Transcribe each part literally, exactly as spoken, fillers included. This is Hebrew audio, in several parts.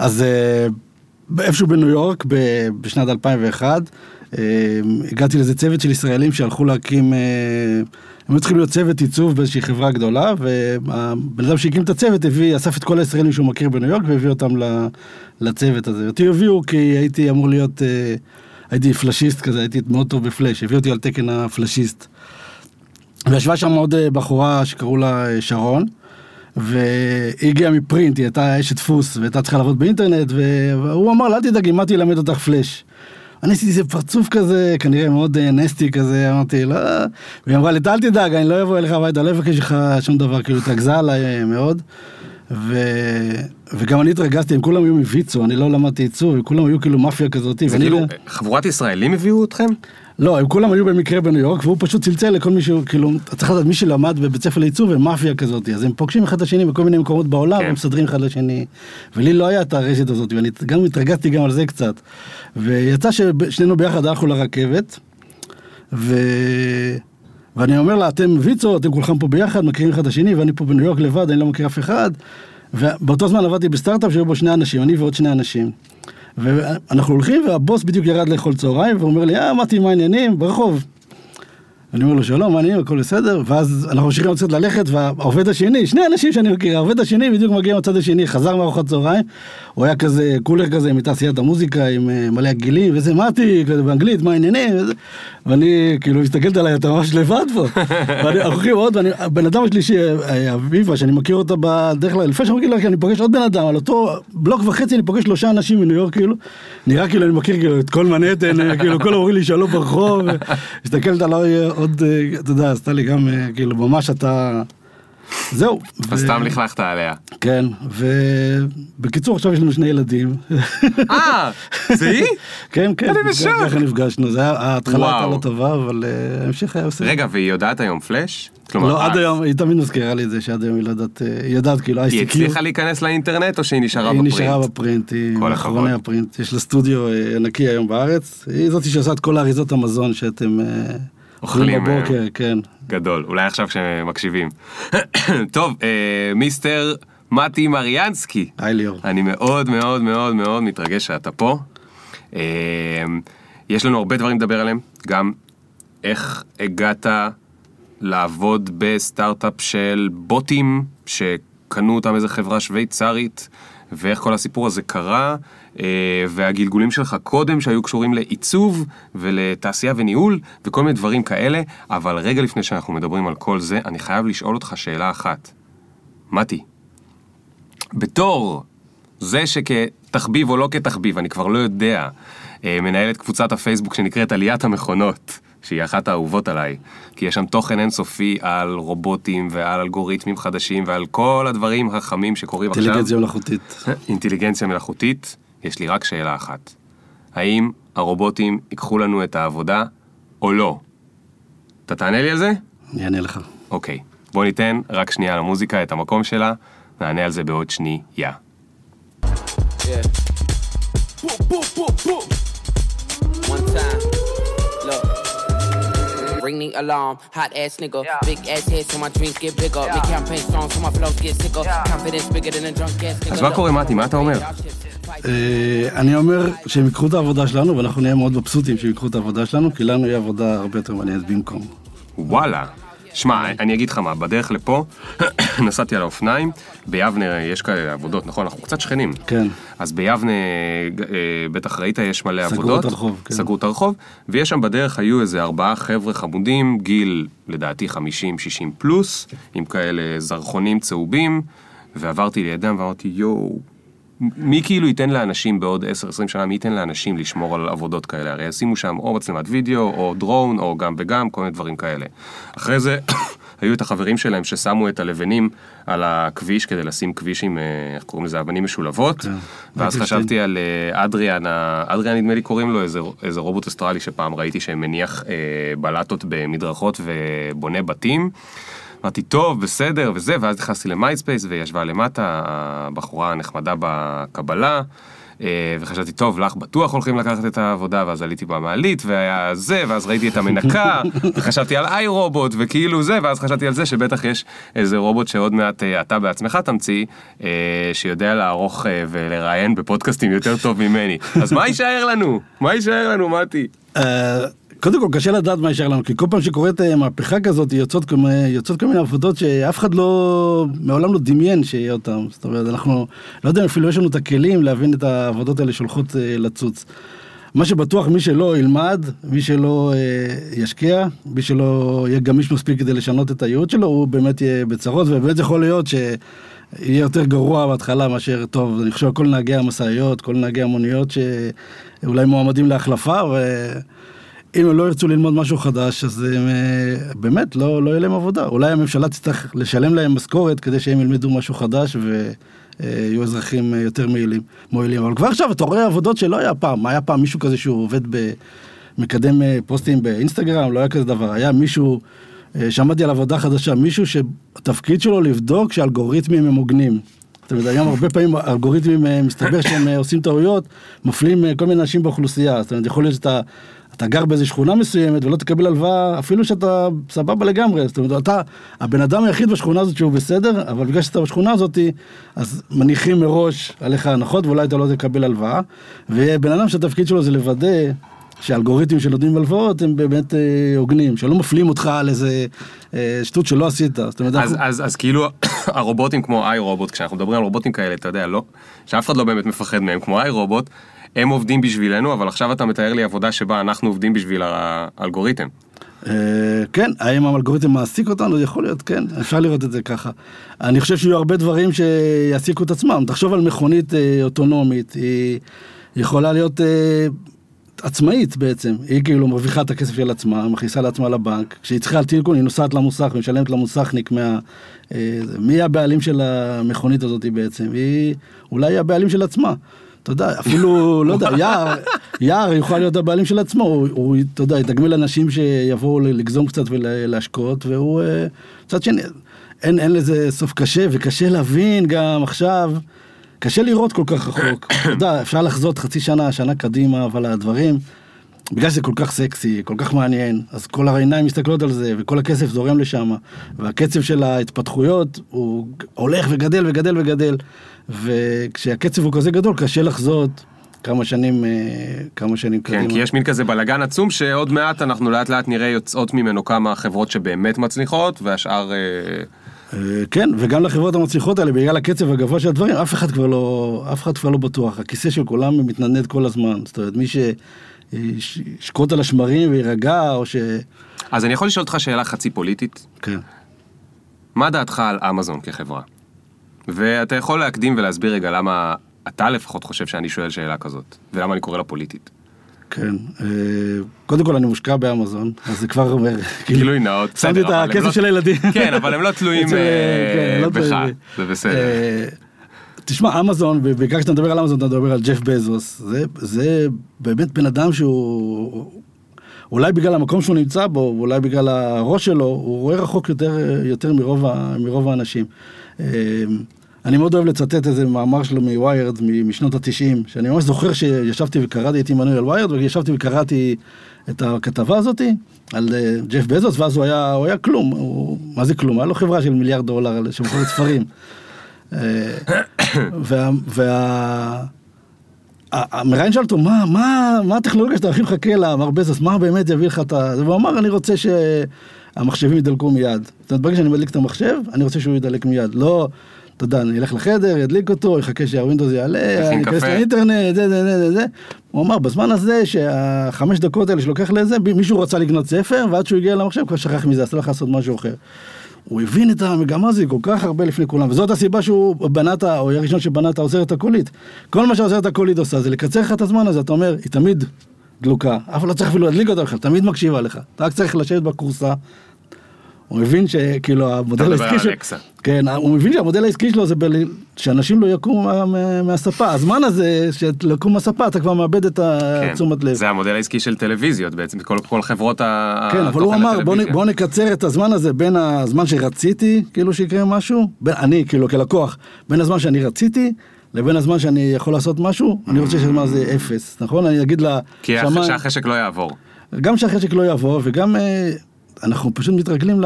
אז איפשהו בניו יורק, בשנת אלפיים ואחת, הגעתי לזה צוות של ישראלים שהלכו להקים, הם היו צריכים להיות צוות עיצוב באיזושהי חברה גדולה, והבן אדם שהקים את הצוות הביא, אסף את כל הישראלים שהוא מכיר בניו יורק, והביא אותם לצוות הזה. אותי הביאו כי הייתי אמור להיות, הייתי פלשיסט כזה, הייתי מאוד טוב בפלש, הביא אותי על תקן הפלשיסט. וישבה שם עוד בחורה שקראו לה שרון, והיא הגיעה מפרינט, היא הייתה אשת דפוס, והייתה צריכה לעבוד באינטרנט, והוא אמר לה, אל תדאגי, מה תלמד אותך פלש? אני עשיתי איזה פרצוף כזה, כנראה מאוד נסטי כזה, אמרתי, לא, והיא אמרה לי, אל תדאג, אני לא אבוא אליך הביתה, לא אבקש לך שום דבר, כאילו, תגזה עליי מאוד, ו... וגם אני התרגזתי, הם כולם היו מוויצו, אני לא למדתי עיצוב, וכולם היו כאילו מאפיה כזאת. זה כאילו, חבורת ישראלים הביאו אתכם? לא, הם כולם היו במקרה בניו יורק, והוא פשוט צלצל לכל מישהו, כאילו, צריך לדעת מי שלמד בבית ספר לעיצוב, הם מאפיה כזאת, אז הם פוגשים אחד לשני בכל מיני מקומות בעולם, והם מסדרים אחד לשני, ולי לא היה את הרשת הזאת, ואני גם התרגזתי גם על זה קצת, ויצא ששנינו ביחד הלכו לרכבת, ו... ואני אומר לה, אתם ויצו, אתם כולכם פה ביחד, מכירים אחד השני, ואני פה בניו יורק לבד, אני לא מכיר אף אחד, ובאותו זמן עבדתי בסטארט-אפ שהיו בו שני אנשים, אני ועוד שני אנשים. ואנחנו הולכים, והבוס בדיוק ירד לאכול צהריים, והוא אומר לי, אה, מתי, מה העניינים? ברחוב. אני אומר לו, שלום, מה העניינים? הכל בסדר? ואז אנחנו ממשיכים לצאת ללכת, והעובד השני, שני אנשים שאני מכיר, העובד השני בדיוק מגיע מצד השני, חזר מארוחת צהריים, הוא היה כזה, קולר כזה, מתעשיית המוזיקה, עם מלא הגילים, וזה מתי, כזה באנגלית, מה העניינים? ואני, כאילו, הסתכלת עליי, אתה ממש לבד פה. ואני, אנחנו הולכים עוד, בן אדם השלישי, אביבה, שאני מכיר אותה בדרך כלל, לפני שאני מכיר לה, אני פוגש עוד בן אדם, על אותו בלוק וחצי, אני פוגש שלושה אנשים מניו יורק, כאילו, נראה כאילו, אני מכיר כאילו, את כל מנהטן, כאילו, כל אומרים לי שלום ברחוב, הסתכלת עליי עוד, אתה יודע, עשתה לי גם, כאילו, ממש אתה... זהו. סתם לכלכת עליה. כן, ובקיצור, עכשיו יש לנו שני ילדים. אה, זה היא? כן, כן. אני בשוק. ככה נפגשנו, ההתחלה הייתה לא טובה, אבל המשך היה עושה. רגע, והיא יודעת היום פלאש? לא, עד היום, היא תמיד מזכירה לי את זה, שעד היום היא לא יודעת, היא יודעת, כאילו, היא הצליחה להיכנס לאינטרנט, או שהיא נשארה בפרינט? היא נשארה בפרינט, היא מאחרוני הפרינט. יש לה סטודיו ענקי היום בארץ, היא זאת שעושה את כל האריזות המזון שאתם... אוכלים בבוקר, כן. גדול, אולי עכשיו כשמקשיבים. טוב, מיסטר מתי מריאנסקי. היי ליאור. אני מאוד מאוד מאוד מאוד מתרגש שאתה פה. יש לנו הרבה דברים לדבר עליהם, גם איך הגעת לעבוד בסטארט-אפ של בוטים, שקנו אותם איזה חברה שוויצרית, ואיך כל הסיפור הזה קרה, והגלגולים שלך קודם שהיו קשורים לעיצוב ולתעשייה וניהול וכל מיני דברים כאלה, אבל רגע לפני שאנחנו מדברים על כל זה, אני חייב לשאול אותך שאלה אחת. מתי, בתור זה שכתחביב או לא כתחביב, אני כבר לא יודע, מנהלת קבוצת הפייסבוק שנקראת עליית המכונות, שהיא אחת האהובות עליי, כי יש שם תוכן אינסופי על רובוטים ועל אלגוריתמים חדשים ועל כל הדברים החכמים שקורים עכשיו. אינטליגנציה מלאכותית. אינטליגנציה מלאכותית. יש לי רק שאלה אחת. האם הרובוטים ייקחו לנו את העבודה או לא? אתה תענה לי על זה? אני אענה לך. אוקיי. בוא ניתן רק שנייה למוזיקה את המקום שלה, נענה על זה בעוד שנייה. Yeah. Boom, boom, boom, boom. One time. Look. Ring the alarm, hot ass nigga, yeah. Big ass head so my dreams get bigger, yeah. Big campaign strong so my flows get sicker, yeah. Confidence bigger than a drunk ass nigga. אז מה קורה מתי, מה אתה אומר? אני אומר שהם יקחו את העבודה שלנו, ואנחנו נהיה מאוד מבסוטים שהם יקחו את העבודה שלנו, כי לנו יהיה עבודה הרבה יותר מעניינת במקום. וואלה. שמע, אני אגיד לך מה, בדרך לפה, נסעתי על האופניים, ביבנה יש כאלה עבודות, נכון? אנחנו קצת שכנים. כן. אז ביבנה, בטח ראית, יש מלא עבודות. סגרו את הרחוב, כן. סגרו את הרחוב, ויש שם בדרך היו איזה ארבעה חבר'ה חמודים, גיל, לדעתי, חמישים שישים פלוס, עם כאלה זרחונים צהובים, ועברתי לידם ואמרתי, יואו, מי כאילו ייתן לאנשים בעוד עשר עשרים שנה, מי ייתן לאנשים לשמור על עבודות כאלה? הרי ישימו שם או מצלמת וידאו, או דרון, או גם וגם, כל מיני דברים כאלה. אחרי זה, היו את החברים שלהם ששמו את הלבנים על הכביש, כדי לשים כביש עם, איך קוראים לזה, אבנים משולבות, ואז חשבתי על אדריאן, אדריאן נדמה לי קוראים לו, איזה, איזה רובוט אסטרלי שפעם ראיתי שמניח אה, בלטות במדרכות ובונה בתים, אמרתי, טוב, בסדר, וזה, ואז נכנסתי למייספייס, וישבה למטה, הבחורה הנחמדה בקבלה, וחשבתי, טוב, לך בטוח הולכים לקחת את העבודה, ואז עליתי במעלית, והיה זה, ואז ראיתי את המנקה, וחשבתי על איי רובוט, וכאילו זה, ואז חשבתי על זה, שבטח יש איזה רובוט שעוד מעט אתה בעצמך תמציא, שיודע לערוך ולראיין בפודקאסטים יותר טוב ממני. אז מה יישאר לנו? מה יישאר לנו, מתי? קודם כל, קשה לדעת מה יישאר לנו, כי כל פעם שקורית מהפכה כזאת, יוצאות כל מיני עבודות שאף אחד לא, מעולם לא דמיין שיהיה אותם. זאת אומרת, אנחנו לא יודעים, אפילו יש לנו את הכלים להבין את העבודות האלה שהולכות לצוץ. מה שבטוח, מי שלא ילמד, מי שלא ישקיע, מי שלא יהיה גמיש מספיק כדי לשנות את הייעוד שלו, הוא באמת יהיה בצרות, ובאמת יכול להיות שיהיה יותר גרוע בהתחלה מאשר טוב. אני חושב כל נהגי המשאיות, כל נהגי המוניות שאולי מועמדים להחלפה, ו... אם הם לא ירצו ללמוד משהו חדש, אז הם, באמת לא, לא יהיה להם עבודה. אולי הממשלה תצטרך לשלם להם משכורת כדי שהם ילמדו משהו חדש ויהיו אזרחים יותר מועילים. מועילים. אבל כבר עכשיו אתה רואה עבודות שלא היה פעם. היה פעם מישהו כזה שהוא עובד במקדם פוסטים באינסטגרם, לא היה כזה דבר. היה מישהו, שמעתי על עבודה חדשה, מישהו שהתפקיד שלו לבדוק שהאלגוריתמים הם הוגנים. זאת אומרת, היום הרבה פעמים האלגוריתמים מסתבר שהם עושים טעויות, מפלים כל מיני אנשים באוכלוסייה. זאת אומרת, יכול להיות שאתה אתה גר באיזו שכונה מסוימת ולא תקבל הלוואה, אפילו שאתה סבבה לגמרי. זאת אומרת, אתה, הבן אדם היחיד בשכונה הזאת שהוא בסדר, אבל בגלל שאתה בשכונה הזאת, אז מניחים מראש עליך הנחות, ואולי אתה לא תקבל הלוואה. ובן אדם שהתפקיד שלו זה לוודא שהאלגוריתמים שנותנים הלוואות הם באמת הוגנים, שלא מפלים אותך על איזה שטות שלא עשית. זאת אומרת, אז, אז, אז כאילו הרובוטים כמו איי רובוט, כשאנחנו מדברים על רובוטים כאלה, אתה יודע, לא, שאף אחד לא באמת מפחד מהם, כמו איי רובוט, הם עובדים בשבילנו, אבל עכשיו אתה מתאר לי עבודה שבה אנחנו עובדים בשביל האלגוריתם. כן, האם האלגוריתם מעסיק אותנו? יכול להיות, כן, אפשר לראות את זה ככה. אני חושב שיהיו הרבה דברים שיעסיקו את עצמם. תחשוב על מכונית אוטונומית, היא יכולה להיות עצמאית בעצם. היא כאילו מרוויחה את הכסף של עצמה, מכניסה לעצמה לבנק. כשהיא צריכה על טילקון, היא נוסעת למוסך, ומשלמת למוסכניק מה... מי הבעלים של המכונית הזאת בעצם? היא אולי הבעלים של עצמה. אתה יודע, אפילו, לא יודע, יער, יער יוכל להיות הבעלים של עצמו, הוא, הוא, אתה יודע, יתגמל אנשים שיבואו לגזום קצת ולהשקעות, והוא, קצת שני, אין, אין לזה סוף קשה, וקשה להבין גם עכשיו, קשה לראות כל כך רחוק. אתה יודע, אפשר לחזות חצי שנה, שנה קדימה, אבל הדברים, בגלל שזה כל כך סקסי, כל כך מעניין, אז כל העיניים מסתכלות על זה, וכל הכסף זורם לשם, והקצב של ההתפתחויות הוא הולך וגדל וגדל וגדל, וכשהקצב הוא כזה גדול, קשה לחזות כמה שנים, כמה שנים כן, קדימה. כי יש מין כזה בלגן עצום, שעוד מעט אנחנו לאט לאט נראה יוצאות ממנו כמה חברות שבאמת מצליחות, והשאר... כן, וגם לחברות המצליחות האלה, בגלל הקצב הגבוה של הדברים, אף אחד כבר לא, אף אחד כבר לא בטוח. הכיסא של כולם מתנדנד כל הזמן. זאת אומרת, מי שישקוט על השמרים וירגע, או ש... אז אני יכול לשאול אותך שאלה חצי פוליטית? כן. מה דעתך על אמזון כחברה? ואתה יכול להקדים ולהסביר רגע למה אתה לפחות חושב שאני שואל שאלה כזאת, ולמה אני קורא לה פוליטית. כן, קודם כל אני מושקע באמזון, אז זה כבר אומר, גילוי נאות, שמתי את הכסף של הילדים. כן, אבל הם לא תלויים בך, זה בסדר. תשמע, אמזון, ובעיקר כשאתה מדבר על אמזון, אתה מדבר על ג'ף בזוס, זה באמת בן אדם שהוא, אולי בגלל המקום שהוא נמצא בו, ואולי בגלל הראש שלו, הוא רואה רחוק יותר מרוב האנשים. אני מאוד אוהב לצטט איזה מאמר שלו מוויירד משנות התשעים, שאני ממש זוכר שישבתי וקראתי את עמנואל וויירד, וישבתי וקראתי את הכתבה הזאת על ג'ף בזוס, ואז הוא היה, הוא היה כלום. הוא, מה זה כלום? היה לו חברה של מיליארד דולר שמוכרת ספרים. וה... וה... המראיין שאל אותו, מה, מה, מה הטכנולוגיה שאתה הכי מחכה לה, מר בזוס, מה באמת יביא לך את ה... והוא אמר, אני רוצה שהמחשבים ידלקו מיד. זאת אומרת, ברגע שאני מדליק את המחשב, אני רוצה שהוא ידלק מיד. לא... אתה יודע, אני אלך לחדר, ידליק אותו, יחכה שהווינדוס יעלה, אני אכנס לאינטרנט, זה, זה, זה, זה. הוא אמר, בזמן הזה, שהחמש דקות האלה שלוקח לזה, מישהו רצה לקנות ספר, ועד שהוא הגיע למחשב, כבר שכח מזה, אז אתה לא יכול לעשות משהו אחר. הוא הבין את המגמה הזו כל כך הרבה לפני כולם, וזאת הסיבה שהוא בנת, או היה ראשון שבנת העוזרת הקולית. כל מה שהעוזרת הקולית עושה, זה לקצר לך את הזמן הזה, אתה אומר, היא תמיד דלוקה, אף לא צריך אפילו להדליק אותה בכלל, תמיד מקשיבה לך. אתה רק צריך לשבת בקורסה. הוא מבין שכאילו המודל העסקי שלו, כן, הוא מבין שהמודל העסקי שלו זה שאנשים לא יקומו מהספה. הזמן הזה שלקום מהספה, אתה כבר מאבד את תשומת לב. זה המודל העסקי של טלוויזיות בעצם, כל חברות התוכן הטלוויזיה. כן, אבל הוא אמר, בוא נקצר את הזמן הזה בין הזמן שרציתי, כאילו שיקרה משהו, אני כאילו כלקוח, בין הזמן שאני רציתי, לבין הזמן שאני יכול לעשות משהו, אני רוצה שהזמן הזה אפס, נכון? אני אגיד לה... כי שהחשק לא יעבור. גם שהחשק לא יעבור, וגם אנחנו פשוט מתרגלים ל...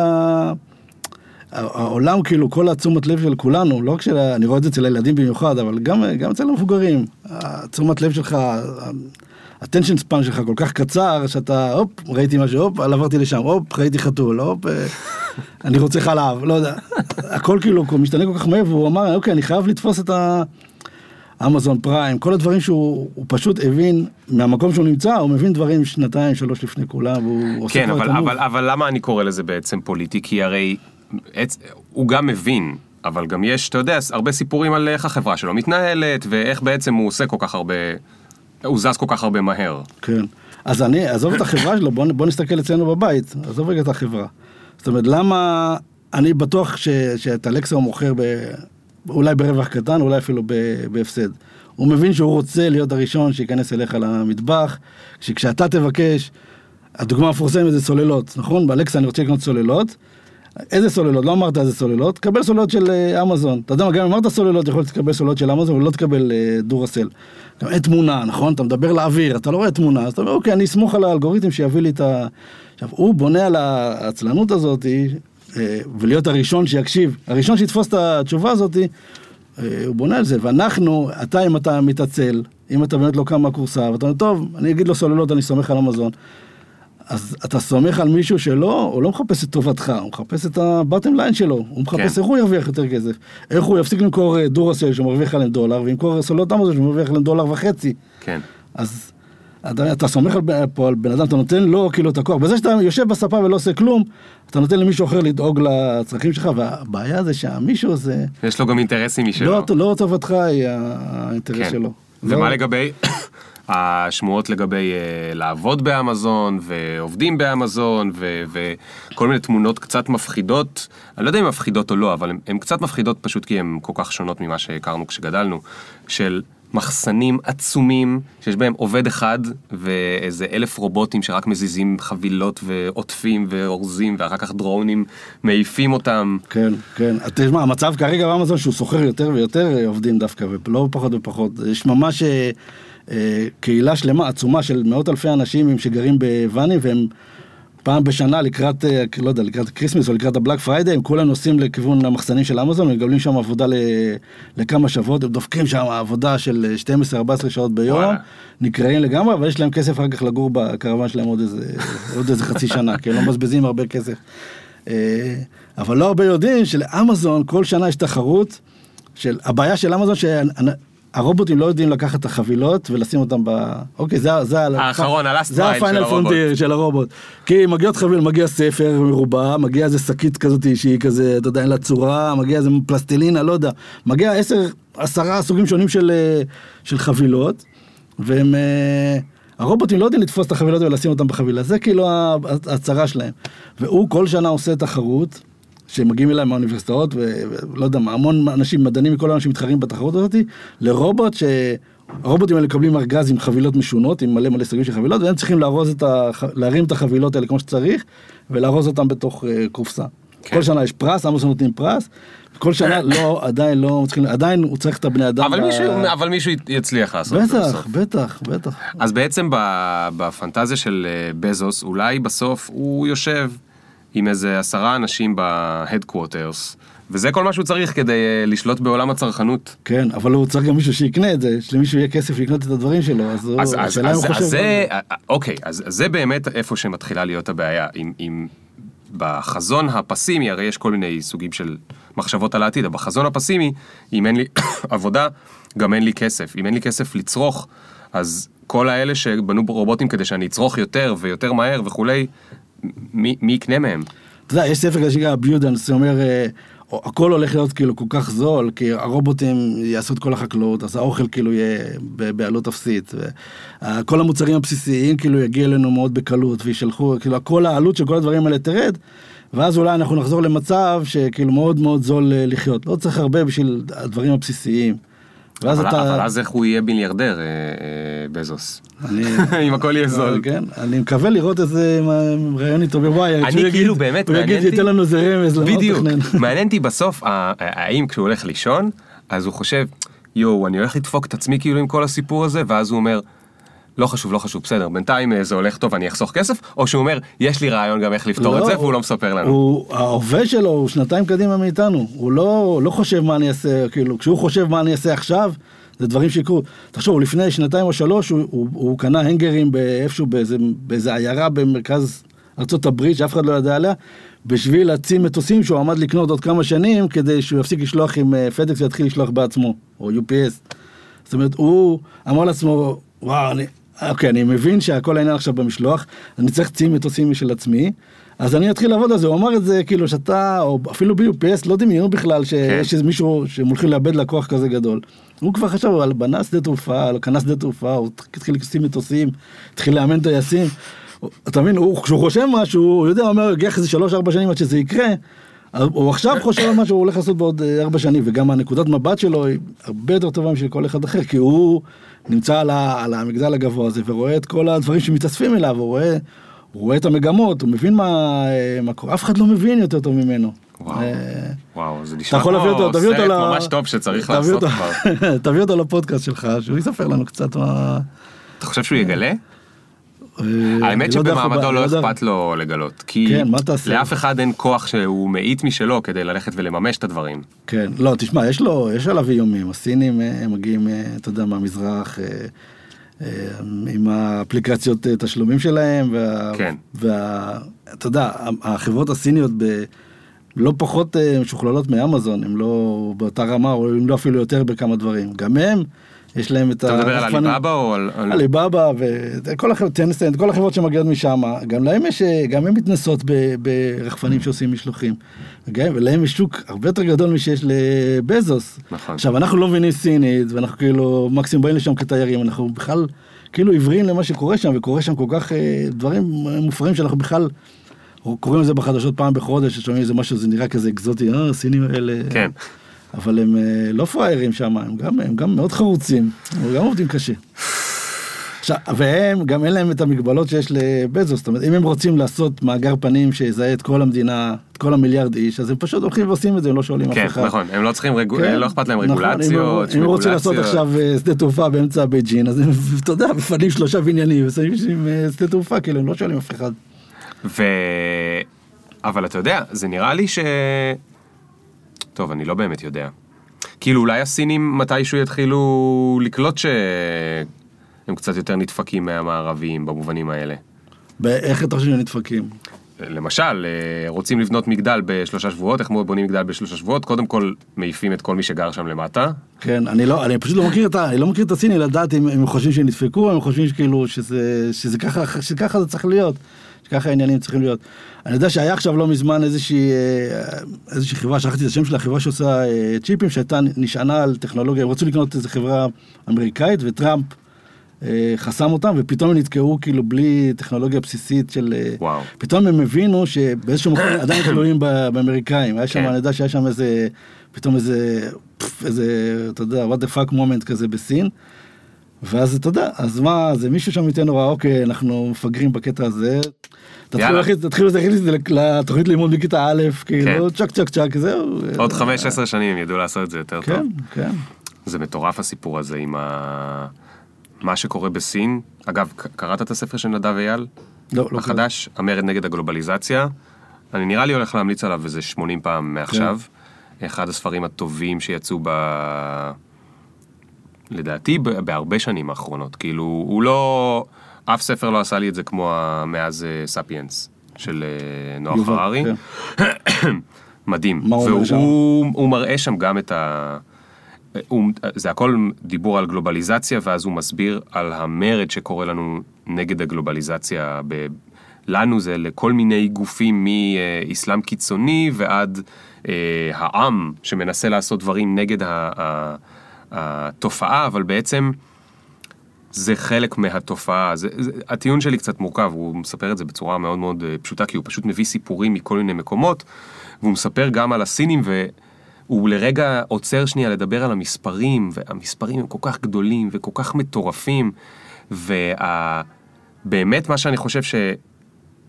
העולם, כאילו, כל התשומת לב של כולנו, לא כשל... אני רואה את זה אצל הילדים במיוחד, אבל גם, גם אצל המבוגרים, התשומת לב שלך, הטנשן ספן שלך כל כך קצר, שאתה, הופ, ראיתי משהו, הופ, עברתי לשם, הופ, ראיתי חתול, הופ, אני רוצה חלב, לא יודע. הכל כאילו משתנה כל כך מהר, והוא אמר, אוקיי, אני חייב לתפוס את האמזון פריים, כל הדברים שהוא פשוט הבין, מהמקום שהוא נמצא, הוא מבין דברים שנתיים, שלוש לפני כולם, והוא עושה כן, אבל, אבל, אבל למה אני קורא לזה בעצם פוליטי? כי הרי הוא גם מבין, אבל גם יש, אתה יודע, הרבה סיפורים על איך החברה שלו מתנהלת, ואיך בעצם הוא עושה כל כך הרבה, הוא זז כל כך הרבה מהר. כן. אז אני, עזוב את החברה שלו, בוא, בוא נסתכל אצלנו בבית, עזוב רגע את החברה. זאת אומרת, למה אני בטוח ש, שאת אלכסה הוא מוכר ב, אולי ברווח קטן, אולי אפילו ב, בהפסד. הוא מבין שהוא רוצה להיות הראשון שיכנס אליך למטבח, שכשאתה תבקש, הדוגמה המפורסמת זה סוללות, נכון? באלכסה אני רוצה לקנות סוללות, איזה סוללות? לא אמרת איזה סוללות? קבל סוללות של אמזון. אתה יודע מה, גם אמרת סוללות, יכול לקבל סוללות של אמזון, ולא תקבל דורסל. גם אין תמונה, נכון? אתה מדבר לאוויר, אתה לא רואה תמונה, אז אתה אומר, אוקיי, אני אסמוך על האלגוריתם שיביא לי את ה... עכשיו, הוא בונה על העצלנות הזאת, ולהיות הראשון שיקשיב, הראשון שיתפוס את התשובה הזאת, הוא בונה על זה, ואנחנו, אתה אם אתה מתעצל, אם אתה באמת לא קם מהקורסה, ואתה אומר, טוב, אני אגיד לו סוללות, אני סומך על אמזון. אז אתה סומך על מישהו שלא, הוא לא מחפש את טובתך, הוא מחפש את הבטם ליין שלו, הוא מחפש כן. איך הוא ירוויח יותר כסף, איך הוא יפסיק למכור דורסל שמרוויח עליהם דולר, וימכור סוללות אמזון שמרוויח עליהם דולר וחצי. כן. אז אתה, אתה סומך על, פה על בן אדם, אתה נותן לו כאילו את הכוח, בזה שאתה יושב בספה ולא עושה כלום, אתה נותן למישהו אחר לדאוג לצרכים שלך, והבעיה זה שהמישהו הזה... יש לו גם אינטרסים משלו. לא, לא טובתך היא האינטרס כן. שלו. ומה לא... לגבי... השמועות לגבי uh, לעבוד באמזון, ועובדים באמזון, ו- וכל מיני תמונות קצת מפחידות, אני לא יודע אם מפחידות או לא, אבל הן קצת מפחידות פשוט כי הן כל כך שונות ממה שהכרנו כשגדלנו, של מחסנים עצומים, שיש בהם עובד אחד, ואיזה אלף רובוטים שרק מזיזים חבילות ועוטפים ואורזים, ואחר כך דרונים מעיפים אותם. כן, כן. תשמע, המצב כרגע באמזון שהוא סוחר יותר ויותר עובדים דווקא, ולא פחות ופחות. יש ממש... קהילה שלמה, עצומה של מאות אלפי אנשים שגרים בוואני, והם פעם בשנה לקראת, לא יודע, לקראת קריסמס או לקראת הבלאק פריידי, הם כולם נוסעים לכיוון המחסנים של אמזון, ומגבלים שם עבודה לכמה שבועות, הם דופקים שם עבודה של שתים עשרה ארבע עשרה שעות ביום, וואלה. נקראים לגמרי, אבל יש להם כסף אחר כך לגור בקרוון שלהם עוד איזה, עוד איזה חצי שנה, כי הם לא מבזבזים הרבה כסף. אבל לא הרבה יודעים שלאמזון כל שנה יש תחרות, של, הבעיה של אמזון ש... הרובוטים לא יודעים לקחת את החבילות ולשים אותם ב... אוקיי, זה, זה, האחרון, הלאסט זה הפיינל פרונטיר של הרובוט. כי מגיעות חביל, מגיע ספר מרובע, מגיע איזה שקית כזאת שהיא כזה, אתה יודע, אין לה צורה, מגיע איזה פלסטלינה, לא יודע. מגיע עשר, עשרה סוגים שונים של, של חבילות, והם... הרובוטים לא יודעים לתפוס את החבילות ולשים אותם בחבילה. זה כאילו הצרה שלהם. והוא כל שנה עושה תחרות, שמגיעים אליי מהאוניברסיטאות, ולא יודע מה, המון אנשים, מדענים מכל האנשים מתחרים בתחרות הזאת, לרובוט שהרובוטים האלה מקבלים ארגז עם חבילות משונות, עם מלא מלא סוגים של חבילות, והם צריכים לארוז את ה... להרים את החבילות האלה כמו שצריך, ולארוז אותם בתוך uh, קופסה. כן. כל שנה יש פרס, אמזון נותנים פרס, כל שנה לא, עדיין לא צריכים, עדיין הוא צריך את הבני אדם. אבל, ב... מישהו, אבל מישהו יצליח לעשות. בטח, בטח, בטח. אז בעצם בפנטזיה של בזוס, אולי בסוף הוא יושב עם איזה עשרה אנשים בהדקווטרס, וזה כל מה שהוא צריך כדי לשלוט בעולם הצרכנות. כן, אבל הוא צריך גם מישהו שיקנה את זה, שלמישהו יהיה כסף לקנות את הדברים שלו, אז הוא... אז, אז, אז, אז זה, אוקיי, אז זה באמת איפה שמתחילה להיות הבעיה, עם, עם, בחזון הפסימי, הרי יש כל מיני סוגים של מחשבות על העתיד, אבל בחזון הפסימי, אם אין לי עבודה, גם אין לי כסף. אם אין לי כסף לצרוך, אז כל האלה שבנו רובוטים כדי שאני אצרוך יותר ויותר מהר וכולי, מי, מי יקנה מהם? אתה יודע, יש ספר שגע ביודנס, שאומר, הכל הולך להיות כאילו כל כך זול, כי הרובוטים יעשו את כל החקלאות, אז האוכל כאילו יהיה בעלות אפסית, וכל המוצרים הבסיסיים כאילו יגיע אלינו מאוד בקלות, וישלחו, כאילו כל העלות של כל הדברים האלה תרד, ואז אולי אנחנו נחזור למצב שכאילו מאוד מאוד זול לחיות. לא צריך הרבה בשביל הדברים הבסיסיים. אבל, אתה... אבל אז איך הוא יהיה מיליארדר, בזוס? אני... אם הכל יהיה זול. כן, אני מקווה לראות איזה רעיון איתו בוואי. אני כאילו באמת מעניין אותי... הוא יגיד, ייתן לנו איזה רמז. בדיוק. מעניין אותי בסוף, האם כשהוא הולך לישון, אז הוא חושב, יו, אני הולך לדפוק את עצמי כאילו עם כל הסיפור הזה, ואז הוא אומר, לא חשוב, לא חשוב, בסדר, בינתיים זה הולך טוב, אני אחסוך כסף, או שהוא אומר, יש לי רעיון גם איך לפתור לא, את זה, והוא לא מספר לנו. הוא, ההווה שלו הוא שנתיים קדימה מאיתנו, הוא לא, לא חושב מה אני אעשה, כאילו, כשהוא חושב מה אני אעשה עכשיו, זה דברים שיקרו. תחשוב, הוא לפני שנתיים או שלוש, הוא, הוא, הוא קנה הנגרים באיפשהו, באיזה, באיזה עיירה במרכז ארצות הברית, שאף אחד לא ידע עליה, בשביל להציל מטוסים שהוא עמד לקנות עוד כמה שנים, כדי שהוא יפסיק לשלוח עם פדקס ויתחיל לשלוח בעצמו, או יו פי אס. זאת אומרת, הוא אמר לעצמו, וואו, אני, אוקיי, אני מבין שהכל העניין עכשיו במשלוח, אני צריך צי מטוסים משל עצמי, אז אני אתחיל לעבוד על זה. הוא אמר את זה כאילו שאתה, או אפילו ב-יו פי אס, לא דמיינו בכלל שיש איזה מישהו שמולכים לאבד לקוח כזה גדול. הוא כבר חשב על בנה שדה תעופה, על כנס שדה תעופה, הוא התחיל לשים מטוסים, התחיל לאמן טייסים. אתה מבין, כשהוא חושב משהו, הוא יודע, הוא אומר, יגיע איזה שלוש, ארבע שנים עד שזה יקרה, הוא עכשיו חושב על מה שהוא הולך לעשות בעוד ארבע שנים, וגם הנקודת מבט שלו היא הרבה יותר טובה משל כל אחד אחר, כי הוא נמצא על, ה, על המגדל הגבוה הזה, ורואה את כל הדברים שמתאספים אליו, הוא רואה, הוא רואה את המגמות, הוא מבין מה, מה קורה, אף אחד לא מבין יותר טוב ממנו. וואו, וואו, זה נשמע כמו סרט ממש טוב שצריך לעשות כבר. תביא אותו לפודקאסט שלך, שהוא יספר לנו קצת מה... אתה חושב שהוא יגלה? האמת שבמעמדו לא אכפת לו לגלות, כי לאף אחד אין כוח שהוא מאית משלו כדי ללכת ולממש את הדברים. כן, לא, תשמע, יש לו, יש עליו איומים, הסינים הם מגיעים, אתה יודע, מהמזרח, עם האפליקציות תשלומים שלהם, ואתה יודע, החברות הסיניות לא פחות משוכללות מאמזון, הם לא באותה רמה, או הם לא אפילו יותר בכמה דברים, גם הם, יש להם את אתה מדבר על עליבאבא או על... עליבאבא וכל החברות, טנסנט, כל החברות שמגיעות משם, גם להם יש, גם הם מתנסות ברחפנים שעושים משלוחים. ולהם יש שוק הרבה יותר גדול משש לבזוס. נכון. עכשיו, אנחנו לא מבינים סינית, ואנחנו כאילו מקסימום באים לשם כתיירים, אנחנו בכלל כאילו עיוורים למה שקורה שם, וקורה שם כל כך דברים מופרעים שאנחנו בכלל, קוראים לזה בחדשות פעם בחודש, ששומעים איזה משהו, זה נראה כזה אקזוטי, אה, סינים האלה. כן. אבל הם לא פריירים שם, הם גם, הם גם מאוד חרוצים, הם גם עובדים קשה. עכשיו, והם, גם אין להם את המגבלות שיש לבזוס, זאת אומרת, אם הם רוצים לעשות מאגר פנים שיזהה את כל המדינה, את כל המיליארד איש, אז הם פשוט הולכים ועושים את זה, הם לא שואלים אף אחד. כן, נכון, הם לא צריכים, לא אכפת להם רגולציות. אם הם רוצים לעשות עכשיו שדה תעופה באמצע בייג'ין, אז הם, אתה יודע, מפנים שלושה בניינים, ושמים שדה תעופה, כאילו, הם לא שואלים אף אחד. ו... אבל אתה יודע, זה נראה לי ש... טוב, אני לא באמת יודע. כאילו, אולי הסינים מתישהו יתחילו לקלוט שהם קצת יותר נדפקים מהמערביים במובנים האלה. איך אתה חושב שנדפקים? למשל, רוצים לבנות מגדל בשלושה שבועות, איך בונים מגדל בשלושה שבועות? קודם כל, מעיפים את כל מי שגר שם למטה. כן, אני לא, אני פשוט לא מכיר את, אני לא מכיר את הסיני לדעת אם הם חושבים שנדפקו, הם חושבים שכאילו, שזה, שזה ככה, שככה זה צריך להיות. שככה העניינים צריכים להיות. אני יודע שהיה עכשיו לא מזמן איזושהי, איזושהי חברה, שכחתי את השם שלה, חברה שעושה צ'יפים, שהייתה נשענה על טכנולוגיה, הם רצו לקנות איזו חברה אמריקאית, וטראמפ חסם אותם, ופתאום הם נתקעו כאילו בלי טכנולוגיה בסיסית של... וואו. פתאום הם הבינו שבאיזשהו מקום עדיין תלויים באמריקאים. היה שם, אני יודע שהיה שם איזה, פתאום איזה, איזה, אתה יודע, what the fuck moment כזה בסין, ואז אתה יודע, אז מה, זה מישהו שם ייתן הוראה, אוקיי, אנחנו מפגרים בקטע הזה, תתחילו להכניס את זה לתוכנית לימוד בכיתה א', כאילו, צ'ק צ'ק צ'ק, זהו. עוד חמש עשר שנים ידעו לעשות את זה יותר טוב. כן, כן. זה מטורף הסיפור הזה עם מה שקורה בסין. אגב, קראת את הספר של נדב אייל? לא, לא. החדש, המרד נגד הגלובליזציה. אני נראה לי הולך להמליץ עליו איזה שמונים פעם מעכשיו. אחד הספרים הטובים שיצאו ב... לדעתי בהרבה שנים האחרונות, כאילו הוא לא, אף ספר לא עשה לי את זה כמו מאז ספיאנס של נוח הררי, מדהים, והוא מראה שם גם את ה... זה הכל דיבור על גלובליזציה, ואז הוא מסביר על המרד שקורה לנו נגד הגלובליזציה, לנו זה לכל מיני גופים מאסלאם קיצוני ועד העם שמנסה לעשות דברים נגד ה... התופעה, אבל בעצם זה חלק מהתופעה. זה, זה, הטיעון שלי קצת מורכב, הוא מספר את זה בצורה מאוד מאוד פשוטה, כי הוא פשוט מביא סיפורים מכל מיני מקומות, והוא מספר גם על הסינים, והוא לרגע עוצר שנייה לדבר על המספרים, והמספרים הם כל כך גדולים וכל כך מטורפים, ובאמת מה שאני חושב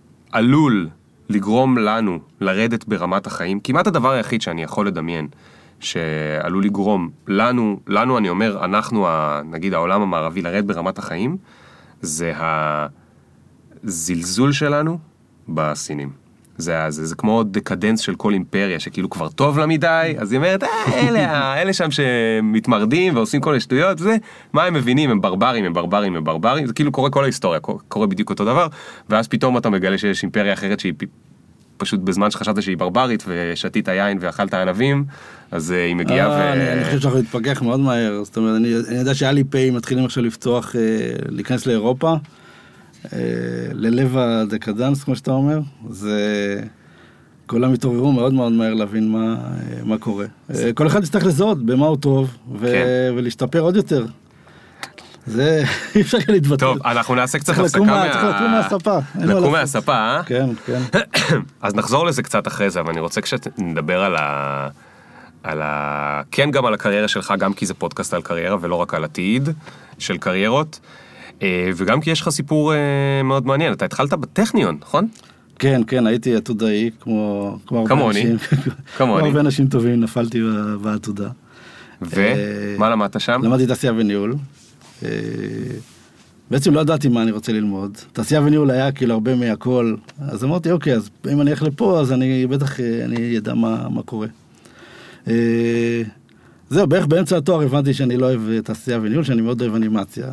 שעלול לגרום לנו לרדת ברמת החיים, כמעט הדבר היחיד שאני יכול לדמיין, שעלול לגרום לנו, לנו אני אומר, אנחנו, נגיד העולם המערבי, לרד ברמת החיים, זה הזלזול שלנו בסינים. זה, זה, זה כמו דקדנס של כל אימפריה, שכאילו כבר טוב לה מדי, אז היא אומרת, אה, אלה, אלה שם שמתמרדים ועושים כל השטויות, זה, מה הם מבינים? הם ברברים, הם ברברים, הם ברברים, זה כאילו קורה כל ההיסטוריה, קורה בדיוק אותו דבר, ואז פתאום אתה מגלה שיש אימפריה אחרת שהיא פשוט בזמן שחשבת שהיא ברברית, ושתית היין ואכלת ענבים, אז היא מגיעה ו... אני חושב שאנחנו נתפגח מאוד מהר, זאת אומרת, אני יודע שאלי פיי מתחילים עכשיו לפתוח, להיכנס לאירופה, ללב הדקדנס, כמו שאתה אומר, זה... כולם התעוררו מאוד מאוד מהר להבין מה, מה קורה. כל אחד יצטרך לזהות במה הוא טוב, ו... כן. ולהשתפר עוד יותר. זה אי אפשר להתבטא. טוב, אנחנו נעשה קצת הפסקה מה... צריך לקום מהספה. לקום מהספה, אה? כן, כן. אז נחזור לזה קצת אחרי זה, אבל אני רוצה כשנדבר על ה... על ה... כן, גם על הקריירה שלך, גם כי זה פודקאסט על קריירה, ולא רק על עתיד של קריירות. וגם כי יש לך סיפור מאוד מעניין. אתה התחלת בטכניון, נכון? כן, כן, הייתי עתודאי, כמו... כמוני. כמו הרבה אנשים טובים, נפלתי בעתודה. ומה למדת שם? למדתי תעשייה וניהול. בעצם לא ידעתי מה אני רוצה ללמוד. תעשייה וניהול היה כאילו הרבה מהכל. אז אמרתי, אוקיי, אז אם אני אלך לפה, אז אני בטח, אני ידע מה, מה קורה. זהו, בערך באמצע התואר הבנתי שאני לא אוהב תעשייה וניהול, שאני מאוד אוהב אנימציה.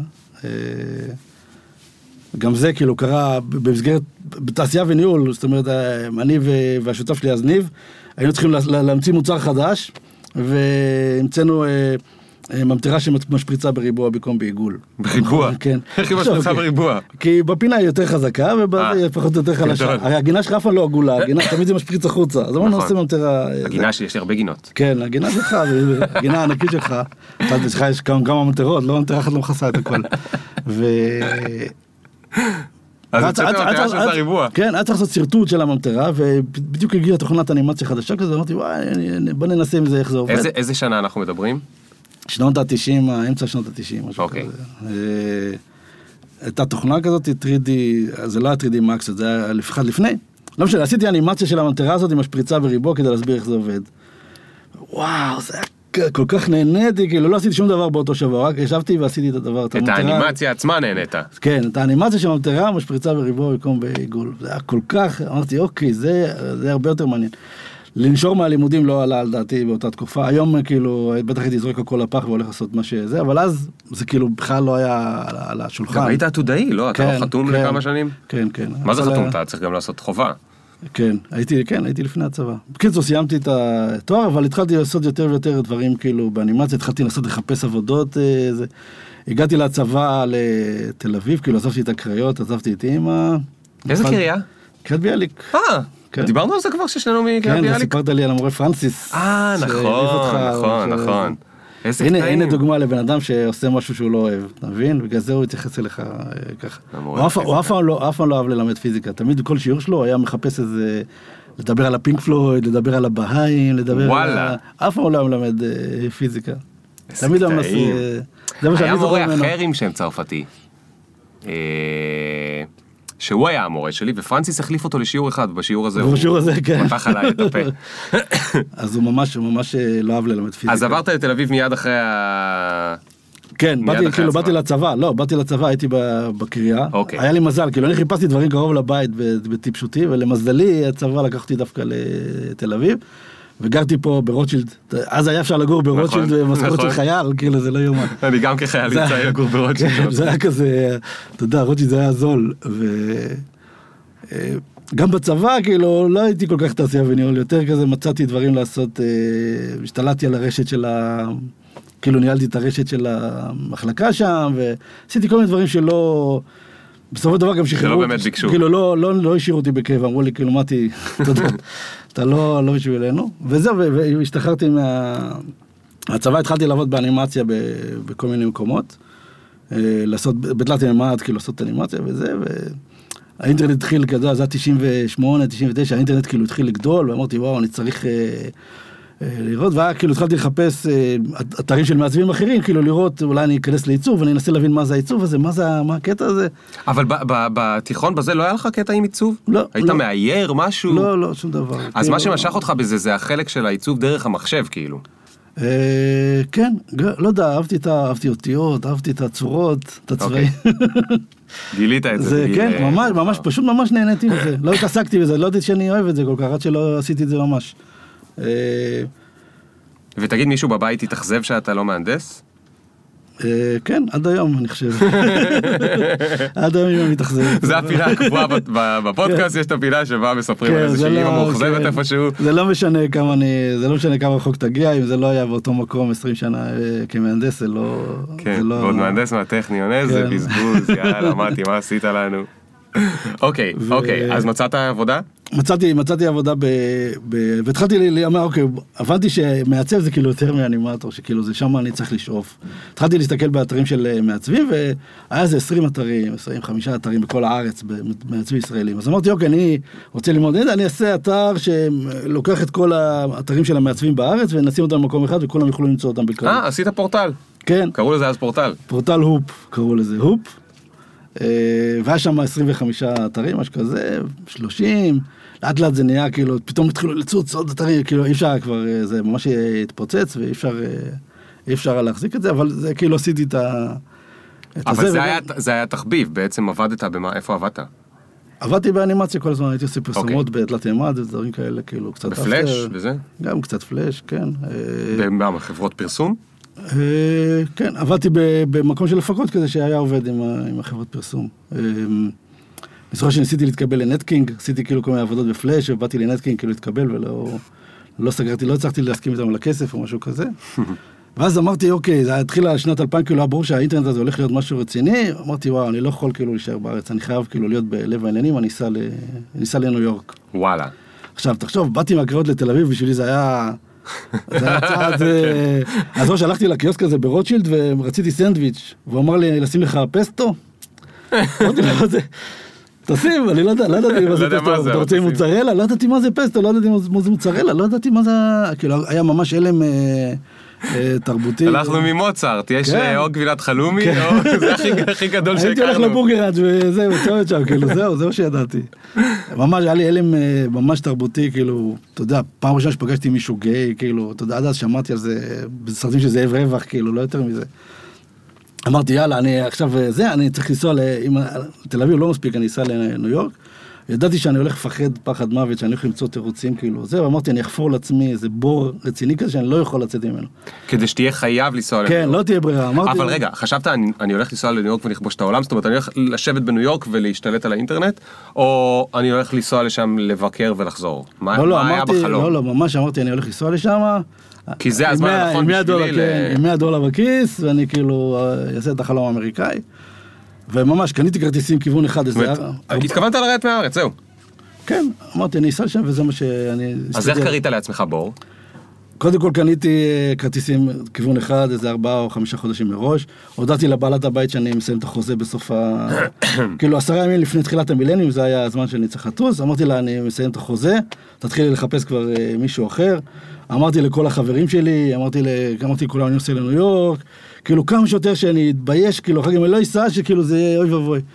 גם זה כאילו קרה במסגרת, בתעשייה וניהול, זאת אומרת, אני והשותף שלי אז ניב, היינו צריכים להמציא מוצר חדש, והמצאנו ממטרה שמשפריצה בריבוע במקום בעיגול. בריבוע? כן. איך היא משפריצה בריבוע? כי בפינה היא יותר חזקה, ובזה היא פחות יותר חלשה. הרי הגינה שלך אף פעם לא עגולה, הגינה תמיד זה משפריץ החוצה. אז אמרנו נעשה ממטרה... הגינה שלי, יש לי הרבה גינות. כן, הגינה שלך, הגינה הענקית שלך. יש כמה ממטרות, לא ממטרה אחת לא מכסה את הכל. ו... אז יוצאת המטרה של הריבוע. כן, היה צריך לעשות סרטוט של הממטרה, ובדיוק הגיעה תוכנת אנימציה חדשה כזה, אמרתי, וואי, בוא ננסה עם זה, איך זה עובד. איזה שנה אנחנו מדברים? שנות ה-תשעים, אמצע שנות ה-תשעים, משהו כזה. הייתה תוכנה כזאת, טרי די, זה לא היה טרי די מקס, זה היה לפחד לפני. לא משנה, עשיתי אנימציה של הממטרה הזאת עם השפריצה בריבוע כדי להסביר איך זה עובד. וואו, זה היה כל כך נהניתי, כאילו לא עשיתי שום דבר באותו שבוע, רק ישבתי ועשיתי את הדבר. את האנימציה עצמה נהנית. כן, את האנימציה של הממטרה, משפריצה בריבוע במקום בעיגול. זה היה כל כך, אמרתי, אוקיי, זה הרבה יותר מעניין. לנשור מהלימודים לא עלה על דעתי באותה תקופה. היום כאילו, בטח הייתי זורק הכל לפח והולך לעשות מה שזה, אבל אז זה כאילו בכלל לא היה על השולחן. גם היית עתודאי, לא? אתה לא חתום לכמה שנים? כן, כן. מה זה חתום? אתה צריך גם לעשות חובה. כן, הייתי, כן, הייתי לפני הצבא. בקיצור, סיימתי את התואר, אבל התחלתי לעשות יותר ויותר דברים כאילו באנימציה, התחלתי לעשות לחפש עבודות, זה. הגעתי לצבא לתל אביב, כאילו עזבתי את הקריות, עזבתי את אמא. איזה קריה? קריית ביאליק. אה, דיברנו על זה כבר ששנינו מקריית ביאליק? כן, סיפרת לי על המורה פרנסיס. אה, נכון, נכון, נכון. הנה, הנה דוגמה לבן אדם שעושה משהו שהוא לא אוהב, אתה מבין? בגלל זה הוא יתייחס אליך ככה. הוא אף פעם לא אוהב ללמד פיזיקה, תמיד בכל שיעור שלו היה מחפש איזה, לדבר על הפינק פלויד, לדבר על הבהאים, לדבר על... אף פעם לא היה מלמד פיזיקה. תמיד היה מנסה... היה מורה אחר עם שם צרפתי. שהוא היה המורה שלי, ופרנסיס החליף אותו לשיעור אחד, ובשיעור הזה הוא... בשיעור הזה, כן. מתח עליי את הפה. אז הוא ממש, הוא ממש לא אהב ללמד פיזיקה. אז עברת לתל אביב מיד אחרי ה... כן, באתי, כאילו, באתי לצבא, לא, באתי לצבא, הייתי בקריה. היה לי מזל, כאילו, אני חיפשתי דברים קרוב לבית בטיפשותי, ולמזלי, הצבא לקחתי דווקא לתל אביב, וגרתי פה ברוטשילד. אז היה אפשר לגור ברוטשילד במשכורת של חייל, כאילו, זה לא יומן. אני גם כחייל יצא לגור ברוטשילד. זה היה כזה, אתה יודע, רוטשילד זה היה זול, וגם בצבא, כאילו, לא הייתי כל כך תעשייה וניהול, יותר כזה מצאתי דברים לעשות, השתלטתי על הרשת של ה... כאילו ניהלתי את הרשת של המחלקה שם, ועשיתי כל מיני דברים שלא... בסופו של דבר גם שחררו... זה לא באמת ביקשו. כאילו לא, לא, לא השאירו אותי בכאב, אמרו לי, כאילו, מתי, אתה לא, לא בשבילנו. וזהו, והשתחררתי מה... הצבא התחלתי לעבוד באנימציה בכל מיני מקומות, לעשות, בדלת אנימציה, כאילו לעשות אנימציה וזה, והאינטרנט התחיל כזה, זה היה תשעים ושמונה, תשעים ותשע, האינטרנט כאילו התחיל לגדול, ואמרתי, וואו, אני צריך... לראות, וכאילו התחלתי לחפש אתרים של מעצבים אחרים, כאילו לראות, אולי אני אכנס לעיצוב, ואני אנסה להבין מה זה העיצוב הזה, מה זה, מה הקטע הזה. אבל בתיכון בזה לא היה לך קטע עם עיצוב? לא. היית מאייר משהו? לא, לא, שום דבר. אז מה שמשך אותך בזה, זה החלק של העיצוב דרך המחשב, כאילו. כן, לא יודע, אהבתי את אהבתי אותיות, אהבתי את הצורות, את הצבעים. גילית את זה. כן, ממש, ממש, פשוט ממש נהניתי מזה. לא התעסקתי בזה, לא ידעתי שאני אוהב את זה כל כך, עד שלא עשיתי את זה ממש. ותגיד, מישהו בבית יתאכזב שאתה לא מהנדס? כן, עד היום אני חושב. עד היום אני מתאכזב. זה הפינה הקבועה בפודקאסט, יש את הפינה שבה מספרים על איזושהי אימא מאוכזבת איפשהו. זה לא משנה כמה אני, זה לא משנה כמה רחוק תגיע, אם זה לא היה באותו מקום עשרים שנה כמהנדס, זה לא... כן, ועוד מהנדס מהטכניון, זה בזבוז, יאללה, מתי, מה עשית לנו? אוקיי, אוקיי, אז מצאת עבודה? מצאתי, מצאתי עבודה ב... והתחלתי להאמר, אוקיי, הבנתי שמעצב זה כאילו יותר מאנימטור, שכאילו זה שם אני צריך לשאוף. התחלתי להסתכל באתרים של מעצבים, והיה איזה עשרים אתרים, עשרים וחמישה אתרים בכל הארץ, במעצבים ישראלים. אז אמרתי, אוקיי, אני רוצה ללמוד, אני אעשה אתר שלוקח את כל האתרים של המעצבים בארץ, ונשים אותם במקום אחד, וכולם יוכלו למצוא אותם בקרוב. אה, עשית פורטל. כן. קראו לזה אז פורטל. פורטל הופ, קראו לזה הופ. והיה שם עשרים וחמישה אתרים, משהו כזה, שלושים, לאט לאט זה נהיה, כאילו, פתאום התחילו לצוץ עוד אתרים, כאילו, אי אפשר כבר, זה ממש התפוצץ, ואי אפשר, אי אפשר להחזיק את זה, אבל זה כאילו עשיתי את ה... אבל זה היה, זה היה תחביב, בעצם עבדת במה, איפה עבדת? עבדתי באנימציה כל הזמן, הייתי עושה פרסומות בתלת ימד, דברים כאלה, כאילו, קצת... בפלאש וזה? גם קצת פלאש, כן. במה, חברות פרסום? כן, עבדתי במקום של הפקות כזה שהיה עובד עם החברות פרסום. אני זוכר שניסיתי להתקבל לנטקינג, עשיתי כאילו כל מיני עבודות בפלאש, ובאתי לנטקינג כאילו להתקבל, ולא סגרתי, לא הצלחתי להסכים איתם על הכסף או משהו כזה. ואז אמרתי, אוקיי, זה התחילה שנת אלפיים, כאילו, ברור שהאינטרנט הזה הולך להיות משהו רציני, אמרתי, וואו, אני לא יכול כאילו להישאר בארץ, אני חייב כאילו להיות בלב העניינים, אני אסע לניו יורק. וואלה. עכשיו, תחשוב, באתי מהקריות לתל אביב, בשבילי זה היה... זה היה צעד... אז ראש, הלכתי לקיוסק הזה ברוטשילד, ורציתי סנדוויץ', והוא אמר לי, לשים לך פסטו? אמרתי לו, זה... תשים, אני לא ידעתי מה זה פסטו, אתה רוצה עם מוצרלה? לא ידעתי מה זה פסטו, לא ידעתי מה זה מוצרלה, לא ידעתי מה זה... כאילו, היה ממש אלם תרבותי. הלכנו ממוצרט, יש או גבילת חלומי, או זה הכי גדול שהכרנו. הייתי הולך לבורגראג' וזהו, וצורת שם, כאילו, זהו, זהו שידעתי. ממש, היה לי אלם ממש תרבותי, כאילו, אתה יודע, פעם ראשונה שפגשתי מישהו גיי, כאילו, אתה יודע, עד אז שמעתי על זה, בסרטים של זאב רווח, כאילו, לא יותר מזה. אמרתי, יאללה, אני עכשיו, זה, אני צריך לנסוע, תל אביב לא מספיק, אני אסע לניו יורק. ידעתי שאני הולך לפחד פחד מוות, שאני הולך למצוא תירוצים, כאילו, זה, ואמרתי, אני אחפור לעצמי איזה בור רציני כזה, שאני לא יכול לצאת ממנו. כדי שתהיה חייב לנסוע לניו יורק. כן, לא תהיה ברירה, אמרתי... אבל רגע, חשבת, אני, אני הולך לנסוע לניו יורק ולכבוש את העולם, זאת אומרת, אני הולך לשבת בניו יורק ולהשתלט על האינטרנט, או אני הולך לנסוע לשם לבקר ולחזור? מה, לא, לא, מה אמרתי, היה בחלום? לא, לא, ממש אמרתי, אני הולך לנסוע לשם, כי זה הזמן הנכון בשבילי ל... עם מאה דולר בכיס, ואני כאילו אעשה את החלום האמריקאי, וממש קניתי כרטיסים כיוון אחד. התכוונת לרדת מהארץ, זהו. כן, אמרתי, אני אסע לשם, וזה מה שאני... אז איך קראת לעצמך בור? קודם כל קניתי כרטיסים כיוון אחד, איזה ארבעה או חמישה חודשים מראש, הודעתי לבעלת הבית שאני מסיים את החוזה בסוף ה... כאילו עשרה ימים לפני תחילת המילניום, זה היה הזמן שאני צריך לטוס, אמרתי לה, אני מסיים את החוזה, תתחילי לחפש כבר מישהו אחר, אמרתי לכל החברים שלי, אמרתי, אמרתי לכולם, אני נוסע לניו יורק, כאילו כמה שיותר שאני אתבייש, כאילו אחר כך אני לא אסע, שכאילו זה יהיה אוי ובוי.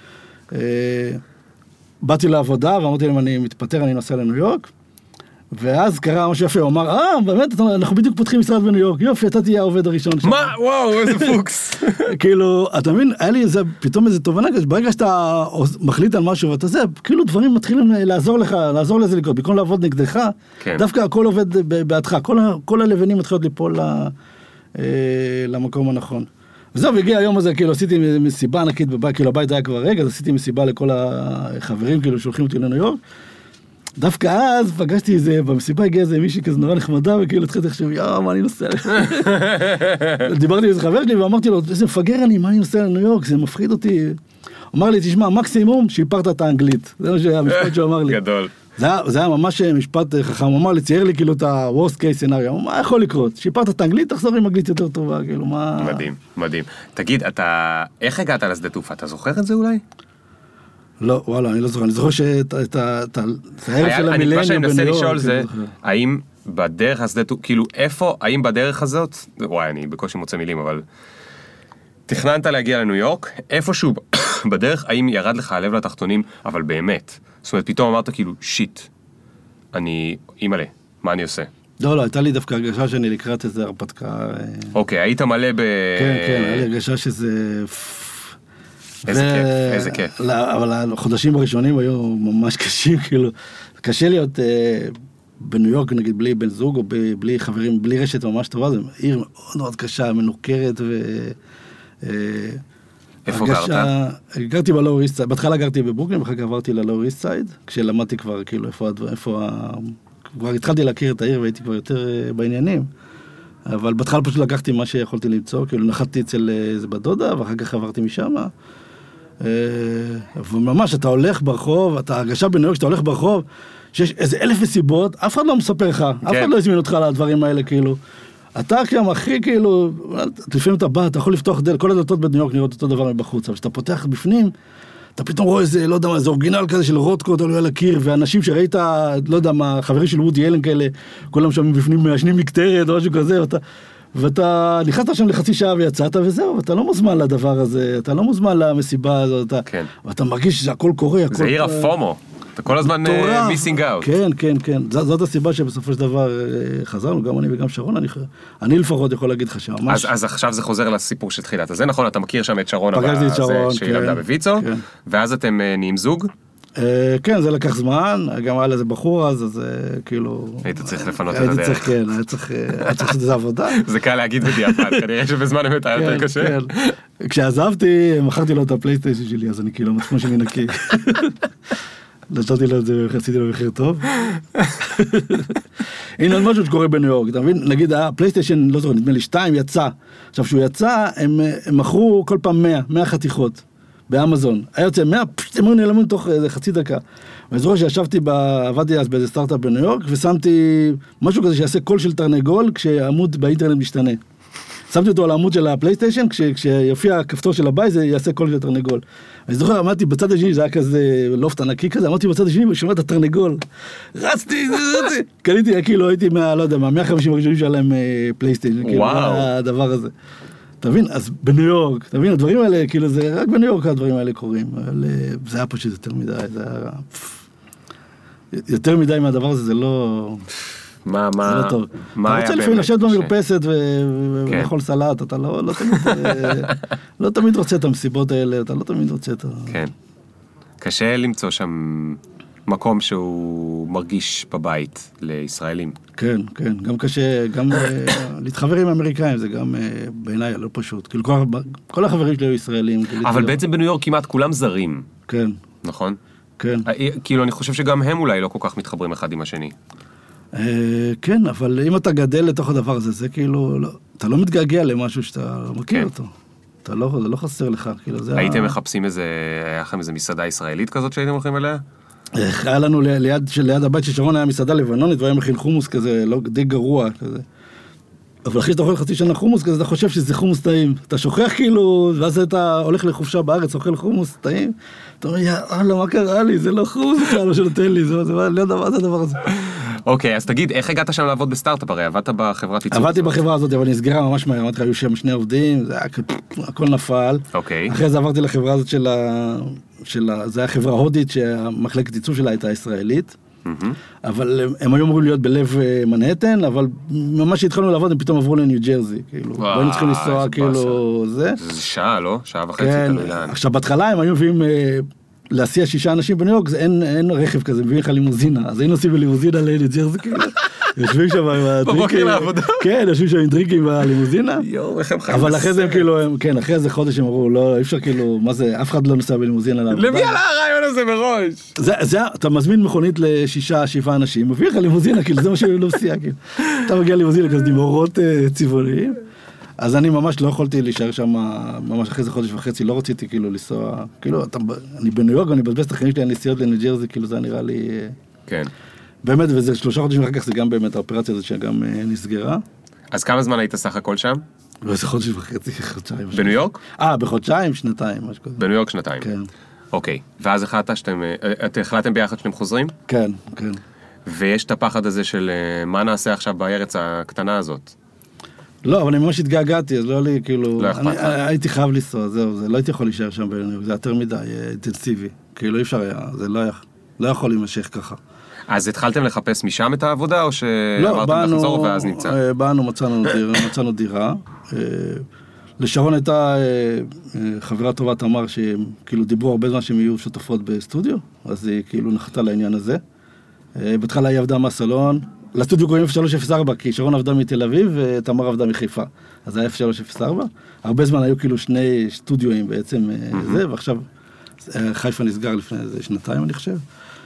באתי לעבודה, ואמרתי להם, אני מתפטר, אני נוסע לניו יורק, ואז קרה משהו יפה, הוא אמר, אה, באמת, אנחנו בדיוק פותחים משרד בניו יורק, יופי, אתה תהיה העובד הראשון שלך. מה? וואו, איזה פוקס. כאילו, אתה מבין, היה לי איזה, פתאום איזה תובנה, ברגע שאתה מחליט על משהו, ואתה זה, כאילו דברים מתחילים לעזור לך, לעזור לזה לקרות, במקום לעבוד נגדך, דווקא הכל עובד בעדך, כל הלבנים מתחילות ליפול למקום הנכון. וזהו, והגיע היום הזה, כאילו, עשיתי מסיבה ענקית בבית, כאילו, הבית היה כבר רגע, אז עשיתי מסיבה לכל החברים, כאילו, שהולכים אותי לניו יורק. דווקא אז פגשתי איזה, במסיבה הגיע איזה מישהי כזה נורא נחמדה, וכאילו התחלתי לחשוב, יאו, מה אני נוסע? דיברתי עם איזה חבר שלי, ואמרתי לו, איזה מפגר אני, מה אני נוסע לניו יורק? זה מפחיד אותי. אמר לי, תשמע, מקסימום, שיפרת את האנגלית. זה מה שהמשפט שהוא אמר לי. גדול. זה היה ממש משפט חכם, הוא אמר לי, צייר לי כאילו את ה-worst case scenario, מה יכול לקרות? שיפרת את האנגלית, תחזור עם אנגלית יותר טובה, כאילו, מה... מדהים, מדהים. תגיד, אתה, איך הגעת לשדה תעופה? אתה זוכר את זה אולי? לא, וואלה, אני לא זוכר, אני זוכר שאת הערב של המילניום... מה שאני מנסה לשאול זה, האם בדרך השדה תעופה, כאילו, איפה, האם בדרך הזאת, וואי, אני בקושי מוצא מילים, אבל... תכננת להגיע לניו יורק, איפשהו בדרך, האם ירד לך הלב לתחתונים, אבל באמת. זאת אומרת, פתאום אמרת כאילו, שיט, אני, אימאלה, מה אני עושה? לא, לא, הייתה לי דווקא הרגשה שאני לקראת איזה הרפתקה. אוקיי, היית מלא ב... כן, כן, היה לי הרגשה שזה... איזה כיף, איזה כיף. אבל החודשים הראשונים היו ממש קשים, כאילו, קשה להיות בניו יורק, נגיד, בלי בן זוג, או בלי חברים, בלי רשת ממש טובה, זו עיר מאוד מאוד קשה, מנוכרת, ו... איפה גרת? גרתי בלואו איסט סייד, בהתחלה גרתי בברוקלין, ואחר כך עברתי ללואו איסט סייד, כשלמדתי כבר, כאילו, איפה ה... כבר התחלתי להכיר את העיר, והייתי כבר יותר בעניינים, אבל בהתחלה פשוט לקחתי מה שיכולתי למצוא, כאילו נחתתי אצל איזה בדודה, ואחר כך עברתי משם, וממש, אתה הולך ברחוב, אתה הרגשה בניו יורק, שאתה הולך ברחוב, שיש איזה אלף סיבות, אף אחד לא מספר לך, אף אחד לא הזמין אותך לדברים האלה, כאילו, אתה כאילו הכי כאילו, לפעמים אתה בא, אתה יכול לפתוח דלת, כל הדלתות בניו יורק נראות אותו דבר מבחוץ, אבל כשאתה פותח בפנים, אתה פתאום רואה איזה, לא יודע מה, איזה אורגינל כזה של רוטקוט עלו על הקיר, ואנשים שראית, לא יודע מה, חברים של וודי אלן כאלה, כולם שם בפנים מעשנים מקטרת או משהו כזה, ואתה, ואתה נכנסת שם לחצי שעה ויצאת וזהו, ואתה לא מוזמן לדבר הזה, אתה לא מוזמן למסיבה הזאת, כן. ואתה מרגיש שהכל קורה, הכל... זה עיר הפומו. אתה כל הזמן מיסינג אאוט. כן, כן, כן. זאת הסיבה שבסופו של דבר חזרנו, גם אני וגם שרון, אני לפחות יכול להגיד לך שממש... אז עכשיו זה חוזר לסיפור של תחילת. אז זה נכון, אתה מכיר שם את שרון, פגשתי את שרון, שהיא למדה בויצו, ואז אתם נהיים זוג? כן, זה לקח זמן, גם היה לזה בחור אז, אז כאילו... היית צריך לפנות את הדרך. הייתי צריך, כן, היה צריך לעשות את זה עבודה. זה קל להגיד בדיעבד, כנראה שבזמן אמת היה יותר קשה. כשעזבתי, מכרתי לו את הפלייסטיישן שלי, אז אני כאילו מצפון שלי נקי. נתתי לו את זה, חציתי לו מחיר טוב. הנה עוד משהו שקורה בניו יורק, אתה מבין? נגיד, הפלייסטיישן, לא זוכר, נדמה לי שתיים, יצא. עכשיו, שהוא יצא, הם מכרו כל פעם מאה, מאה חתיכות. באמזון. היה יוצא מאה, פשוט הם היו נעלמים תוך איזה חצי דקה. ואני זוכר שישבתי, עבדתי אז באיזה סטארט-אפ בניו יורק, ושמתי משהו כזה שיעשה קול של תרנגול, כשהעמוד באינטרנט משתנה. שמתי אותו על העמוד של הפלייסטיישן, כשיופיע הכפתור של הבית, זה יעשה קול של תרנגול. אני זוכר, עמדתי בצד השני, זה היה כזה לופט ענקי כזה, עמדתי בצד השני ושומע את התרנגול. רצתי, רצתי. קניתי, כאילו הייתי מה, לא יודע, מה, מאה וחמישים הראשונים שהיה להם פלייסטיישן, כאילו, הדבר הזה. תבין, אז בניו יורק, תבין, הדברים האלה, כאילו זה, רק בניו יורק הדברים האלה קורים, אבל זה היה פשוט יותר מדי, זה היה... יותר מדי מהדבר הזה, זה לא... מה, מה... זה לא טוב. מה היה באמת? אתה רוצה לפעמים לשבת במרפסת ולאכול סלט, אתה לא תמיד... לא תמיד רוצה את המסיבות האלה, אתה לא תמיד רוצה את ה... כן. קשה למצוא שם מקום שהוא מרגיש בבית לישראלים. כן, כן, גם קשה, גם להתחבר עם האמריקאים, זה גם בעיניי לא פשוט. כאילו כל החברים שלי היו ישראלים. אבל בעצם בניו יורק כמעט כולם זרים. כן. נכון? כן. כאילו אני חושב שגם הם אולי לא כל כך מתחברים אחד עם השני. כן, אבל אם אתה גדל לתוך הדבר הזה, זה כאילו, אתה לא מתגעגע למשהו שאתה מכיר אותו. אתה לא, זה לא חסר לך, כאילו זה... הייתם מחפשים איזה, היה לכם איזה מסעדה ישראלית כזאת שהייתם הולכים אליה? היה לנו ליד, ליד הבית של שרון היה מסעדה לבנונית, והיה מכין חומוס כזה, לא, די גרוע כזה. אבל אחרי שאתה אוכל חצי שנה חומוס כזה, אתה חושב שזה חומוס טעים. אתה שוכח כאילו, ואז אתה הולך לחופשה בארץ, אוכל חומוס טעים, אתה אומר, יאללה, מה קרה לי? זה לא חומוס בכלל, לא שנותן לי, זה לא יודע מה זה הדבר הזה. אוקיי, אז תגיד, איך הגעת שם לעבוד בסטארט-אפ? הרי עבדת בחברת ייצור? עבדתי בחברה הזאת, אבל נסגרה ממש מהר, אמרתי, היו שם שני עובדים, זה היה, הכל נפל. אוקיי. אחרי זה עברתי לחברה הזאת של ה... של ה... זה היה חברה הודית, שהמחלקת ייצור שלה הייתה ישראלית. אבל הם היו אמורים להיות בלב מנהטן, אבל ממש שהתחלנו לעבוד, הם פתאום עברו לניו ג'רזי, כאילו, והיינו צריכים לנסוע, כאילו, זה. זה שעה, לא? שעה וחצי, תלוי לאן. עכשיו, בהתחלה הם היו מביאים להסיע שישה אנשים בניו יורק, אין רכב כזה, מביאים לך לימוזינה, אז היינו עושים בלימוזינה לניו ג'רזי, כאילו, יושבים שם עם הדרינקים, בבוקר לעבודה. כן, יושבים שם עם דרינקים בלימוזינה, אבל אחרי זה הם כאילו, כן, אחרי איזה חודש הם אמרו, לא, אי אפשר כאילו, מה זה, אף אחד לא נוסע בלימוזינה לעבודה. למי עלה הרעיון הזה מראש? זה, אתה מזמין מכונית לשישה, שבעה אנשים, מביא לך לימוזינה, כאילו, זה מה שהם לא עושים, כאילו. אתה מגיע לימוזינה כזה עם אורות צבעוניים, אז אני ממש לא יכולתי להישאר שם, ממש אחרי זה חודש וחצי, לא רציתי כאילו לנסוע, כאילו, אני בניו יורק, אני בזבז את החיים שלי, אני נסיעות לניו ג'רזי, כאילו, זה נראה לי... כן. באמת, וזה שלושה חודשים אחר כך, זה גם באמת האופרציה הזאת שגם נסגרה. אז כמה זמן היית סך הכל שם? וזה חודש וחצי, חודשיים. בניו יורק? אה, בחודשיים, שנתיים, משהו כזה. בניו יורק שנתיים? כן. אוקיי, ואז החלטת שאתם, אתם החלטתם ביחד שאתם חוזרים? כן, כן. ויש את הפחד הזה של מה נעשה עכשיו בארץ הקטנה הזאת? לא, אבל אני ממש התגעגעתי, אז לא לי, כאילו... לא אכפת. הייתי חייב לנסוע, זהו, זה לא הייתי יכול להישאר שם בניו יורק, זה יותר מדי אינטנסיבי. כאילו, אי אפשר היה, זה לא יכול להימשך ככה. אז התחלתם לחפש משם את העבודה, או שאמרתם לחזור ואז נמצא? לא, באנו, מצאנו דירה. לשרון הייתה חברה טובה, תמר, שהם כאילו דיברו הרבה זמן שהם יהיו שותפות בסטודיו, אז היא כאילו נחתה לעניין הזה. בהתחלה היא עבדה מהסלון, לסטודיו קוראים אפס שלוש אפס ארבע, כי שרון עבדה מתל אביב ותמר עבדה מחיפה, אז היה אפס שלוש אפס ארבע. הרבה זמן היו כאילו שני סטודיואים בעצם זה, ועכשיו חיפה נסגר לפני איזה שנתיים אני חושב.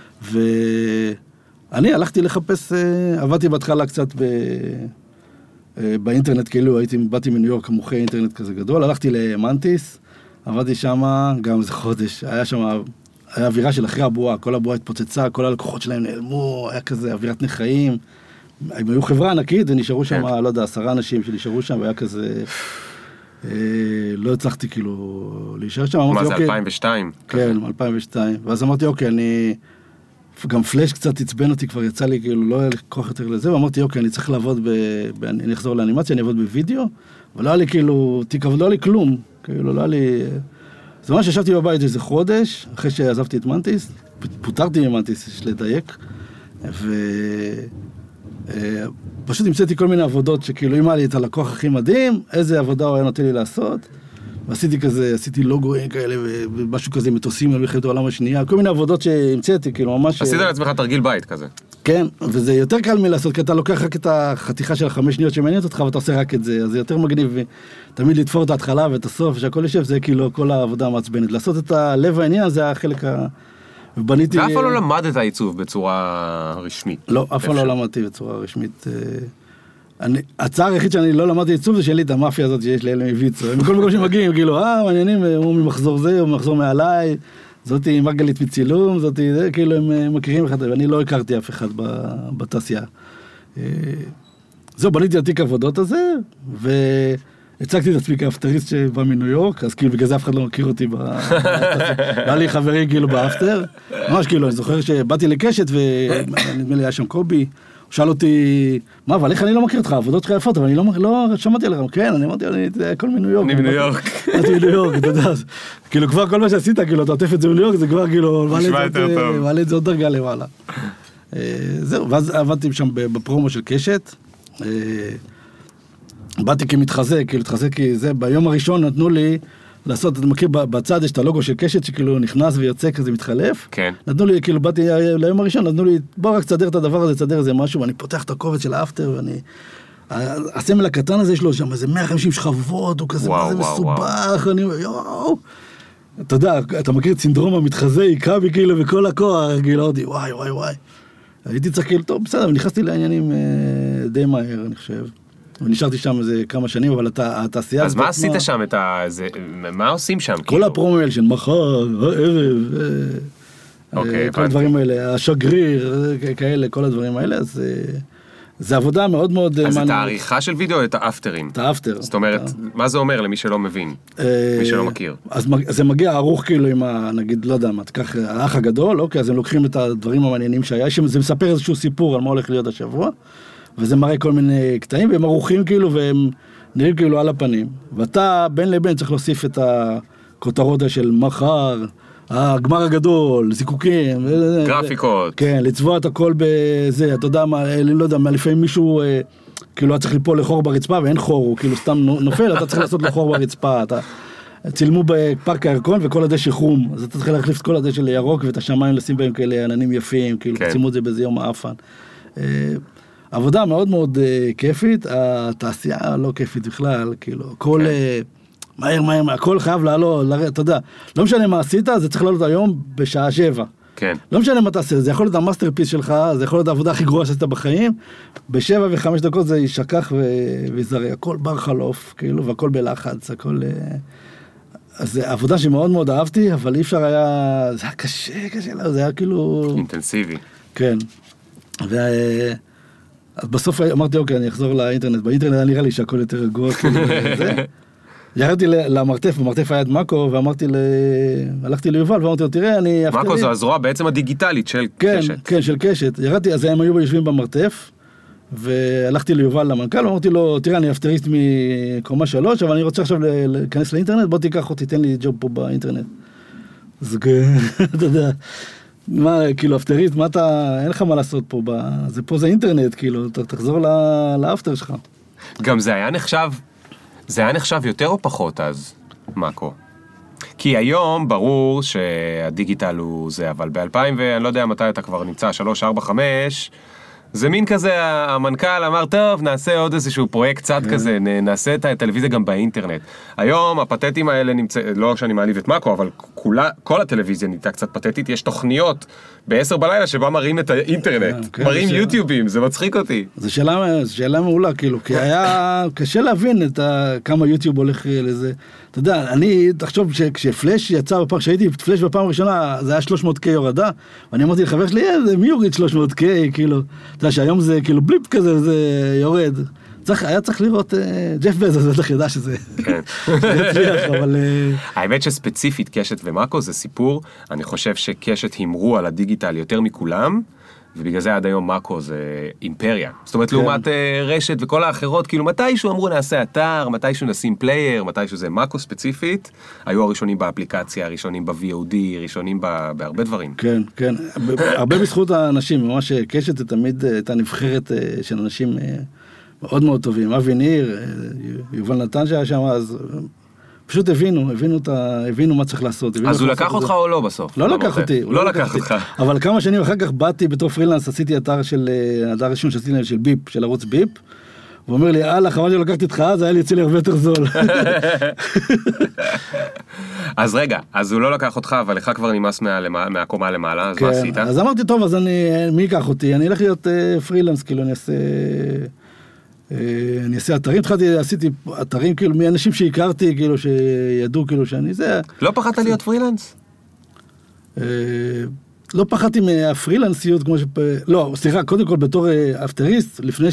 ואני הלכתי לחפש, עבדתי בהתחלה קצת ב... באינטרנט, כאילו הייתי, באתי מניו יורק מומחה אינטרנט כזה גדול, הלכתי למנטיס, עבדתי שם גם איזה חודש, היה שם, היה אווירה של אחרי הבועה, כל הבועה התפוצצה, כל הלקוחות שלהם נעלמו, היה כזה אווירת נחיים, הם היו חברה ענקית ונשארו שם, לא יודע, עשרה אנשים שנשארו שם, והיה כזה, לא הצלחתי כאילו להישאר שם. מה זה, אלפיים ושתיים? כן, אלפיים ושתיים, ואז אמרתי, אוקיי, אני... גם פלאש קצת עצבן אותי, כבר יצא לי, כאילו, לא היה לי כוח יותר לזה, ואמרתי, אוקיי, אני צריך לעבוד ב... אני אחזור לאנימציה, אני אעבוד בווידאו, ולא היה לי, כאילו, תיק, לא היה לי כלום, כאילו, לא היה לי... זאת אומרת שישבתי בבית איזה חודש, אחרי שעזבתי את מנטיס, פוטרתי ממנטיס, יש לדייק, ופשוט המצאתי כל מיני עבודות, שכאילו, אם היה לי את הלקוח הכי מדהים, איזה עבודה הוא היה נותן לי לעשות, ועשיתי כזה, עשיתי לוגויים כאלה, ומשהו כזה, מטוסים על מלחמת העולם השנייה, כל מיני עבודות שהמצאתי, כאילו, ממש... עשית לעצמך תרגיל בית כזה. כן, וזה יותר קל מלעשות, כי אתה לוקח רק את החתיכה של החמש שניות שמעניינת אותך, ואתה עושה רק את זה, אז זה יותר מגניב, תמיד לתפור את ההתחלה ואת הסוף, שהכל יושב, זה כאילו כל העבודה המעצבנת. לעשות את הלב העניין, זה החלק ה... ובניתי... ואף פעם לא למדת עיצוב בצורה רשמית. לא, אף פעם לא למדתי בצורה רשמית. הצעה היחיד שאני לא למדתי עיצוב זה שאלי את המאפיה הזאת שיש לאלה מוויצו. מכל מקום שמגיעים, כאילו, אה, מעניינים, הוא ממחזור זה, הוא ממחזור מעליי, זאתי מרגלית מצילום, זאתי זה, כאילו הם מכירים אחד, ואני לא הכרתי אף אחד בתעשייה. זהו, בניתי עתיק עבודות הזה, והצגתי את עצמי כאפטריסט שבא מניו יורק, אז כאילו בגלל זה אף אחד לא מכיר אותי בתעשייה. היה לי חברים כאילו באפטר, ממש כאילו, אני זוכר שבאתי לקשת, ונדמה לי היה שם קובי, הוא שאל אותי, מה, אבל איך אני לא מכיר אותך, העבודות שלך יפות, אבל אני לא שמעתי עליך, כן, אני אמרתי, זה הכל מניו יורק. אני מניו יורק. אני מניו יורק, אתה יודע, כאילו כבר כל מה שעשית, כאילו, אתה עוטף את זה מניו יורק, זה כבר כאילו, מעלה את זה עוד דרגה למעלה. זהו, ואז עבדתי שם בפרומו של קשת, באתי כמתחזק, כאילו, התחזק כי זה, ביום הראשון נתנו לי, לעשות, אתה מכיר, בצד יש את הלוגו של קשת שכאילו נכנס ויוצא כזה מתחלף. כן. נתנו לי, כאילו באתי ליום הראשון, נתנו לי, בוא רק תסדר את הדבר הזה, תסדר איזה משהו, ואני פותח את הקובץ של האפטר, ואני... הסמל הקטן הזה יש לו שם איזה מאה וחמישים שכבות, הוא כזה, מה זה מסובך, אני אומר, יואו. אתה יודע, אתה מכיר את סינדרום המתחזה, עיקה בי כאילו בכל הכוח, כאילו אותי, וואי, וואי, וואי. הייתי צריך כאילו, טוב, בסדר, ונכנסתי לעניינים די מהר, אני חושב. ונשארתי שם איזה כמה שנים, אבל התעשייה... אז מה עשית שם את ה... מה עושים שם? כל הפרומל של מחר, הערב, כל הדברים האלה, השגריר, כאלה, כל הדברים האלה, אז זה עבודה מאוד מאוד... אז את העריכה של וידאו או את האפטרים? את האפטר. זאת אומרת, מה זה אומר למי שלא מבין? מי שלא מכיר? אז זה מגיע ערוך כאילו עם ה... נגיד, לא יודע מה, תקח האח הגדול, אוקיי, אז הם לוקחים את הדברים המעניינים שהיה, זה מספר איזשהו סיפור על מה הולך להיות השבוע, וזה מראה כל מיני קטעים, והם ערוכים כאילו, והם נראים כאילו על הפנים. ואתה, בין לבין, צריך להוסיף את הכותרות של מחר, הגמר הגדול, זיקוקים. גרפיקות. כן, לצבוע את הכל בזה, אתה יודע מה, לא יודע, לפעמים מישהו, כאילו, צריך ליפול לחור ברצפה, ואין חור, הוא כאילו סתם נופל, אתה צריך לעשות לחור ברצפה, אתה... צילמו בפארק הירקון וכל הדשא חום, אז אתה צריך להחליף את כל הדשא לירוק, ואת השמיים לשים בהם כאלה עננים יפים, כאילו, צילמו את זה באיזה יום האפן. עבודה מאוד מאוד uh, כיפית, התעשייה לא כיפית בכלל, כאילו, הכל okay. uh, מהר מהר, הכל חייב לעלות, ל... אתה יודע, לא משנה מה עשית, זה צריך לעלות היום בשעה שבע. כן. לא משנה מה תעשה, זה יכול להיות המאסטרפיס שלך, זה יכול להיות העבודה הכי גרועה שעשית בחיים, בשבע וחמש דקות זה יישכח ו... ויזרע, הכל בר חלוף, כאילו, והכל בלחץ, הכל... Uh... אז זה עבודה שמאוד מאוד אהבתי, אבל אי אפשר היה, זה היה קשה, קשה, לא, זה היה כאילו... אינטנסיבי. כן. ו... אז בסוף אמרתי, אוקיי, אני אחזור לאינטרנט. באינטרנט היה נראה לי שהכל יותר רגוע. ירדתי למרתף, במרתף היה את מאקו, ואמרתי, הלכתי ליובל, ואמרתי לו, תראה, אני... מאקו זו הזרוע בעצם הדיגיטלית של קשת. כן, של קשת. ירדתי, אז הם היו יושבים במרתף, והלכתי ליובל למנכ"ל, ואמרתי לו, תראה, אני אפטריסט מקומה שלוש, אבל אני רוצה עכשיו להיכנס לאינטרנט, בוא תיקח אותי, תן לי ג'וב פה באינטרנט. אז אתה יודע... מה, כאילו, אפטריסט, מה אתה, אין לך מה לעשות פה, זה פה זה אינטרנט, כאילו, תחזור לאפטר שלך. גם זה היה נחשב, זה היה נחשב יותר או פחות אז, מאקו? כי היום ברור שהדיגיטל הוא זה, אבל ב-אלפיים ואני לא יודע מתי אתה כבר נמצא, שלוש, ארבע, חמש, זה מין כזה, המנכ"ל אמר, טוב, נעשה עוד איזשהו פרויקט קצת כזה, נעשה את הטלוויזיה גם באינטרנט. היום הפתטים האלה נמצא, לא שאני מעליב את מאקו, אבל כולה, כל הטלוויזיה נהייתה קצת פתטית, יש תוכניות בעשר בלילה שבה מראים את האינטרנט, מראים יוטיובים, זה מצחיק אותי. זו שאלה מעולה, כאילו, כי היה קשה להבין את כמה יוטיוב הולך לזה. אתה יודע, אני, תחשוב שכשפלאש יצא בפעם, כשהייתי פלאש בפעם הראשונה, זה היה שלוש מאות קיי הורדה, ואני אמרתי לחבר שלי, מי יוריד שלוש מאות קיי, כאילו, אתה יודע שהיום זה כאילו בליפ כזה, זה יורד. צריך, היה צריך לראות, ג'ף בזוס, בטח ידע שזה יצליח, אבל... האמת שספציפית קשת ומאקו זה סיפור, אני חושב שקשת הימרו על הדיגיטל יותר מכולם, ובגלל זה עד היום מאקו זה אימפריה. זאת אומרת, לעומת רשת וכל האחרות, כאילו מתישהו אמרו נעשה אתר, מתישהו נשים פלייר, מתישהו זה מאקו ספציפית, היו הראשונים באפליקציה, הראשונים ב-וי או די, ראשונים בהרבה דברים. כן, כן. הרבה בזכות האנשים, ממש קשת זה תמיד הייתה נבחרת של אנשים מאוד מאוד טובים. אבי ניר, יובל נתן שהיה שם, אז פשוט הבינו, הבינו, הבינו מה צריך לעשות. אז הוא לקח אותך או לא בסוף? לא לקח אותי. לא לקח אותך. אבל כמה שנים אחר כך באתי בתור פרילנס, עשיתי אתר של, אתר ראשון שעשיתי להם של ביפ, של ערוץ ביפ, הוא אומר לי, אללה, חבל שלקחתי אותך אז, היה לי יוצא לי הרבה יותר זול. אז רגע, אז הוא לא לקח אותך, אבל לך כבר נמאס מהקומה למעלה, אז מה עשית? אז אמרתי, טוב, אז אני, מי ייקח אותי? אני אלך להיות פרילנס, כאילו, אני אעשה... אני אעשה אתרים, התחלתי, עשיתי אתרים, כאילו, מאנשים שהכרתי, כאילו, שידעו, כאילו, שאני זה... לא פחדת להיות פרילנס? לא פחדתי מהפרילנסיות, כמו ש... לא, סליחה, קודם כל, בתור אפטריסט, לפני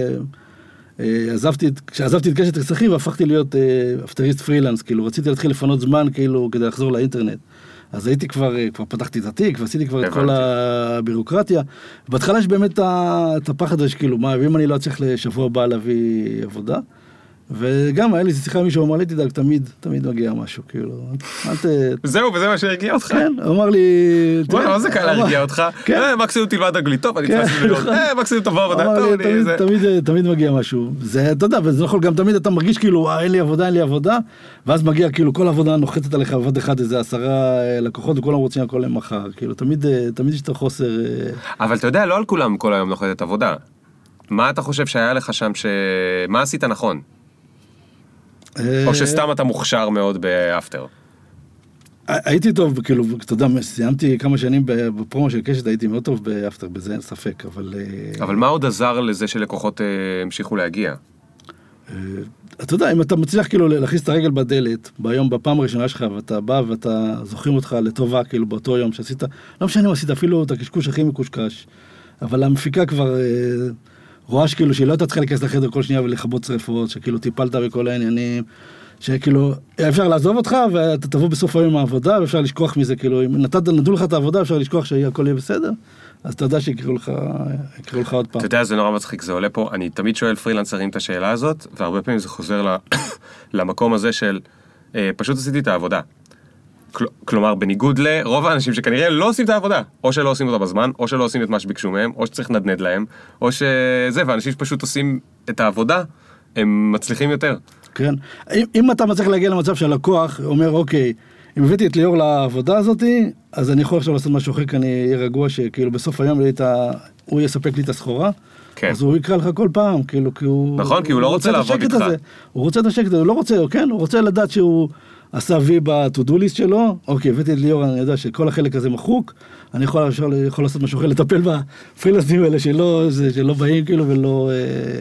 שעזבתי, כשעזבתי את קשת הכסחים, והפכתי להיות אפטריסט פרילנס, כאילו, רציתי להתחיל לפנות זמן, כאילו, כדי לחזור לאינטרנט. אז הייתי כבר, כבר פתחתי את התיק, ועשיתי כבר את כל הבירוקרטיה. בהתחלה יש באמת את הפחד הזה, כאילו, מה, ואם אני לא צריך לשבוע הבא להביא עבודה, וגם היה לי שיחה מישהו, אמר לי, תדאג, תמיד, תמיד מגיע משהו, כאילו, אל ת... זהו, וזה מה שהרגיע אותך? כן, הוא אמר לי... וואי, מה זה קל להרגיע אותך? אה, מקסימום תלמד אנגלית, טוב, אני תפסתי מיליון, אה, מקסימום תבוא עבודה, טוב, אני... תמיד, תמיד מגיע משהו. זה, אתה יודע, וזה נכון, גם תמיד אתה מרגיש כאילו, אה, אין לי עבודה, אין לי עבודה, ואז מגיע, כאילו, כל עבודה נוחתת עליך עבוד אחד, איזה עשרה לקוחות, וכולם רוצים הכל למחר, כאילו, תמיד, תמיד יש את החוסר... אבל אתה יודע, לא על כולם כל היום נוחתת עבודה. מה אתה חושב שהיה לך שם, ש... מה עשית נכון? או שסתם אתה מוכשר מאוד באפטר? הייתי טוב, כאילו, אתה יודע, סיימתי כמה שנים בפרומו של קשת, הייתי מאוד טוב באפטר, בזה אין ספק, אבל... אבל מה עוד עזר לזה שלקוחות המשיכו להגיע? אתה יודע, אם אתה מצליח כאילו להכניס את הרגל בדלת, ביום, בפעם הראשונה שלך, ואתה בא ואתה זוכרים אותך לטובה, כאילו, באותו יום שעשית, לא משנה אם עשית אפילו את הקשקוש הכי מקושקש, אבל המפיקה כבר... רואה שכאילו שהיא לא הייתה צריכה להיכנס לחדר כל שנייה ולכבות שריפות, שכאילו טיפלת בכל העניינים, שכאילו אפשר לעזוב אותך ואתה תבוא בסוף היום מהעבודה ואפשר לשכוח מזה, כאילו אם נדעו לך את העבודה אפשר לשכוח שהכל יהיה בסדר, אז אתה יודע שיקראו לך, יקראו לך עוד פעם. אתה יודע, זה נורא מצחיק, זה עולה פה, אני תמיד שואל פרילנסרים את השאלה הזאת, והרבה פעמים זה חוזר למקום הזה של פשוט עשיתי את העבודה. כלומר, בניגוד לרוב האנשים שכנראה לא עושים את העבודה, או שלא עושים אותה בזמן, או שלא עושים את מה שביקשו מהם, או שצריך לנדנד להם, או שזה, ואנשים שפשוט עושים את העבודה, הם מצליחים יותר. כן. אם, אם אתה מצליח להגיע למצב שהלקוח אומר, אוקיי, אם הבאתי את ליאור לעבודה הזאת, אז אני יכול עכשיו לעשות משהו אחר, כי אני אהיה רגוע שכאילו בסוף היום הוא יספק לי את הסחורה, כן. אז הוא יקרא לך כל פעם, כאילו, כי הוא... נכון, כי הוא לא רוצה לעבוד איתך. הוא רוצה את השקט, הוא לא רוצה, כן, הוא רוצה לדעת שהוא... עשה וי ב-to-do list שלו, אוקיי, הבאתי את ליאור, אני יודע שכל החלק הזה מחוק, אני יכול, יכול לעשות משהו אחר, לטפל בפרילנסים האלה שלא, שלא באים כאילו ולא...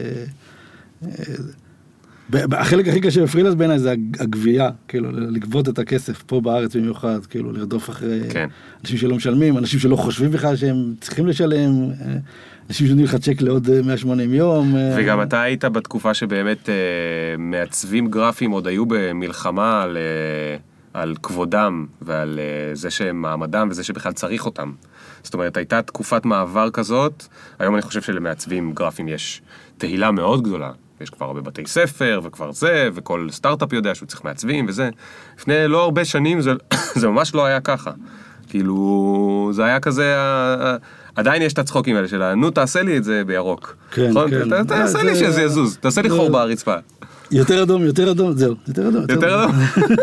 אה, אה, החלק הכי קשה בפרילנס בעיניי זה הגבייה, כאילו, לגבות את הכסף פה בארץ במיוחד, כאילו, לרדוף אחרי כן. אנשים שלא משלמים, אנשים שלא חושבים בכלל שהם צריכים לשלם, אנשים שנותנים לך צ'ק לעוד מאה ושמונים יום. וגם אתה היית בתקופה שבאמת מעצבים גרפיים עוד היו במלחמה על, על כבודם ועל זה שהם מעמדם וזה שבכלל צריך אותם. זאת אומרת, הייתה תקופת מעבר כזאת, היום אני חושב שלמעצבים גרפיים יש תהילה מאוד גדולה. יש כבר הרבה בתי ספר וכבר זה, וכל סטארט-אפ יודע שהוא צריך מעצבים וזה. לפני לא הרבה שנים זה, זה ממש לא היה ככה. כאילו, זה היה כזה, עדיין יש את הצחוקים האלה שלה, נו, תעשה לי את זה בירוק. כן, כן. תעשה לי שזה יזוז, תעשה לי חור ברצפה. יותר אדום, יותר אדום, זהו, יותר אדום. יותר אדום?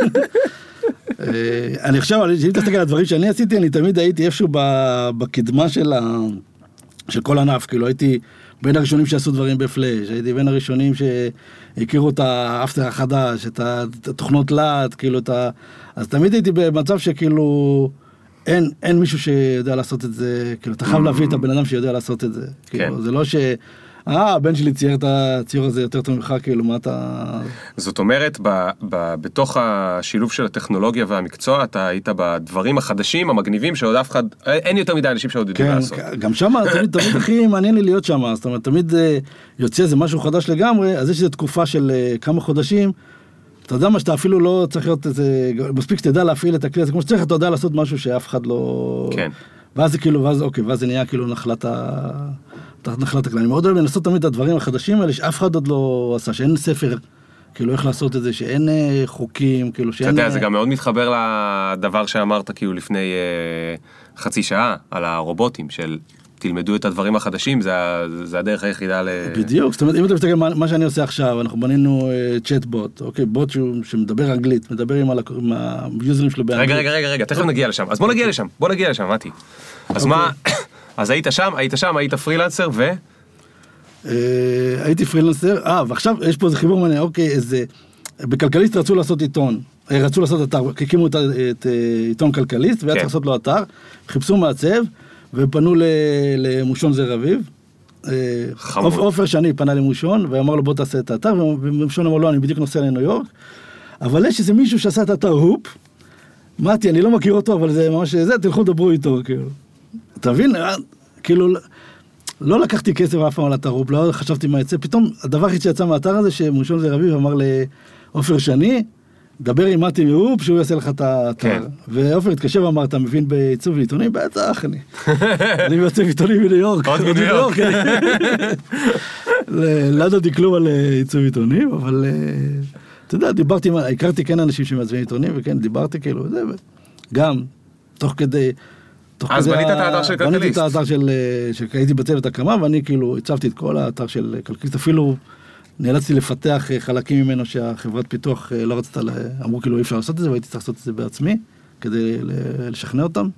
אני חושב, אם תסתכל על הדברים שאני עשיתי, אני תמיד הייתי איפשהו בקדמה של כל ענף, כאילו הייתי בין הראשונים שעשו דברים בפלאש, הייתי בין הראשונים שהכירו את האפטר החדש, את התוכנות לאט, כאילו את ה... אז תמיד הייתי במצב שכאילו אין, אין מישהו שיודע לעשות את זה, כאילו אתה חייב להביא את הבן אדם שיודע לעשות את זה, כאילו זה לא ש... אה, הבן שלי צייר את הציור הזה יותר טוב ממך, כאילו, מה אתה... זאת אומרת, ב, ב, בתוך השילוב של הטכנולוגיה והמקצוע, אתה היית בדברים החדשים, המגניבים, שעוד אף אחד, אין יותר מדי אנשים שעוד יודעים כן, לעשות. גם שם, תמיד, תמיד הכי מעניין לי להיות שם, זאת אומרת, תמיד יוצא איזה משהו חדש לגמרי, אז יש איזו תקופה של כמה חודשים, אתה יודע מה שאתה אפילו לא צריך להיות איזה, מספיק שתדע להפעיל את הכלי הזה, כמו שצריך, אתה יודע לעשות משהו שאף אחד לא... כן. ואז זה כאילו, ואז, אוקיי, ואז זה נהיה כאילו נחלת ה... נחלת הכלל. אני מאוד אוהב לנסות תמיד את הדברים החדשים האלה, שאף אחד עוד לא עשה, שאין ספר, כאילו, איך לעשות את זה, שאין חוקים, כאילו, שאין... אתה יודע, זה גם מאוד מתחבר לדבר שאמרת, כאילו, לפני אה, חצי שעה, על הרובוטים, של תלמדו את הדברים החדשים, זה, זה הדרך היחידה ל... בדיוק, זאת אומרת, אם אתה מסתכל מה, מה שאני עושה עכשיו, אנחנו בנינו צ'אט-בוט, אוקיי, בוט שמדבר אנגלית, מדבר עם היוזרים שלו באנגלית. רגע, רגע, רגע, רגע, תכף נגיע לשם. אז בוא נגיע לשם, בוא נגיע לשם, מתי. אז מה... אז היית שם, היית שם, היית פרילנסר, ו... הייתי פרילנסר, אה, ועכשיו יש פה איזה חיבור מעניין, אוקיי, איזה... בכלכליסט רצו לעשות עיתון, רצו לעשות אתר, הקימו את עיתון כלכליסט, והיה צריך לעשות לו אתר, חיפשו מעצב, ופנו למושון זר אביב. עופר שני פנה למושון, ואמר לו בוא תעשה את האתר, ומושון אמר לו, אני בדיוק נוסע לניו יורק, אבל יש איזה מישהו שעשה את האתר הופ, מתי, אני לא מכיר אותו, אבל זה ממש זה, תלכו דברו איתו, כאילו. אתה מבין? כאילו, לא לקחתי כסף אף פעם על אתר הופ, לא חשבתי מה יצא, פתאום הדבר הכי שיצא מהאתר הזה, שמושון זר אביב אמר לעופר שני, דבר עם מתי מהופ, שהוא יעשה לך את האתר. ועופר התקשר ואמר, אתה מבין בעיצוב עיתונים? בטח, אני. אני מעצב עיתונים בניו יורק. עוד בניו יורק. לא ידעתי כלום על עיצוב עיתונים, אבל אתה יודע, דיברתי, הכרתי כן אנשים שמעצבים עיתונים, וכן, דיברתי כאילו, זה, גם, תוך כדי... אז בנית את האתר של כלכליסט. בניתי את האתר של... שהייתי בצוות הקמה, ואני כאילו הצבתי את כל האתר של כלכליסט, אפילו... נאלצתי לפתח חלקים ממנו שהחברת פיתוח לא רצתה, אמרו כאילו אי אפשר לעשות את זה, והייתי צריך לעשות את זה בעצמי, כדי לשכנע אותם.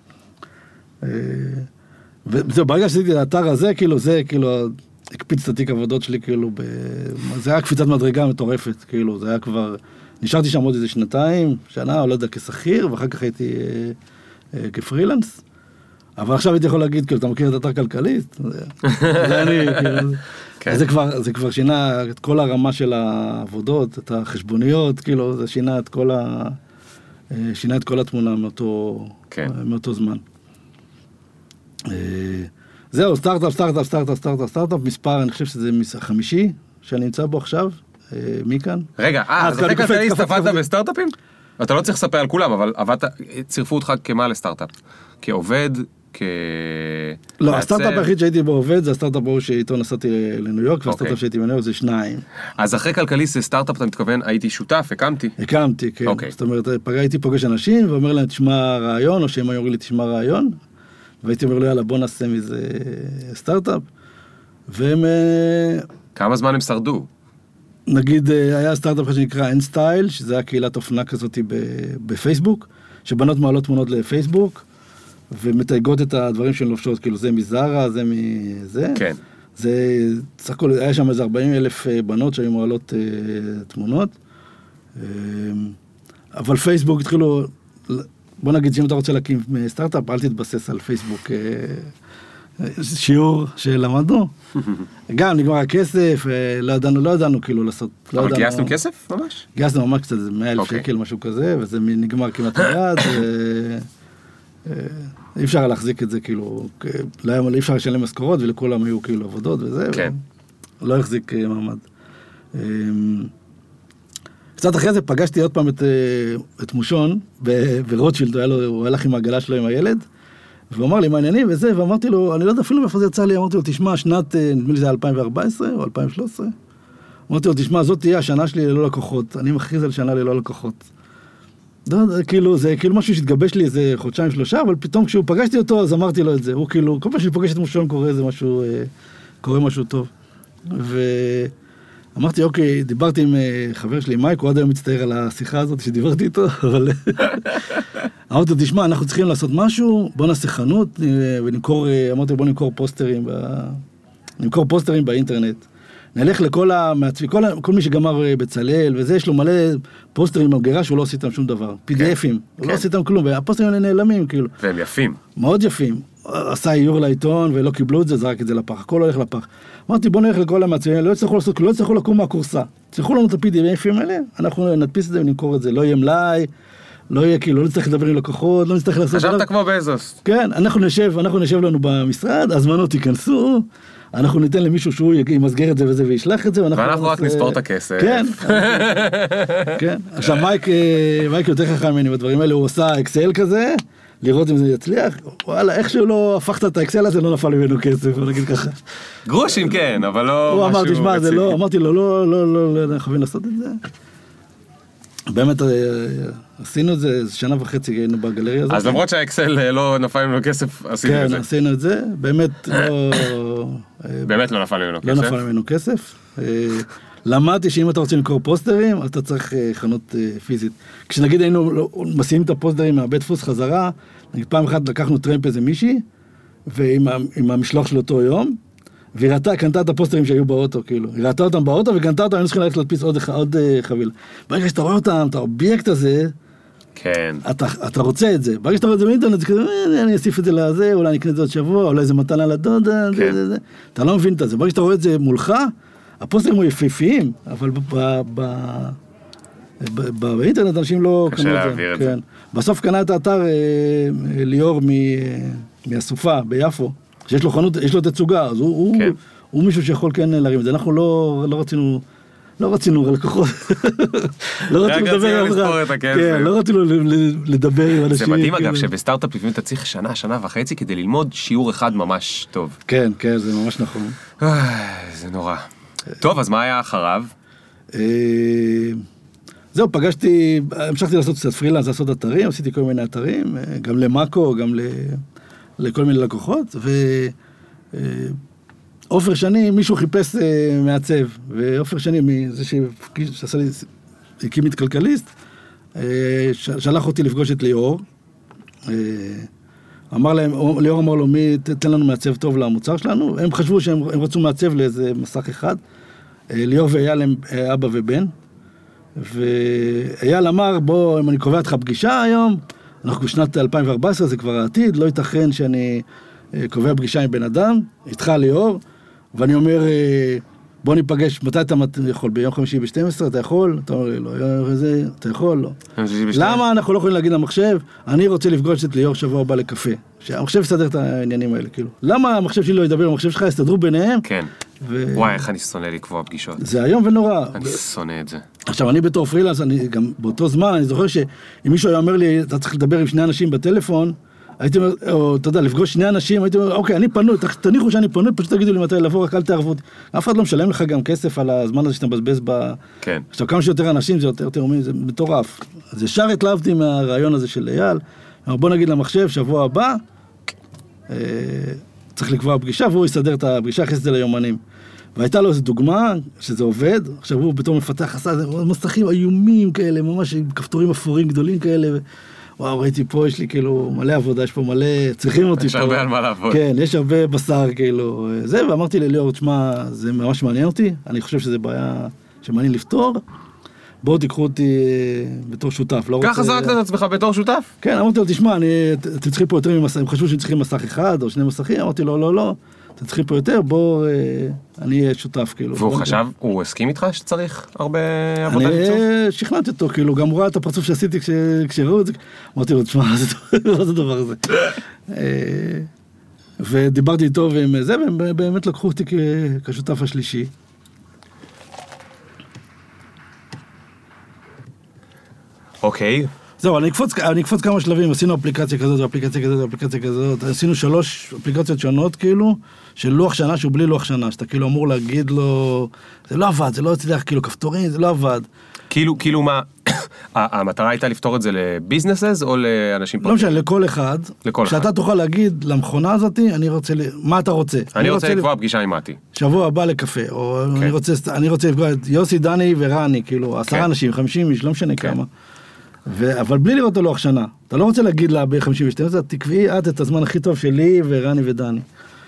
וזהו, ברגע שעשיתי את האתר הזה, כאילו זה, כאילו, הקפיץ את התיק עבודות שלי, כאילו, זה היה קפיצת מדרגה מטורפת, כאילו, זה היה כבר, נשארתי שם עוד איזה שנתיים, שנה, או לא יודע, כשכיר, ואחר כך הייתי כפרילנס. אבל עכשיו הייתי יכול להגיד, כאילו, אתה מכיר את אתר כלכליסט? זה אני, כאילו... זה כבר, זה כבר שינה את כל הרמה של העבודות, את החשבוניות, כאילו, זה שינה את כל ה... שינה את כל התמונה מאותו, מאותו זמן. זהו, סטארט-אפ, סטארט-אפ, סטארט-אפ, סטארט-אפ, סטארט-אפ, מספר, אני חושב שזה חמישי, שאני נמצא בו עכשיו, מי כאן? רגע, אה, אז אתה כלכליסט עבדת בסטארט-אפים? אתה לא צריך לספר על כולם, אבל עבדת, צירפו אותך כמה לסטארט-אפ? כעובד, כ... לא, הסטארט-אפ היחיד שהייתי בו עובד, זה הסטארט-אפ בו שאיתו נסעתי לניו יורק, והסטארט-אפ שהייתי בניו יורק זה שניים. אז אחרי כלכליסט זה סטארט-אפ, אתה מתכוון, הייתי שותף, הקמתי? הקמתי, כן. זאת אומרת, הייתי פוגש אנשים, ואומר להם, תשמע רעיון, או שהם אומרים לי, תשמע רעיון, והייתי אומר לו, יאללה, בוא נעשה מזה סטארט-אפ, והם... כמה זמן הם שרדו? נגיד, היה סטארט-אפ שנקרא N-Style, שזה היה קהילת אופנה כזאת בפייסבוק, שבנות מעלות תמונות לפייסבוק, ומתייגות את הדברים שהן לובשות, כאילו זה מזרה, זה מזה. כן. זה, סך הכל, היה שם איזה ארבעים אלף בנות שהיו מעלות uh, תמונות. Uh, אבל פייסבוק התחילו, בוא נגיד שאם אתה רוצה להקים סטארט-אפ, אל תתבסס על פייסבוק. Uh, שיעור שלמדנו. גם נגמר הכסף, uh, לא ידענו, לא ידענו כאילו לעשות. אבל לא גייסתם כסף ממש? גייסנו ממש קצת, זה מאה אלף שקל, משהו כזה, וזה נגמר כמעט מיד. אי אפשר להחזיק את זה, כאילו, אי אפשר לשלם משכורות, ולכולם היו כאילו עבודות וזה, לא החזיק מעמד. קצת אחרי זה פגשתי עוד פעם את מושון, ורוטשילד, הוא הלך עם העגלה שלו עם הילד, והוא אמר לי, מה העניינים וזה, ואמרתי לו, אני לא יודע אפילו מאיפה זה יצא לי, אמרתי לו, תשמע, שנת, נדמה לי זה אלפיים וארבע עשרה או אלפיים ושלוש עשרה, אמרתי לו, תשמע, זאת תהיה השנה שלי ללא לקוחות, אני מכריז על שנה ללא לקוחות. לא, זה כאילו, זה כאילו משהו שהתגבש לי איזה חודשיים שלושה, אבל פתאום כשהוא פגשתי אותו, אז אמרתי לו את זה. הוא כאילו, כל פעם שאני פוגש את מושון קורה איזה משהו, קורה משהו טוב. ואמרתי, אוקיי, דיברתי עם חבר שלי, מייק, הוא עד היום מצטער על השיחה הזאת שדיברתי איתו, אבל... אמרתי, תשמע, אנחנו צריכים לעשות משהו, בוא נעשה חנות, ונמכור, אמרתי, בוא נמכור פוסטרים, ב... נמכור פוסטרים באינטרנט. נלך לכל המעצבי, כל, כל מי שגמר בצלאל, וזה, יש לו מלא פוסטרים במגירה שהוא לא עושה איתם שום דבר. פי די אפים, כן, הוא כן. לא עושה איתם כלום, והפוסטרים האלה נעלמים, כאילו. והם יפים. מאוד יפים. עשה איור לעיתון, ולא קיבלו את זה, זרק את זה לפח, הכל הולך לפח. אמרתי, בוא נלך לכל המעצבים, לא יצטרכו לעשות, לא יצטרכו לקום מהקורסה. צריכו לנו את הפי די אפים האלה, אנחנו נדפיס את זה ונמכור את זה, לא יהיה מלאי, לא יהיה כאילו, לא נצטרך לדבר עם לקוחות, לא נצטרך לעשות... חשבת כמו בזוס. כן, אנחנו נשב, אנחנו נשב לנו במשרד, הזמנות ייכנסו, אנחנו ניתן למישהו שהוא ימסגר את זה וזה וישלח את זה, ואנחנו רק נספור את הכסף. כן, כן. עכשיו מייק, מייק יותר חכם ממני בדברים האלה, הוא עושה אקסל כזה, לראות אם זה יצליח, וואלה, איכשהו לא הפכת את האקסל הזה, לא נפל ממנו כסף, בוא נגיד ככה. גרושים כן, אבל לא הוא אמר, תשמע, זה לא, אמרתי לו, לא, לא, לא, לא, חייבים לעשות את זה. באמת עשינו את זה, שנה וחצי היינו בגלריה הזאת. אז למרות שהאקסל לא נפל ממנו כסף, עשינו את זה. כן, עשינו את זה, באמת לא... באמת לא נפל ממנו כסף. לא נפל ממנו כסף. למדתי שאם אתה רוצה למכור פוסטרים, אתה צריך חנות פיזית. כשנגיד היינו מסיעים את הפוסטרים מהבית דפוס חזרה, נגיד פעם אחת לקחנו טרמפ איזה מישהי, ועם המשלוח של אותו יום, והיא ראתה, קנתה את הפוסטרים שהיו באוטו, כאילו. היא ראתה אותם באוטו וקנתה אותם, היינו צריכים ללכת להדפיס עוד, עוד חבילה. ברגע שאתה רואה אותם, את האובייקט הזה, כן. אתה, אתה רוצה את זה. ברגע שאתה רואה את זה באינטרנט, זה כזה, אני אוסיף את זה לזה, אולי אני אקנה את זה עוד שבוע, אולי זה מתנה לדודה, כן. זה, זה, זה. אתה לא מבין את זה. ברגע שאתה רואה את זה מולך, הפוסטרים הוא יפיפיים, אבל ב, ב, ב, ב, ב, באינטרנט אנשים לא קנו את זה. את כן. זה. בסוף קנה את האתר ליאור מ, מהסופה ביפו. שיש לו חנות, יש לו תצוגה, אז הוא, כן. הוא, הוא מישהו שיכול כן להרים את זה. אנחנו לא, לא רצינו, לא רצינו לקוחות. לא רצינו לדבר עם אנשים. כן, לא רצינו לדבר עם אנשים. זה מדהים אגב, שבסטארט-אפ לפעמים אתה צריך שנה, שנה וחצי כדי ללמוד שיעור אחד ממש טוב. כן, כן, זה ממש נכון. זה נורא. טוב, אז מה היה אחריו? זהו, פגשתי, המשכתי לעשות קצת פרילנס, לעשות אתרים, עשיתי כל מיני אתרים, גם למאקו, גם ל... לכל מיני לקוחות, ואופר שני, מישהו חיפש מעצב, ואופר שני, מזה שעשה לי, הקים את כלכליסט, שלח אותי לפגוש את ליאור, אמר להם, ליאור אמר לו, מי תתן לנו מעצב טוב למוצר שלנו, הם חשבו שהם רצו מעצב לאיזה מסך אחד, ליאור ואייל הם אבא ובן, ואייל אמר, בוא, אם אני קובע לך פגישה היום, אנחנו בשנת אלפיים וארבע עשרה, זה כבר העתיד, לא ייתכן שאני קובע פגישה עם בן אדם, איתך ליאור, ואני אומר, בוא ניפגש, מתי אתה יכול? ביום חמישי ב-שתים עשרה, אתה יכול? אתה אומר, לא, אתה יכול? לא. למה אנחנו לא יכולים להגיד למחשב, אני רוצה לפגוש את ליאור שבוע הבא לקפה, שהמחשב יסדר את העניינים האלה, כאילו. למה המחשב שלי לא ידבר, המחשב שלך יסתדרו ביניהם? כן. וואי, איך אני שונא לקבוע פגישות. זה היום ונורא. אני שונא את זה. עכשיו, אני בתור פרילנס, אני גם באותו זמן, אני זוכר שאם מישהו היה אומר לי, אתה צריך לדבר עם שני אנשים בטלפון, הייתי אומר, או, אתה יודע, לפגוש שני אנשים, הייתי אומר, אוקיי, אני פנוי, תניחו שאני פנוי, פשוט תגידו לי מתי לבוא, רק אל תערבו אותי. אף אחד לא משלם לך גם כסף על הזמן הזה שאתה מבזבז ב... כן. עכשיו, כמה שיותר אנשים, זה יותר תאומים, זה מטורף. אז ישר התלהבתי מהרעיון הזה של אייל, בוא נגיד למחשב, שבוע הבא, צריך לקבוע פגישה, והוא יסדר את הפגישה, יכניס את זה ליומנים. והייתה לו איזו דוגמה, שזה עובד, עכשיו הוא בתור מפתח עשה מסכים איומים כאלה, ממש כפתורים אפורים גדולים כאלה, וואו, ראיתי פה, יש לי כאילו מלא עבודה, יש פה מלא, צריכים אותי פה. יש הרבה על מה לעבוד. כן, יש הרבה בשר כאילו, זה, ואמרתי לליאור, תשמע, זה ממש מעניין אותי, אני חושב שזה בעיה שמעניין לפתור, בואו תיקחו אותי בתור שותף. ככה זרקת את עצמך בתור שותף? כן, אמרתי לו, תשמע, אתם צריכים פה יותר ממסך, הם חשבו שצריכים מסך אחד או שני מסכים, אמרתי לו, לא, לא, אתם צריכים פה יותר, בואו, אני אהיה שותף, כאילו. והוא חשב, הוא הסכים איתך שצריך הרבה עבודה ליצור? אני שכנעתי אותו, כאילו, גם הוא ראה את הפרצוף שעשיתי כשראו את זה, אמרתי לו, תשמע, מה זה הדבר הזה? ודיברתי איתו ועם זה, והם באמת לקחו אותי כשותף השלישי. אוקיי. זהו, אני אקפוץ, אני אקפוץ כמה שלבים, עשינו אפליקציה כזאת, אפליקציה כזאת, אפליקציה כזאת, עשינו שלוש אפליקציות שונות, כאילו, של לוח שנה שהוא בלי לוח שנה, שאתה כאילו אמור להגיד לו, זה לא עבד, זה לא הצליח, כאילו, כפתורים, זה לא עבד. כאילו, כאילו מה, המטרה הייתה לפתור את זה לביזנסס או לאנשים פרטיים? לא משנה, לכל אחד. לכל אחד. שאתה תוכל להגיד למכונה הזאת, אני רוצה, מה אתה רוצה? אני רוצה לקבוע פגישה עם מתי. שבוע הבא לקפה, או אני רוצה, אני רוצה לפגוע את יוסי, דני ורני, כאילו, עשרה אנשים, חמישים איש, לא משנה כמה. אבל בלי לראות לוח שנה. אתה לא רוצה להגיד לה ב-חמישים ושתיים, תקבעי את את הזמן הכי טוב שלי ורני ודני.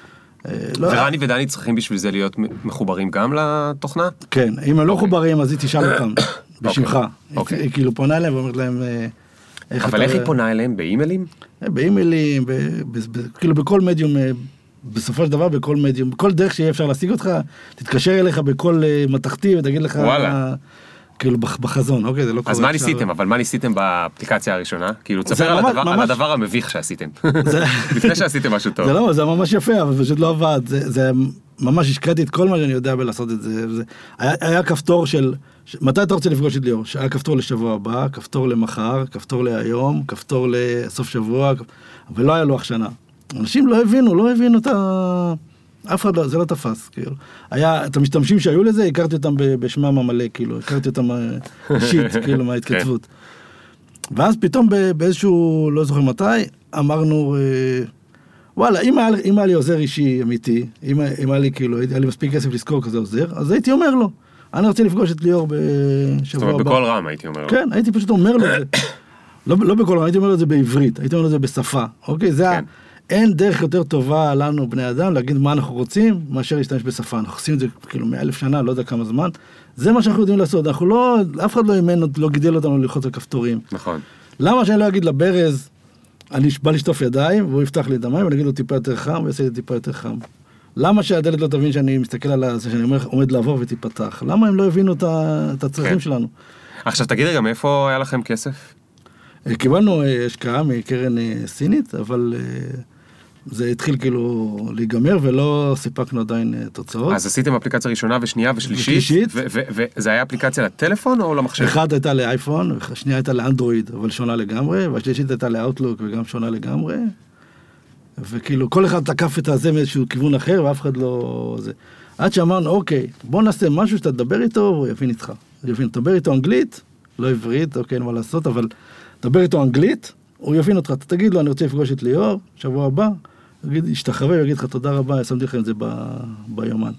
ורני ודני צריכים בשביל זה להיות מחוברים גם לתוכנה? כן, אם הם לא מחוברים אז היא תשאל אותם בשמך. היא כאילו פונה אליהם ואומרת להם... אבל איך היא פונה אליהם? באימיילים? באימיילים, כאילו בכל מדיום, בסופו של דבר בכל מדיום, בכל דרך שיהיה אפשר להשיג אותך, תתקשר אליך בכל מתחתי ותגיד לך... וואלה. כאילו בחזון, אוקיי, זה לא קורה. אז מה ניסיתם? אבל מה ניסיתם באפליקציה הראשונה? כאילו, תספר על הדבר המביך שעשיתם. לפני שעשיתם משהו טוב. זה לא, זה ממש יפה, אבל פשוט לא עבד. זה ממש השקעתי את כל מה שאני יודע בלעשות את זה. היה כפתור של, מתי אתה רוצה לפגוש את ליאור? היה כפתור לשבוע הבא, כפתור למחר, כפתור להיום, כפתור לסוף שבוע, ולא היה לוח שנה. אנשים לא הבינו, לא הבינו את ה... אף אחד לא, זה לא תפס, כאילו. היה, את המשתמשים שהיו לזה, הכרתי אותם בשמם המלא, כאילו, הכרתי אותם אישית, כאילו, מההתכתבות. ואז פתאום באיזשהו, לא זוכר מתי, אמרנו, וואלה, אם היה, אם היה לי עוזר אישי אמיתי, אם, אם היה לי, כאילו, היה לי מספיק כסף לזכור כזה עוזר, אז הייתי אומר לו, אני רוצה לפגוש את ליאור בשבוע הבא. זאת אומרת, בכל רם הייתי אומר לו. כן, הייתי פשוט אומר לו את זה. לא, לא בכל רם, הייתי אומר לו את זה בעברית, הייתי אומר לו את זה בשפה, אוקיי? זה כן. אין דרך יותר טובה לנו, בני אדם, להגיד מה אנחנו רוצים, מאשר להשתמש בשפה. אנחנו עושים את זה כאילו מאלף שנה, לא יודע כמה זמן. זה מה שאנחנו יודעים לעשות. אנחנו לא, אף אחד לא אימן, לא גידל אותנו ללחוץ על כפתורים. נכון. למה שאני לא אגיד לברז, אני בא לשטוף ידיים, והוא יפתח לי את המים, ואני אגיד לו טיפה יותר חם, ויעשה לי טיפה יותר חם. למה שהדלת לא תבין שאני מסתכל על זה, שאני אומר, עומד לעבור ותיפתח? למה הם לא הבינו את הצרכים שלנו? עכשיו תגיד רגע, מאיפה היה לכם כסף? קיבלנו השקעה מקרן סינית, אבל זה התחיל כאילו להיגמר, ולא סיפקנו עדיין תוצאות. אז עשיתם אפליקציה ראשונה ושנייה ושלישית, וזה היה אפליקציה לטלפון או למחשב? אחת הייתה לאייפון, השנייה הייתה לאנדרואיד, אבל שונה לגמרי, והשלישית הייתה לאוטלוק וגם שונה לגמרי, וכאילו כל אחד תקף את הזה מאיזשהו כיוון אחר, ואף אחד לא... עד שאמרנו, אוקיי, בוא נעשה משהו שאתה תדבר איתו, הוא יבין איתך. יבין, תדבר איתו אנגלית, לא עברית, אוקיי, אין מה לעשות, אבל תדבר איתו אנגלית, הוא יבין אותך, אתה תגיד לו, אני רוצה לפגוש את ליאור, שבוע הבא, יגיד, ישתחווה, יגיד לך, תודה רבה, שמתי לכם את זה ב, ביומן.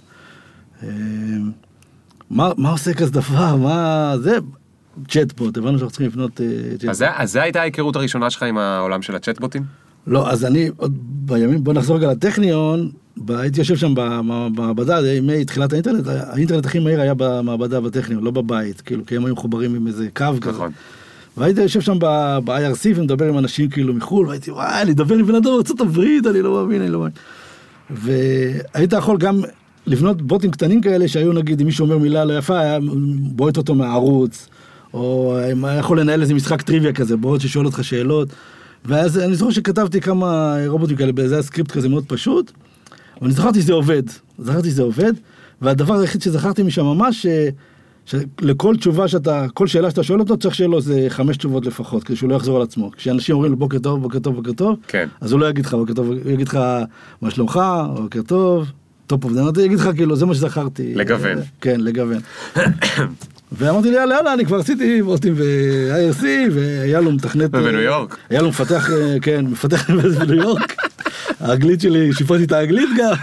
מה, מה עושה כזה דבר? מה, זה צ'טבוט, הבנו שאנחנו צריכים לפנות צ'טבוט. אז, אז זה הייתה ההיכרות הראשונה שלך עם העולם של הצ'טבוטים? לא, אז אני, עוד בימים, בוא נחזור רגע לטכניון, הייתי יושב שם במעבדה, מתחילת האינטרנט, האינטרנט הכי מהיר היה במעבדה בטכניון, לא בבית, כאילו, כי הם היו מחוברים עם איזה קו כזה. נכון. והייתי יושב שם ב-איי אר סי ומדבר עם אנשים כאילו מחול, והייתי, וואי, אני אדבר עם בן אדם בארצות הברית, אני לא מאמין, אני לא מאמין. והיית יכול גם לבנות בוטים קטנים כאלה, שהיו נגיד, אם מישהו אומר מילה לא יפה, היה בועט אותו מהערוץ, או היה יכול לנהל איזה משחק טריוויה כזה, בועט ששואל אותך שאלות. ואז אני זוכר שכתבתי כמה רובוטים כאלה, זה היה סקריפט כזה מאוד פשוט, אבל אני זכרתי שזה עובד, זכרתי שזה עובד, והדבר היחיד שזכרתי משם ממש, שלכל תשובה שאתה, כל שאלה שאתה שואל אותו, צריך שיהיה לו איזה חמש תשובות לפחות, כדי שהוא לא יחזור על עצמו. כשאנשים אומרים לו בוקר טוב, בוקר טוב, בוקר טוב, כן. אז הוא לא יגיד לך בוקר טוב, הוא יגיד לך מה שלומך, בוקר טוב, טופ אוף דנט, יגיד לך כאילו, זה מה שזכרתי. לגוון. כן, לגוון. ואמרתי לי, יאללה, יאללה, אני כבר עשיתי בוטים ב-איי אר סי, והיה לו מתכנת... בניו יורק. היה לו מפתח, כן, מפתח בניו יורק. האנגלית שלי, שיפרתי את האנגלית גם.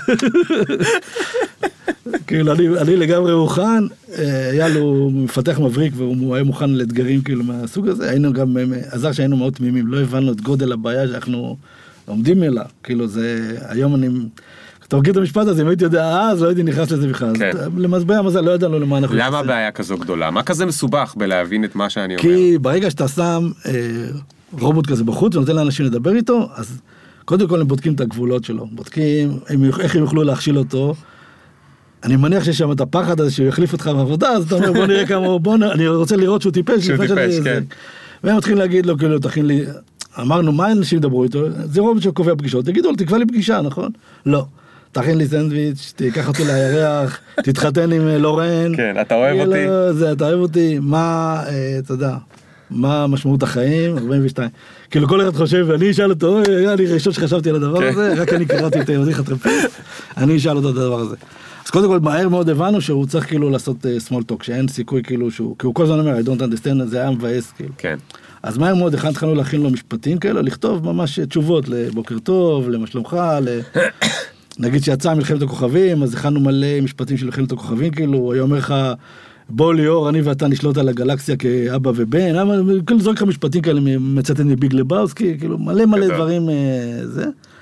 כאילו, אני, אני לגמרי מוכן, היה לו מפתח מבריק, והוא היה מוכן לאתגרים כאילו מהסוג הזה. היינו גם, עזר שהיינו מאוד תמימים, לא הבנו את גודל הבעיה שאנחנו עומדים אליה. כאילו, זה, היום אני... אתה מכיר את המשפט הזה, אם הייתי יודע, אז לא הייתי נכנס לזה בכלל. למזבע המזל, לא ידענו למה אנחנו... למה הבעיה כזו גדולה? מה כזה מסובך בלהבין את מה שאני אומר? כי ברגע שאתה שם רובוט כזה בחוץ, ונותן לאנשים לדבר איתו, אז קודם כל הם בודקים את הגבולות שלו. בודקים איך הם יוכלו להכשיל אותו. אני מניח שיש שם את הפחד הזה שהוא יחליף אותך בעבודה, אז אתה אומר, בוא נראה כמה, בוא נראה, אני רוצה לראות שהוא טיפש. שהוא טיפש, כן. והם מתחילים להגיד לו, כאילו, תכין לי... אמרנו, מה אנשים ידברו איתו? זה רובוט שקובע פגישות. תגידו לו, תקבע לי פגישה, נכון? לא. תכין לי סנדוויץ', תיקח אותי לירח, תתחתן עם לורן. כן, אתה אוהב אותי. זה, אתה אוהב אותי. מה, אתה יודע, מה משמעות החיים, ארבעים ושתיים. כאילו כל אחד חושב, ואני אשאל אותו, אני ראשון שחשבתי על הדבר הזה, רק אני קראתי את המדריך הטרמפיסט, אני אשאל אותו את הדבר הזה. אז קודם כל, מהר מאוד הבנו שהוא צריך כאילו לעשות small talk, שאין סיכוי כאילו שהוא, כי הוא כל הזמן אומר, I don't understand, זה היה מבאס כאילו. כן. אז מהר מאוד התחלנו להכין לו משפטים כאלה, לכתוב ממש תשובות לבוקר טוב, למה שלומך, נגיד שיצא מלחמת הכוכבים, אז הכנו מלא משפטים של מלחמת הכוכבים, כאילו, הוא היה אומר לך, בוא ליאור, אני ואתה נשלוט על הגלקסיה כאבא ובן, כאילו זורק לך משפטים כאלה, מצטט מביג לבאוסקי, כאילו מלא מלא דברים, זה.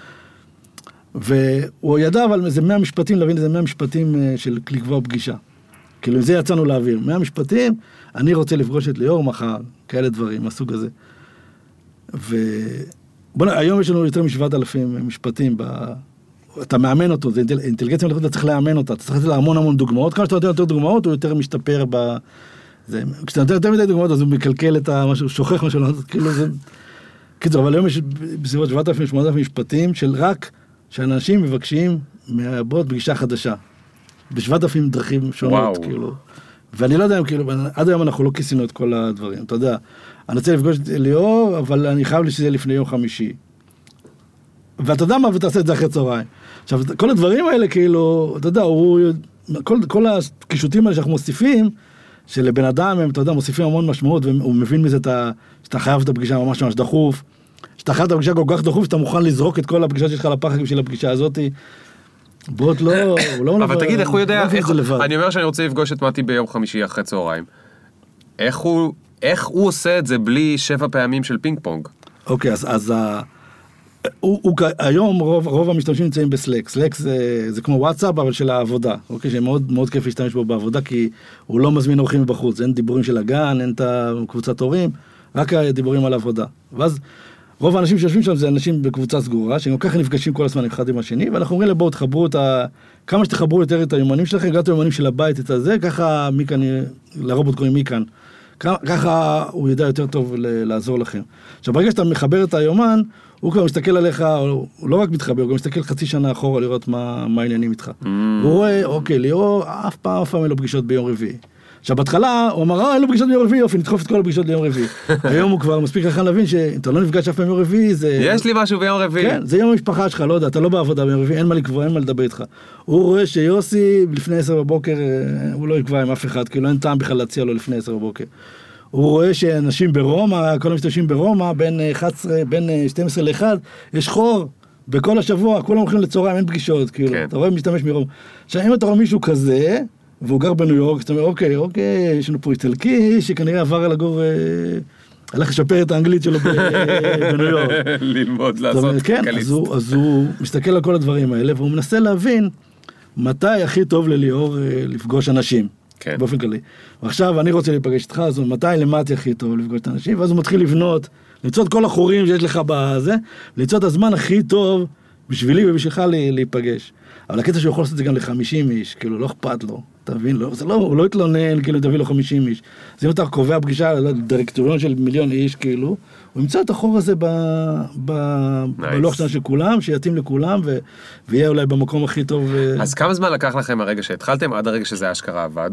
והוא ידע, אבל זה מאה משפטים, להבין, זה מאה משפטים של לקבוע פגישה. כאילו, זה יצאנו להעביר. מאה משפטים, אני רוצה לפגוש את ליאור מחר, כאלה דברים, מהסוג הזה. ו... בוא, היום יש לנו יותר משבעת אלפים משפטים, ב... אתה מאמן אותו, זה אינטליגנציה מלאכותית, אתה צריך לאמן אותה, אתה צריך לתת לה המון המון דוגמאות, כמה שאתה נותן יותר דוגמאות, הוא יותר משתפר ב... זה... כשאתה נותן יותר מדי דוגמאות, אז הוא מקלקל את המשהו, שוכח משהו, כאילו זה... קיצור, אבל היום יש בסביבות שבעת אלפים, שמונה אלפים משפטים של רק שאנשים מבקשים מהבוט פגישה חדשה. בשבעת אלפים דרכים שונות, כאילו. ואני לא יודע אם, כאילו, עד היום אנחנו לא כיסינו את כל הדברים, אתה יודע. אני רוצה לפגוש את ליאור, אבל אני חייב לי שזה לפני יום חמישי. ואתה יודע מה, ותעשה את זה אחרי צהריים. עכשיו, כל הדברים האלה, כאילו, אתה יודע, הוא, כל, כל הקישוטים האלה שאנחנו מוסיפים, שלבן אדם הם, אתה יודע, מוסיפים המון משמעות, והוא מבין מזה שאתה חייב את הפגישה ממש ממש דחוף, שאתה חייב את הפגישה כל כך דחוף, שאתה מוכן לזרוק את כל הפגישה שלך לפחד בשביל הפגישה הזאת. בוט לא, הוא לא... אבל תגיד, איך הוא יודע, אני אומר שאני רוצה לפגוש את מתי ביום חמישי אחרי צהריים. איך הוא, איך הוא עושה את זה בלי שבע פעמים של פינג פונג? אוקיי, אז, אז הוא, הוא, היום רוב, רוב המשתמשים נמצאים בסלק. סלק זה, זה כמו וואטסאפ, אבל של העבודה. אוקיי, שמאוד, מאוד כיף להשתמש בו בעבודה, כי הוא לא מזמין אורחים מבחוץ. אין דיבורים של הגן, אין את הקבוצת הורים, רק הדיבורים על העבודה. ואז רוב האנשים שיושבים שם זה אנשים בקבוצה סגורה, שגם ככה נפגשים כל הזמן אחד עם השני, ואנחנו אומרים לבואו, תחברו את ה... כמה שתחברו יותר את היומנים שלכם, גם את היומנים של הבית, את הזה, ככה מכאן, לרובוט קוראים מכאן, ככה הוא ידע יותר טוב לעזור לכם. עכשיו, ברגע שאתה מחבר את היומן, הוא כבר מסתכל עליך, הוא לא רק מתחבר, הוא גם מסתכל חצי שנה אחורה לראות מה, מה העניינים איתך. והוא רואה, אוקיי, ליאור, אף פעם, אף פעם אין לו פגישות ביום רביעי. עכשיו, בהתחלה, הוא אמר, אה, אין לו פגישות ביום רביעי, יופי, נדחוף את כל הפגישות ליום רביעי. היום הוא כבר מספיק לכם להבין שאם אתה לא נפגש אף פעם ביום רביעי, זה... יש לי משהו ביום רביעי. כן, זה יום המשפחה שלך, לא יודע, אתה לא בעבודה ביום רביעי, אין מה לקבוע, אין מה לדבר איתך. הוא רואה שיוסי, לפני עשר בבוקר, הוא לא יקבע עם אף אחד, כאילו אין טעם בכלל להציע לו לפני עשר בבוקר. הוא רואה שאנשים ברומא, כל המשתמשים ברומא, בין אחת עשרה, בין שתים עשרה לאחת, יש חור בכל השבוע, כולם הולכים לצהריים, אין פגישות, כאילו, אתה רואה משתמש מרומא. עכשיו, אם אתה רואה מישהו כזה, והוא גר בניו יורק, אתה אומר, אוקיי, אוקיי, יש לנו פה איטלקי, שכנראה עבר על הגור, הלך לשפר את האנגלית שלו בניו יורק. ללמוד, לעשות קליסט. אז הוא מסתכל על כל הדברים האלה, והוא מנסה להבין מתי הכי טוב לליאור לפגוש אנשים, באופן כללי. ועכשיו אני רוצה להיפגש איתך, אז מתי למטי הכי טוב לפגוש את האנשים, ואז הוא מתחיל לבנות, למצוא את כל החורים שיש לך בזה, למצוא את הזמן הכי טוב בשבילי ובשבילך להיפגש. אבל הקטע שהוא יכול לעשות את זה גם ל-חמישים איש, כאילו, לא אכפת לו, אתה מבין? לא, זה לא, הוא לא יתלונן, כאילו, תביא לו חמישים איש. אז אם אתה קובע פגישה, דירקטוריון של מיליון איש, כאילו, הוא ימצא את החור הזה ב, ב, nice. בלוח שנה של כולם, שיתאים לכולם, ו, ויהיה אולי במקום הכי טוב. אז כמה זמן לקח לכם הרגע שהתחלתם, עד הרגע שזה אשכרה עבד?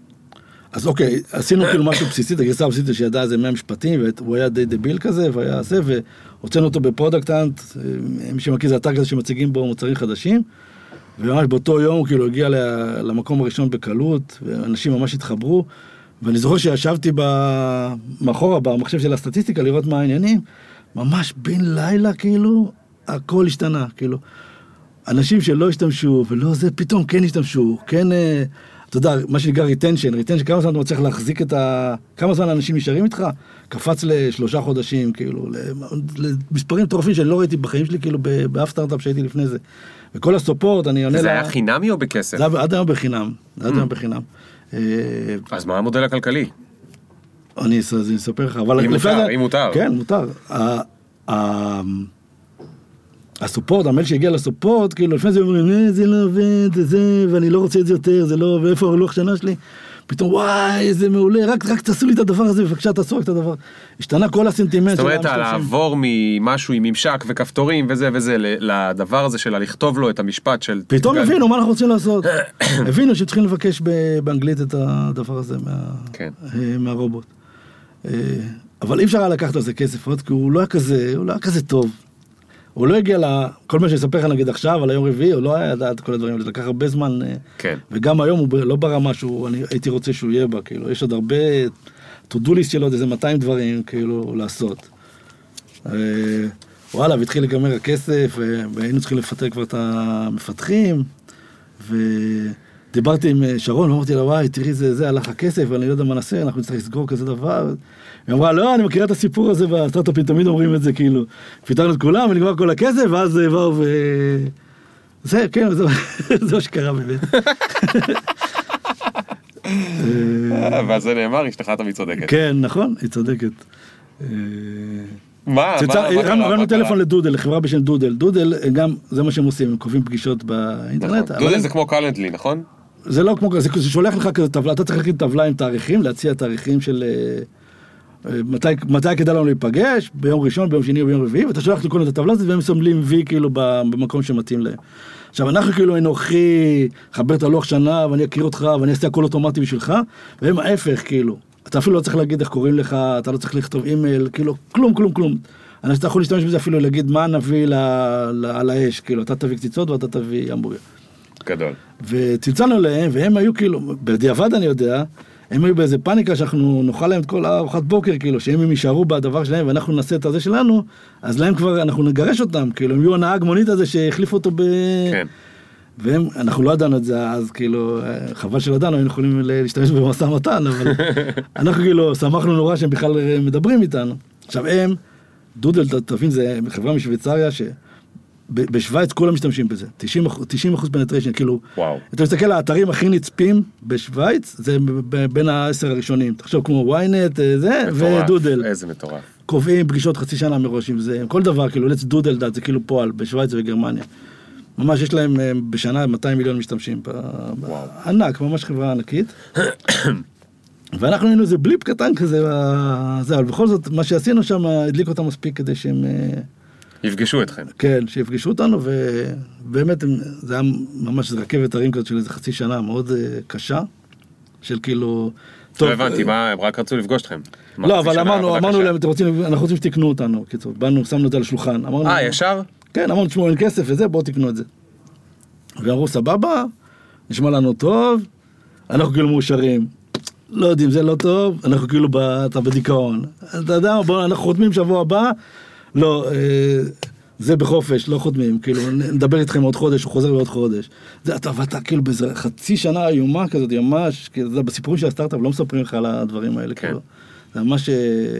אז אוקיי, עשינו כאילו משהו בסיסי, את הגרסה הבסיסית שידע איזה מאה משפטים, והוא היה די דביל כזה, והיה זה, והוצאנו אותו בפרודקט-אנט, מי שמכיר זה אתר כזה שמציגים בו מוצרים חדשים, וממש באותו יום הוא כאילו הגיע למקום הראשון בקלות, ואנשים ממש התחברו, ואני זוכר שישבתי מאחורה, במחשב של הסטטיסטיקה, לראות מה העניינים, ממש בין לילה כאילו, הכל השתנה, כאילו. אנשים שלא השתמשו, ולא זה, פתאום כן השתמשו, כן, אתה יודע, מה שנקרא ריטנשן, ריטנשן, כמה זמן אתה מצליח להחזיק את ה... כמה זמן אנשים נשארים איתך? קפץ לשלושה חודשים, כאילו, למספרים מטורפים שאני לא ראיתי בחיים שלי, כאילו, באף סטארט-אפ שהייתי לפני זה. וכל הסופורט, אני עונה לה... זה היה חינמי או בכסף? זה היה עד היום בחינם, זה עד היום בחינם. אז מה המודל הכלכלי? אני אספר לך, אבל... אם מותר, אם מותר. כן, מותר. הסופורט, המייל שהגיע לסופורט, כאילו לפני זה אומרים, זה לא עובד, זה, ואני לא רוצה את זה יותר, זה לא, ואיפה הלוח שנה שלי? פתאום, וואי, זה מעולה, רק, רק תעשו לי את הדבר הזה, בבקשה, תעשו רק את הדבר. השתנה כל הסנטימנט. זאת אומרת, לעבור ממשהו עם ממשק וכפתורים וזה וזה, לדבר הזה של לכתוב לו את המשפט של... פתאום הבינו מה אנחנו רוצים לעשות. הבינו שצריכים לבקש באנגלית את הדבר הזה מהרובוט. אבל אי אפשר היה לקחת על זה כסף עוד, כי הוא לא היה כזה, הוא לא היה כזה טוב. הוא לא הגיע לכל מה שיספר לך נגיד עכשיו, על היום רביעי, הוא לא היה ידעת כל הדברים, זה לקח הרבה זמן, כן. וגם היום הוא לא ברמה שהוא, אני הייתי רוצה שהוא יהיה בה, כאילו, יש עוד הרבה, to-do list שלו, איזה מאתיים דברים, כאילו, לעשות. וואלה, והתחיל לגמר הכסף, והיינו צריכים לפתח כבר את המפתחים, ודיברתי עם שרון, ואמרתי לה, וואי, תראי, זה, זה הלך הכסף, ואני לא יודע מה נעשה, אנחנו נצטרך לסגור כזה דבר. היא אמרה, לא, אני מכירה את הסיפור הזה, והסטארט-אפים תמיד אומרים את זה, כאילו, פיתרנו את כולם, ונגמר כל הכסף, ואז באו ו... זה, כן, זה מה שקרה באמת. ואז זה נאמר, אשתך תמיד צודקת. כן, נכון, היא צודקת. מה? הרמנו טלפון לדודל, לחברה בשם דודל. דודל, גם, זה מה שהם עושים, הם קובעים פגישות באינטרנט. דודל זה כמו קלנדלי, נכון? זה לא כמו, זה שולח לך כזה טבלה, אתה צריך להכין טבלה עם תאריכים, להציע תאריכים של מתי, מתי כדאי לנו להיפגש, ביום ראשון, ביום שני או ביום רביעי, ואתה שולח לכולם את הטבלה הזאת, והם סומלים וי כאילו במקום שמתאים להם. עכשיו, אנחנו כאילו אנוכי, חבר את הלוח שנה, ואני אכיר אותך, ואני אעשה הכל אוטומטי בשבילך, והם ההפך, כאילו. אתה אפילו לא צריך להגיד איך קוראים לך, אתה לא צריך לכתוב אימייל, כאילו, כלום, כלום, כלום. אני אתה יכול להשתמש בזה אפילו להגיד מה נביא על האש, כאילו, אתה תביא קציצות ואתה תביא המבורגר. גדול. וצלצלנו להם, והם היו כאילו, בדיעבד אני יודע, הם היו באיזה פאניקה שאנחנו נאכל להם את כל ארוחת בוקר, כאילו, שאם הם יישארו בדבר שלהם ואנחנו נעשה את הזה שלנו, אז להם כבר, אנחנו נגרש אותם, כאילו, הם יהיו הנהג מונית הזה שהחליף אותו ב... כן. והם, אנחנו לא ידענו את זה, אז כאילו, חבל של ידענו, היינו יכולים להשתמש במשא ומתן, אבל אנחנו כאילו, שמחנו נורא שהם בכלל מדברים איתנו. עכשיו הם, דודל, תבין, זה חברה משוויצריה ש... בשוויץ כולם משתמשים בזה, תשעים אחוז פנטריישן, כאילו, אתה מסתכל על האתרים הכי נצפים בשוויץ, זה בין העשר הראשונים, תחשוב כמו וויינט, זה, ודודל. איזה מטורף. קובעים פגישות חצי שנה מראש עם זה, כל דבר, כאילו, let's דודל, זה כאילו פועל, בשוויץ וגרמניה. ממש יש להם בשנה מאתיים מיליון משתמשים, ענק, ממש חברה ענקית. ואנחנו היינו איזה בליפ קטן כזה, אבל בכל זאת, מה שעשינו שם, הדליק אותם מספיק כדי שהם... יפגשו אתכם. כן, שיפגשו אותנו, ובאמת זה היה ממש רכבת הרים כזאת של איזה חצי שנה מאוד קשה, של כאילו... לא הבנתי, מה, הם רק רצו לפגוש אתכם. לא, אבל אמרנו להם, אנחנו רוצים שתקנו אותנו, קיצור, באנו, שמנו את זה על השולחן. אה, ישר? כן, אמרנו, תשמעו, אין כסף וזה, בואו תקנו את זה. ואמרו, סבבה, נשמע לנו טוב, אנחנו כאילו מאושרים. לא יודעים, זה לא טוב, אנחנו כאילו בדיכאון. אתה יודע, בואו, אנחנו חותמים שבוע הבא, לא, זה בחופש, לא חותמים, כאילו, נדבר איתכם עוד חודש, הוא חוזר לעוד חודש. זה, אתה, ואתה כאילו באיזה חצי שנה איומה כזאת, ממש, כאילו, בסיפורים של הסטארט-אפ לא מספרים לך על הדברים האלה, כאילו. זה ממש...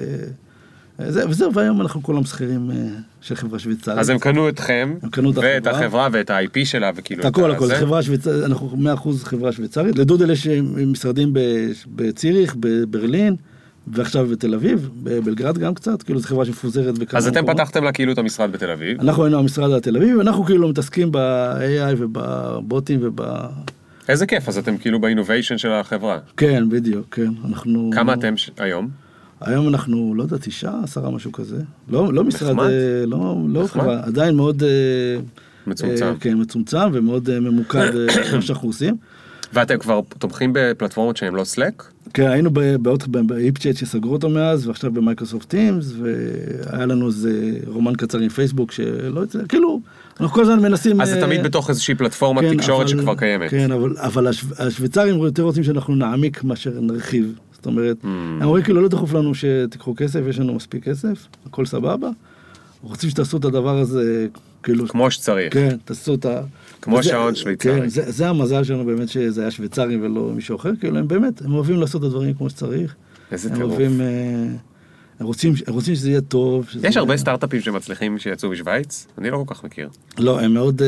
וזהו, והיום אנחנו כולם שכירים של חברה שוויצרית. אז הם קנו אתכם, ואת החברה ואת ה-איי פי שלה, וכאילו... הכל, הכל, זה חברה שוויצרית, אנחנו מאה אחוז חברה שוויצרית. לדודל יש משרדים בציריך, בברלין, ועכשיו בתל אביב, בבלגרד גם קצת, כאילו זו חברה שמפוזרת בכמה... אז אתם פתחתם לה כאילו את המשרד בתל אביב? אנחנו היינו המשרד בתל אביב, ואנחנו כאילו מתעסקים ב-איי איי ובבוטים וב... איזה כיף, אז אתם כאילו באינוביישן של החברה. כן, בדיוק, כן. אנחנו... כמה אתם היום? היום אנחנו, לא יודע, תשעה, עשרה, משהו כזה. לא, לא משרד, לא, לא חברה, עדיין מאוד... מצומצם. כן, מצומצם ומאוד ממוקד מה שאנחנו עושים. ואתם כבר תומכים בפלטפורמות שהן לא סלק? כן, היינו באיפצ'אט שסגרו אותו מאז, ועכשיו במייקרוסופט טימס, והיה לנו איזה רומן קצר עם פייסבוק שלא יצא, כאילו, אנחנו כל הזמן מנסים... אז זה תמיד בתוך איזושהי פלטפורמת תקשורת שכבר קיימת. כן, אבל השוויצרים יותר רוצים שאנחנו נעמיק מאשר נרחיב. זאת אומרת, הם אומרים כאילו לא דחוף לנו שתיקחו כסף, יש לנו מספיק כסף, הכל סבבה. רוצים שתעשו את הדבר הזה, כאילו... כמו שצריך. כן, תעשו את ה... כמו שעון שוויצרי. כן, זה המזל שלנו באמת שזה היה שוויצרי ולא מישהו אחר, כאילו הם באמת, הם אוהבים לעשות את הדברים כמו שצריך. איזה טירוף. הם אוהבים, הם רוצים, הם רוצים שזה יהיה טוב. יש הרבה סטארט-אפים שמצליחים שיצאו בשוויץ? אני לא כל כך מכיר. לא, הם מאוד,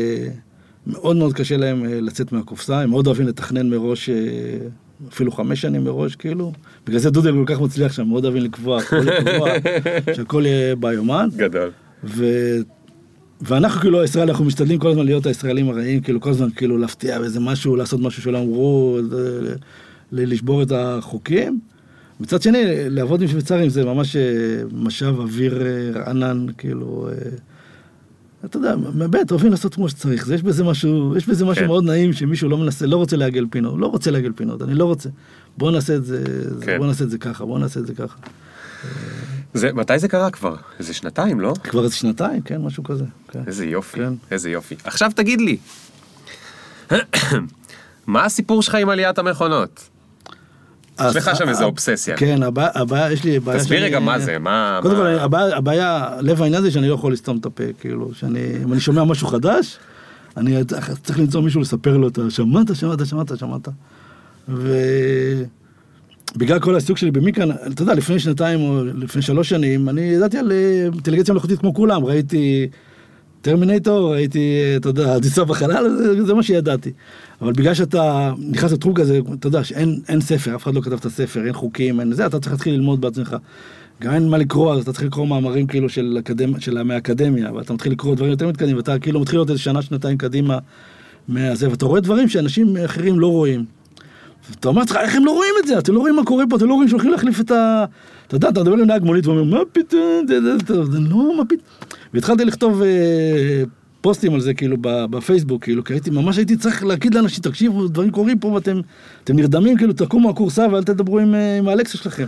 מאוד מאוד קשה להם לצאת מהקופסה, הם מאוד אוהבים לתכנן מראש, אפילו חמש שנים מראש, כאילו. בגלל זה דודל כל כך מצליח שם, מאוד אוהבים לקבוע, שהכל יהיה ביומן. גדול. ו... ואנחנו כאילו הישראלים, אנחנו משתדלים כל הזמן להיות הישראלים הרעים, כאילו כל הזמן כאילו להפתיע באיזה משהו, לעשות משהו שלא אמרו, לשבור את החוקים. מצד שני, לעבוד עם שוויצרים זה ממש משאב אוויר רענן, כאילו, אתה יודע, באמת, אוהבים לעשות כמו שצריך. יש בזה משהו, יש בזה משהו מאוד נעים שמישהו לא מנסה, לא רוצה להגל פינות, לא רוצה להגל פינות, אני לא רוצה. בוא נעשה את זה, בוא נעשה את זה ככה, בוא נעשה את זה ככה. זה, מתי זה קרה כבר? איזה שנתיים, לא? כבר איזה שנתיים, כן, משהו כזה. כן. איזה יופי, כן. איזה יופי. עכשיו תגיד לי, מה הסיפור שלך עם עליית המכונות? יש לך שם איזו אובססיה. כן, הבעיה, יש לי בעיה... תסביר רגע מה זה, מה... קודם כל, הבעיה, לב העניין זה שאני לא יכול לסתום את הפה, כאילו, שאני, אם אני שומע משהו חדש, אני צריך למצוא מישהו לספר לו, אתה שמעת, שמעת, שמעת, שמעת. ובגלל כל העיסוק שלי במיקרן, אתה יודע, לפני שנתיים או לפני שלוש שנים, אני ידעתי על אינטליגנציה מלאכותית כמו כולם, ראיתי טרמינטור, ראיתי, אתה יודע, טיסה בחלל, זה, זה מה שידעתי. אבל בגלל שאתה נכנס לתחום כזה, אתה יודע, שאין אין ספר, אף אחד לא כתב את הספר, אין חוקים, אין זה, אתה צריך להתחיל ללמוד בעצמך. גם אין מה לקרוא, אז אתה צריך לקרוא מאמרים כאילו של, אקדמ... של מהאקדמיה, ואתה מתחיל לקרוא דברים יותר מתקדמים, ואתה כאילו מתחיל לראות איזה שנה, שנתיים קדימה מהזה, ואתה רואה דברים שאנשים אחרים לא רואים. ואתה אומר, איך הם לא רואים את זה? אתם לא רואים מה קורה פה, אתם לא רואים שהולכים להחליף את ה... אתה יודע, אתה מדבר עם נהג מונית ואומר, מה פתאום, זה לא, מה פתאום. והתחלתי לכתוב פוסטים על זה, כאילו, בפייסבוק, כאילו, כי הייתי, ממש הייתי צריך להגיד לאנשים, תקשיבו, דברים קורים פה, ואתם נרדמים, כאילו, תקומו הקורסה, ואל תדברו עם האלקסה שלכם.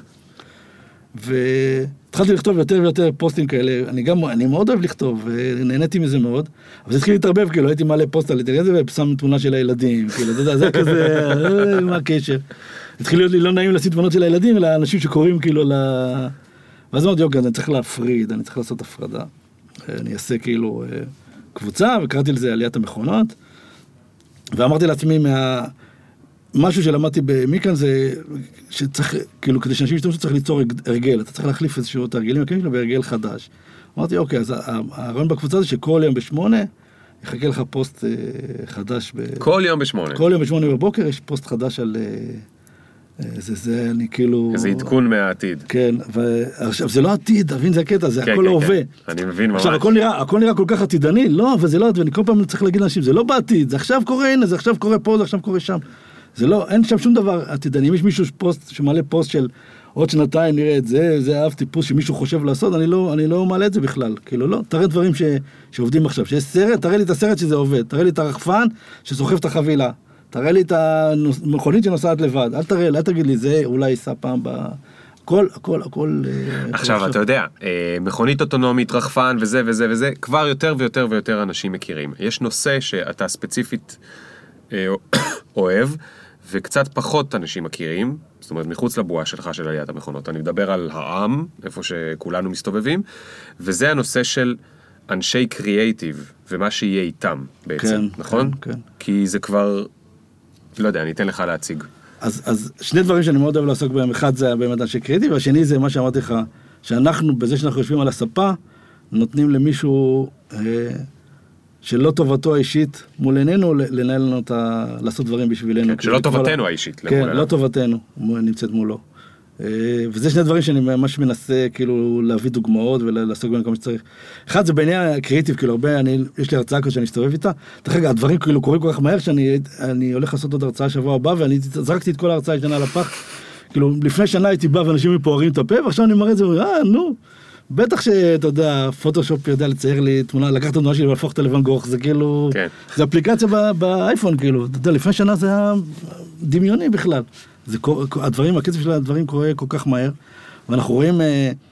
והתחלתי לכתוב יותר ויותר פוסטים כאלה, אני גם, אני מאוד אוהב לכתוב, ונהניתי מזה מאוד, אבל זה התחיל להתערבב, כאילו, הייתי מעלה פוסט על אינטליגנציה, ופסם תמונה של הילדים, כאילו, אתה יודע, זה כזה, מה הקשר? התחיל להיות לי לא נעים לשים תמונות של הילדים, אלא אנשים שקוראים, כאילו, ל... ואז אמרתי, אוקיי, אני צריך להפריד, אני צריך לעשות הפרדה. אני אעשה, כאילו, קבוצה, וקראתי לזה עליית המכונות, ואמרתי לעצמי, מה... משהו שלמדתי במיקרן זה שצריך, כאילו, כדי שאנשים ישתמשו צריך ליצור הרגל, אתה צריך להחליף איזשהו הרגלים, כאילו, בהרגל חדש. אמרתי, אוקיי, אז הרעיון בקבוצה זה שכל יום בשמונה, יחכה לך פוסט חדש. כל יום בשמונה. כל יום בשמונה בבוקר יש פוסט חדש על... זה, זה, אני כאילו... איזה עדכון מהעתיד. כן, ועכשיו, זה לא עתיד, תבין, זה הקטע, זה הכל ההווה. אני מבין ממש. עכשיו, הכל נראה, הכל נראה כל כך עתידני, לא, אבל זה לא, ואני כל פעם צריך להגיד לאנשים, זה לא בעתיד, זה עכשיו קורה, הנה, זה עכשיו קורה פה, זה עכשיו קורה שם. זה לא, אין שם שום דבר עתידני. אם יש מישהו פוסט, שמעלה פוסט של עוד שנתיים נראה את זה, זה אהבתי פוסט שמישהו חושב לעשות, אני לא, אני לא מעלה את זה בכלל. כאילו לא, תראה דברים ש, שעובדים עכשיו. שיש סרט, תראה לי את הסרט שזה עובד. תראה לי את הרחפן שסוחב את החבילה. תראה לי את המכונית שנוסעת לבד. אל תראה, אל תגיד לי, זה אולי ייסע פעם ב... הכל, הכל, הכל... עכשיו, אתה יודע, מכונית אוטונומית, רחפן וזה וזה וזה, כבר יותר ויותר ויותר אנשים מכירים. יש נושא שאתה ספציפית אוהב, וקצת פחות אנשים מכירים, זאת אומרת, מחוץ לבועה שלך של עליית המכונות. אני מדבר על העם, איפה שכולנו מסתובבים, וזה הנושא של אנשי קריאייטיב, ומה שיהיה איתם בעצם, כן, נכון? כן, כן. כי זה כבר, לא יודע, אני אתן לך להציג. אז, אז שני דברים שאני מאוד אוהב לעסוק בהם, אחד זה באמת אנשי קריאייטיב, והשני זה מה שאמרתי לך, שאנחנו, בזה שאנחנו יושבים על הספה, נותנים למישהו... אה, שלא טובתו האישית מול עינינו, לנהל לנו את ה... לעשות דברים בשבילנו. כן, שלא טובתנו האישית. כן, לא טובתנו, נמצאת מולו. וזה שני דברים שאני ממש מנסה, כאילו, להביא דוגמאות ולעסוק בהם כמו שצריך. אחד, זה בעניין הקריאיטיב, כאילו, הרבה, אני, יש לי הרצאה כזאת שאני אסתובב איתה. תחשב, הדברים כאילו קורים כל כך מהר, שאני אני הולך לעשות עוד הרצאה שבוע הבא, ואני זרקתי את כל ההרצאה השנה על הפח. כאילו, לפני שנה הייתי בא ואנשים מפוארים את הפה, ועכשיו אני מראה את זה, אה, נו. בטח שאתה יודע, פוטושופ יודע לצייר לי תמונה, לקחת את התמונה שלי ולהפוך אותה לבן גוך, זה כאילו, כן. זה אפליקציה באייפון, כאילו, אתה יודע, לפני שנה זה היה דמיוני בכלל. זה, הדברים, הקצב של הדברים קורה כל כך מהר, ואנחנו רואים,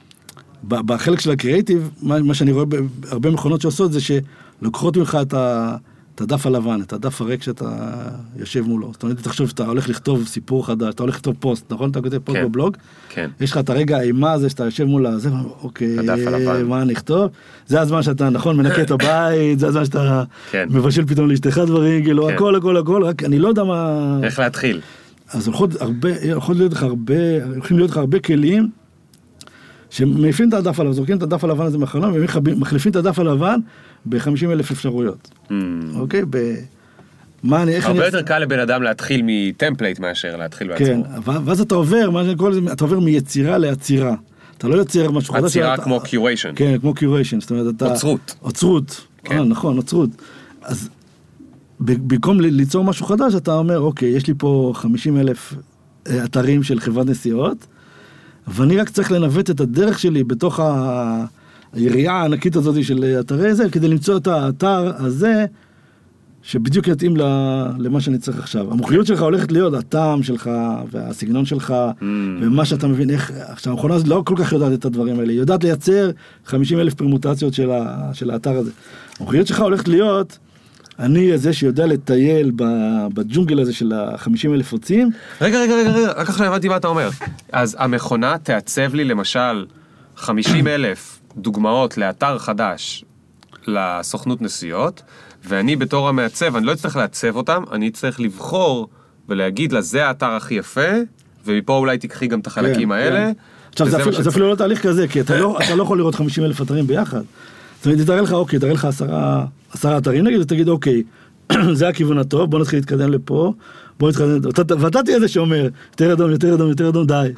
בחלק של הקריאייטיב, מה, מה שאני רואה בהרבה מכונות שעושות, זה שלוקחות ממך את ה... את הדף הלבן, את הדף הרק שאתה יושב מולו. זאת אומרת, תחשוב שאתה הולך לכתוב סיפור חדש, אתה הולך לכתוב פוסט, נכון? אתה כותב פוסט בבלוג? כן. יש לך את הרגע האימה הזה שאתה יושב מול הזה, אוקיי, מה נכתוב? זה הזמן שאתה, נכון, מנקה את הבית, זה הזמן שאתה מבשל פתאום לאשתך דברים, כאילו, הכל, הכל, הכל, רק אני לא יודע מה... איך להתחיל? אז יכולים להיות לך הרבה, יכולים להיות לך הרבה כלים, שמעיפים את הדף הלבן, זורקים את הדף הלבן הזה מהחלום, ומחליפים את הדף הלבן ב-חמישים אלף אפשרויות. אוקיי? מה אני, איך אני... הרבה יותר קל לבן אדם להתחיל מטמפלייט מאשר להתחיל בעצמו. כן, ואז אתה עובר, מה שאני קורא לזה, אתה עובר מיצירה לעצירה. אתה לא יוצר משהו חדש. עצירה כמו קיוריישן. כן, כמו קיוריישן, זאת אומרת, אתה... עוצרות. עוצרות, נכון, עוצרות. אז במקום ליצור משהו חדש, אתה אומר, אוקיי, יש לי פה חמישים אלף אתרים של חברת נסיעות, ואני רק צריך לנווט את הדרך שלי בתוך היריעה הענקית הזאת של אתרי זה, כדי למצוא את האתר הזה, שבדיוק יתאים למה שאני צריך עכשיו. המומחיות שלך הולכת להיות הטעם שלך, והסגנון שלך, ומה שאתה מבין, איך, עכשיו, המכונה הזאת לא כל כך יודעת את הדברים האלה, היא יודעת לייצר חמישים אלף פרמוטציות של, ה, של האתר הזה. המומחיות שלך הולכת להיות, אני זה שיודע לטייל בג'ונגל הזה של ה-חמישים אלף עוצים. רגע, רגע, רגע, רגע, רק עכשיו הבנתי מה אתה אומר. אז המכונה תעצב לי למשל חמישים אלף דוגמאות לאתר חדש לסוכנות נסיעות, ואני בתור המעצב, אני לא אצטרך לעצב אותם, אני אצטרך לבחור ולהגיד לה, זה האתר הכי יפה, ומפה אולי תקחי גם את החלקים האלה. עכשיו, זה אפילו לא תהליך כזה, כי אתה לא יכול לראות חמישים אלף אתרים ביחד. זאת אומרת, תראה לך, אוקיי, תראה לך עשרה, עשרה אתרים, נגיד, ותגיד, אוקיי, זה הכיוון הטוב, בוא נתחיל להתקדם לפה, בוא נתקדם, ואתה תהיה זה שאומר, יותר אדום, יותר אדום, יותר אדום, די.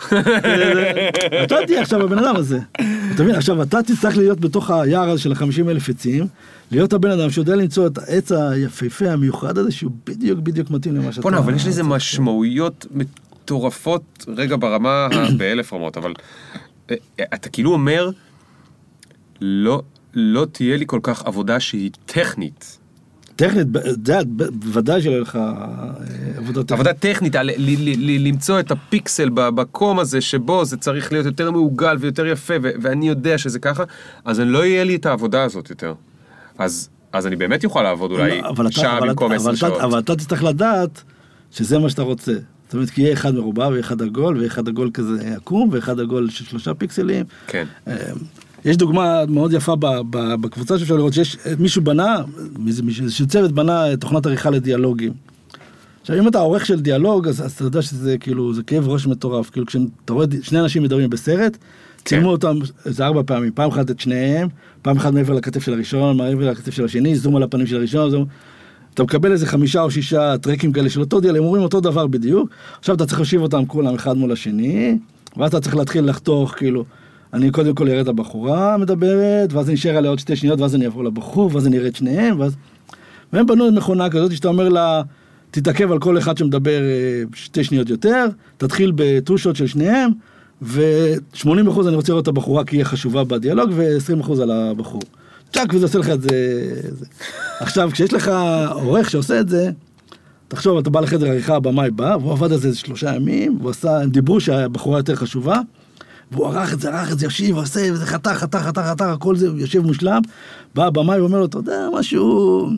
אתה תהיה עכשיו הבן אדם הזה. אתה מבין, עכשיו, אתה תצטרך להיות בתוך היער הזה של ה-חמישים אלף עצים, להיות הבן אדם שיודע למצוא את העץ היפהפה, המיוחד הזה, שהוא בדיוק, בדיוק מתאים למה שאתה... בוא, אבל יש לזה משמעויות מטורפות, רגע ברמה, באלף רמות, אבל אתה כאילו אומר, לא... לא תהיה לי כל כך עבודה שהיא טכנית. טכנית, בוודאי שלא לך עבודה טכנית. עבודה טכנית, למצוא את הפיקסל במקום הזה שבו זה צריך להיות יותר מעוגל ויותר יפה, ואני יודע שזה ככה, אז אני לא יהיה לי את העבודה הזאת יותר. אז אני באמת יוכל לעבוד אולי שעה במקום עשר שעות. אבל אתה תצטרך לדעת שזה מה שאתה רוצה. זאת אומרת, כי יהיה אחד מרובע ואחד עגול, ואחד עגול כזה עקום, ואחד עגול של שלושה פיקסלים. כן. יש דוגמה מאוד יפה בקבוצה שאפשר לראות שיש מישהו בנה, מישהו צוות בנה תוכנת עריכה לדיאלוגים. עכשיו, אם אתה עורך של דיאלוג, אז, אז אתה יודע שזה כאילו, זה כאב ראש מטורף. כאילו, כשאתה רואה שני אנשים מדברים בסרט, צילמו אותם איזה ארבע פעמים, פעם אחת את שניהם, פעם אחת מעבר לכתף של הראשון, מעבר לכתף של השני, זום על הפנים של הראשון, זום. אתה מקבל איזה חמישה או שישה טרקים כאלה של אותו דיאלוג, הם אומרים אותו דבר בדיוק. עכשיו אתה צריך להושיב אותם כולם אחד מול השני, ואז אתה צריך להתחיל לחתוך, כאילו, אני קודם כל אראה את הבחורה מדברת, ואז אני אשאר עליה עוד שתי שניות, ואז אני אעבור לבחור, ואז אני אראה את שניהם, ואז... והם בנו את מכונה כזאת, שאתה אומר לה, תתעכב על כל אחד שמדבר שתי שניות יותר, תתחיל בטושות של שניהם, ו-שמונים אחוז אני רוצה לראות את הבחורה, כי היא חשובה בדיאלוג, ו-עשרים אחוז על הבחור. צ'ק, וזה עושה לך את זה... עכשיו, כשיש לך עורך שעושה את זה, תחשוב, אתה בא לחדר עריכה, הבמאי בא, והוא עבד על זה שלושה ימים, והוא עשה, הם דיברו שהבחורה יותר חשובה, והוא ערך את זה, ערך את זה, ישיב, עושה, וזה חתך, חתך, חתך, חתך, הכל זה, הוא יושב מושלם, בא הבמאי ואומר לו, אתה יודע, משהו...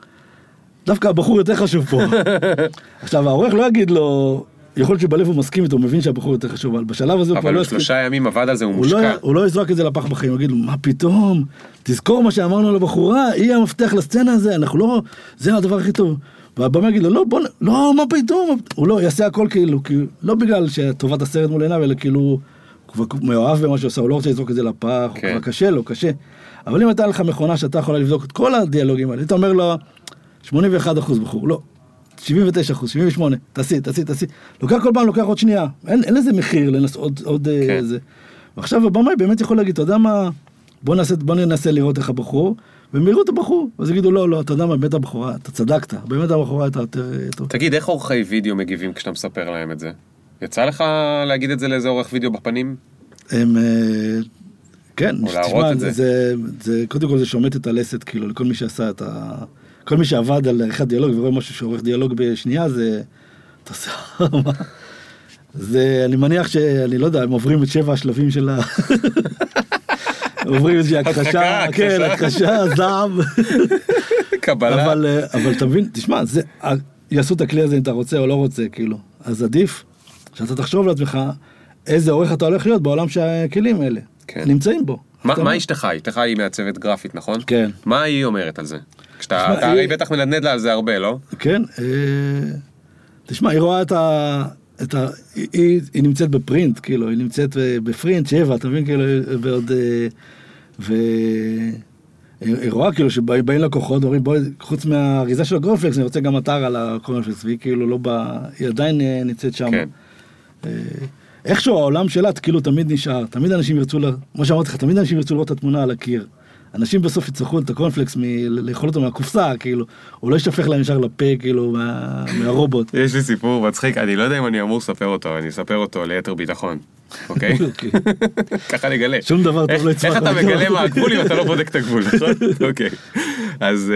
דווקא הבחור יותר חשוב פה. עכשיו, העורך לא יגיד לו, יכול להיות שבלב הוא מסכים איתו, הוא מבין שהבחור יותר חשוב, אבל בשלב הזה הוא כבר לא... אבל שלושה ימים עבד על זה, הוא מושקע. הוא לא יזרוק את זה לפח בחיים, הוא יגיד לו, מה פתאום? תזכור מה שאמרנו לבחורה, היא המפתח לסצנה הזה, אנחנו לא... זה הדבר הכי טוב. והבמה יגיד לו, לא, בוא... לא, מה פתאום? הוא לא, יעשה הכל כאילו, לא בגלל שטובת הסרט מול עיניו, אלא כאילו... הוא מאוהב במה שעושה, הוא לא רוצה לזרוק את זה לפח, הוא כבר קשה לו, קשה. אבל אם הייתה לך מכונה שאתה יכולה לבדוק את כל הדיאלוגים האלה, אתה אומר לו, שמונים ואחד אחוז בחור, לא, שבעים ותשע אחוז, שבעים ושמונה, תעשי, תעשי, תעשי. לוקח כל פעם, לוקח עוד שנייה, אין, אין לזה מחיר לנס, עוד, עוד כן. זה. ועכשיו הבמאי באמת יכול להגיד, אתה יודע מה, בוא ננסה, בוא ננסה לראות איך הבחור, והם יראו את הבחור, אז יגידו, לא, לא, אתה יודע מה, באמת הבחורה, אתה צדקת, באמת הבחורה הייתה יותר טוב. תגיד, איך עורכי וידאו מגיבים כשאתה מספר להם את זה? יצא לך להגיד את זה לאיזה עורך וידאו בפנים? הם, כן, תשמע, זה, זה, זה, קודם כל זה שומט את הלסת, כאילו, לכל מי שעשה את ה... כל מי שעבד על עריכת דיאלוג ורואה משהו שעורך דיאלוג בשנייה, זה... אתה עושה... זה, אני מניח שאני לא יודע, הם עוברים את שבע השלבים של ה... עוברים איזושהי הכחשה, כן, הכחשה, זעם. קבלה. אבל, אבל תבין, תשמע, זה, יעשו את הכלי הזה אם אתה רוצה או לא רוצה, כאילו. אז עדיף שאתה תחשוב לעצמך איזה עורך אתה הולך להיות בעולם שהכלים האלה נמצאים בו. מה אשתך? אשתך היא מעצבת גרפית, נכון? כן. מה היא אומרת על זה? אתה הרי בטח מלנד לה על זה הרבה, לא? כן. תשמע, היא רואה את ה... היא נמצאת בפרינט, כאילו, היא נמצאת בפרינט, שבע, אתה מבין, כאילו, ועוד... היא רואה כאילו שבאים לקוחות, אומרים בואי, חוץ מהאריזה של הגורנפלקס, אני רוצה גם אתר על הגורנפלקס, והיא כאילו לא בא, היא עדיין נמצאת שם. כן. איכשהו העולם שלה כאילו תמיד נשאר, תמיד אנשים ירצו, כמו שאמרתי לך, תמיד אנשים ירצו לראות את התמונה על הקיר, אנשים בסוף יצטרכו את הקורנפלקס לאכול אותו מהקופסה, כאילו, הוא לא ישפך להם ישר לפה, כאילו, מהרובוט. יש לי סיפור מצחיק, אני לא יודע אם אני אמור לספר אותו, אני אספר אותו ליתר ביטחון, אוקיי? ככה נגלה. שום דבר טוב לא יצמח. איך אתה מגלה מה הגבול אם אתה לא בודק את הגבול, נכון? אוקיי. אז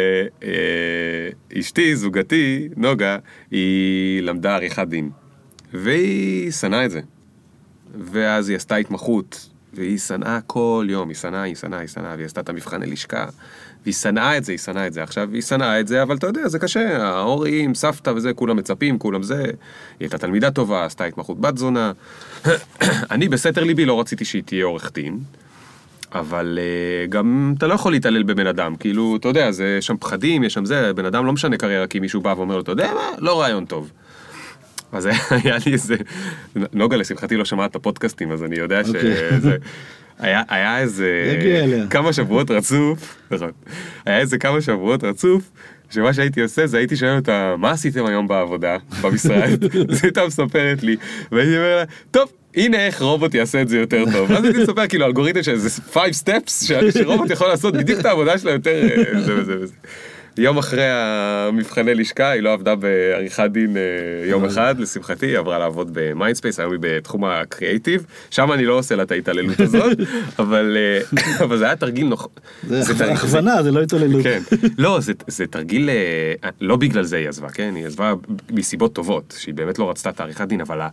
אשתי, זוגתי, נוגה, היא למדה עריכת דין, והיא שנאה את זה. ואז היא עשתה התמחות, והיא שנאה כל יום, היא שנאה, היא שנאה, היא שנאה, והיא עשתה את המבחני לשכה, והיא שנאה את זה, היא שנאה את זה. עכשיו, היא שנאה את זה, אבל אתה יודע, זה קשה, ההורים, סבתא וזה, כולם מצפים, כולם זה. היא הייתה תלמידה טובה, עשתה התמחות בת זונה. אני בסתר ליבי לא רציתי שהיא תהיה עורך דין, אבל uh, גם אתה לא יכול להתעלל בבן אדם, כאילו, אתה יודע, זה שם פחדים, יש שם זה, בן אדם לא משנה קריירה, כי מישהו בא ואומר לו, אתה יודע מה, לא רעיון טוב. אז היה לי איזה, נוגה לשמחתי לא שמעת את הפודקאסטים, אז אני יודע שזה, היה, היה איזה כמה שבועות רצוף, נכון, היה איזה כמה שבועות רצוף, שמה שהייתי עושה זה הייתי שואל אותה, מה עשיתם היום בעבודה, במשרד? אז הייתה מספרת לי, והייתי אומר לה, טוב, הנה איך רובוט יעשה את זה יותר טוב. אז הייתי מספר כאילו אלגוריתם שזה five steps, שרובוט יכול לעשות בדיוק את העבודה שלה יותר, זה וזה וזה. יום אחרי המבחני לשכה, היא לא עבדה בעריכת דין יום אחד, לשמחתי, היא עברה לעבוד במיינדספייס, היום היא בתחום הקריאייטיב, שם אני לא עושה לה את ההתעללות הזאת, אבל זה היה תרגיל נוח... זה הכוונה, זה לא התעללות. כן, לא, זה תרגיל, לא בגלל זה היא עזבה, כן? היא עזבה מסיבות טובות, שהיא באמת לא רצתה את העריכת דין, אבל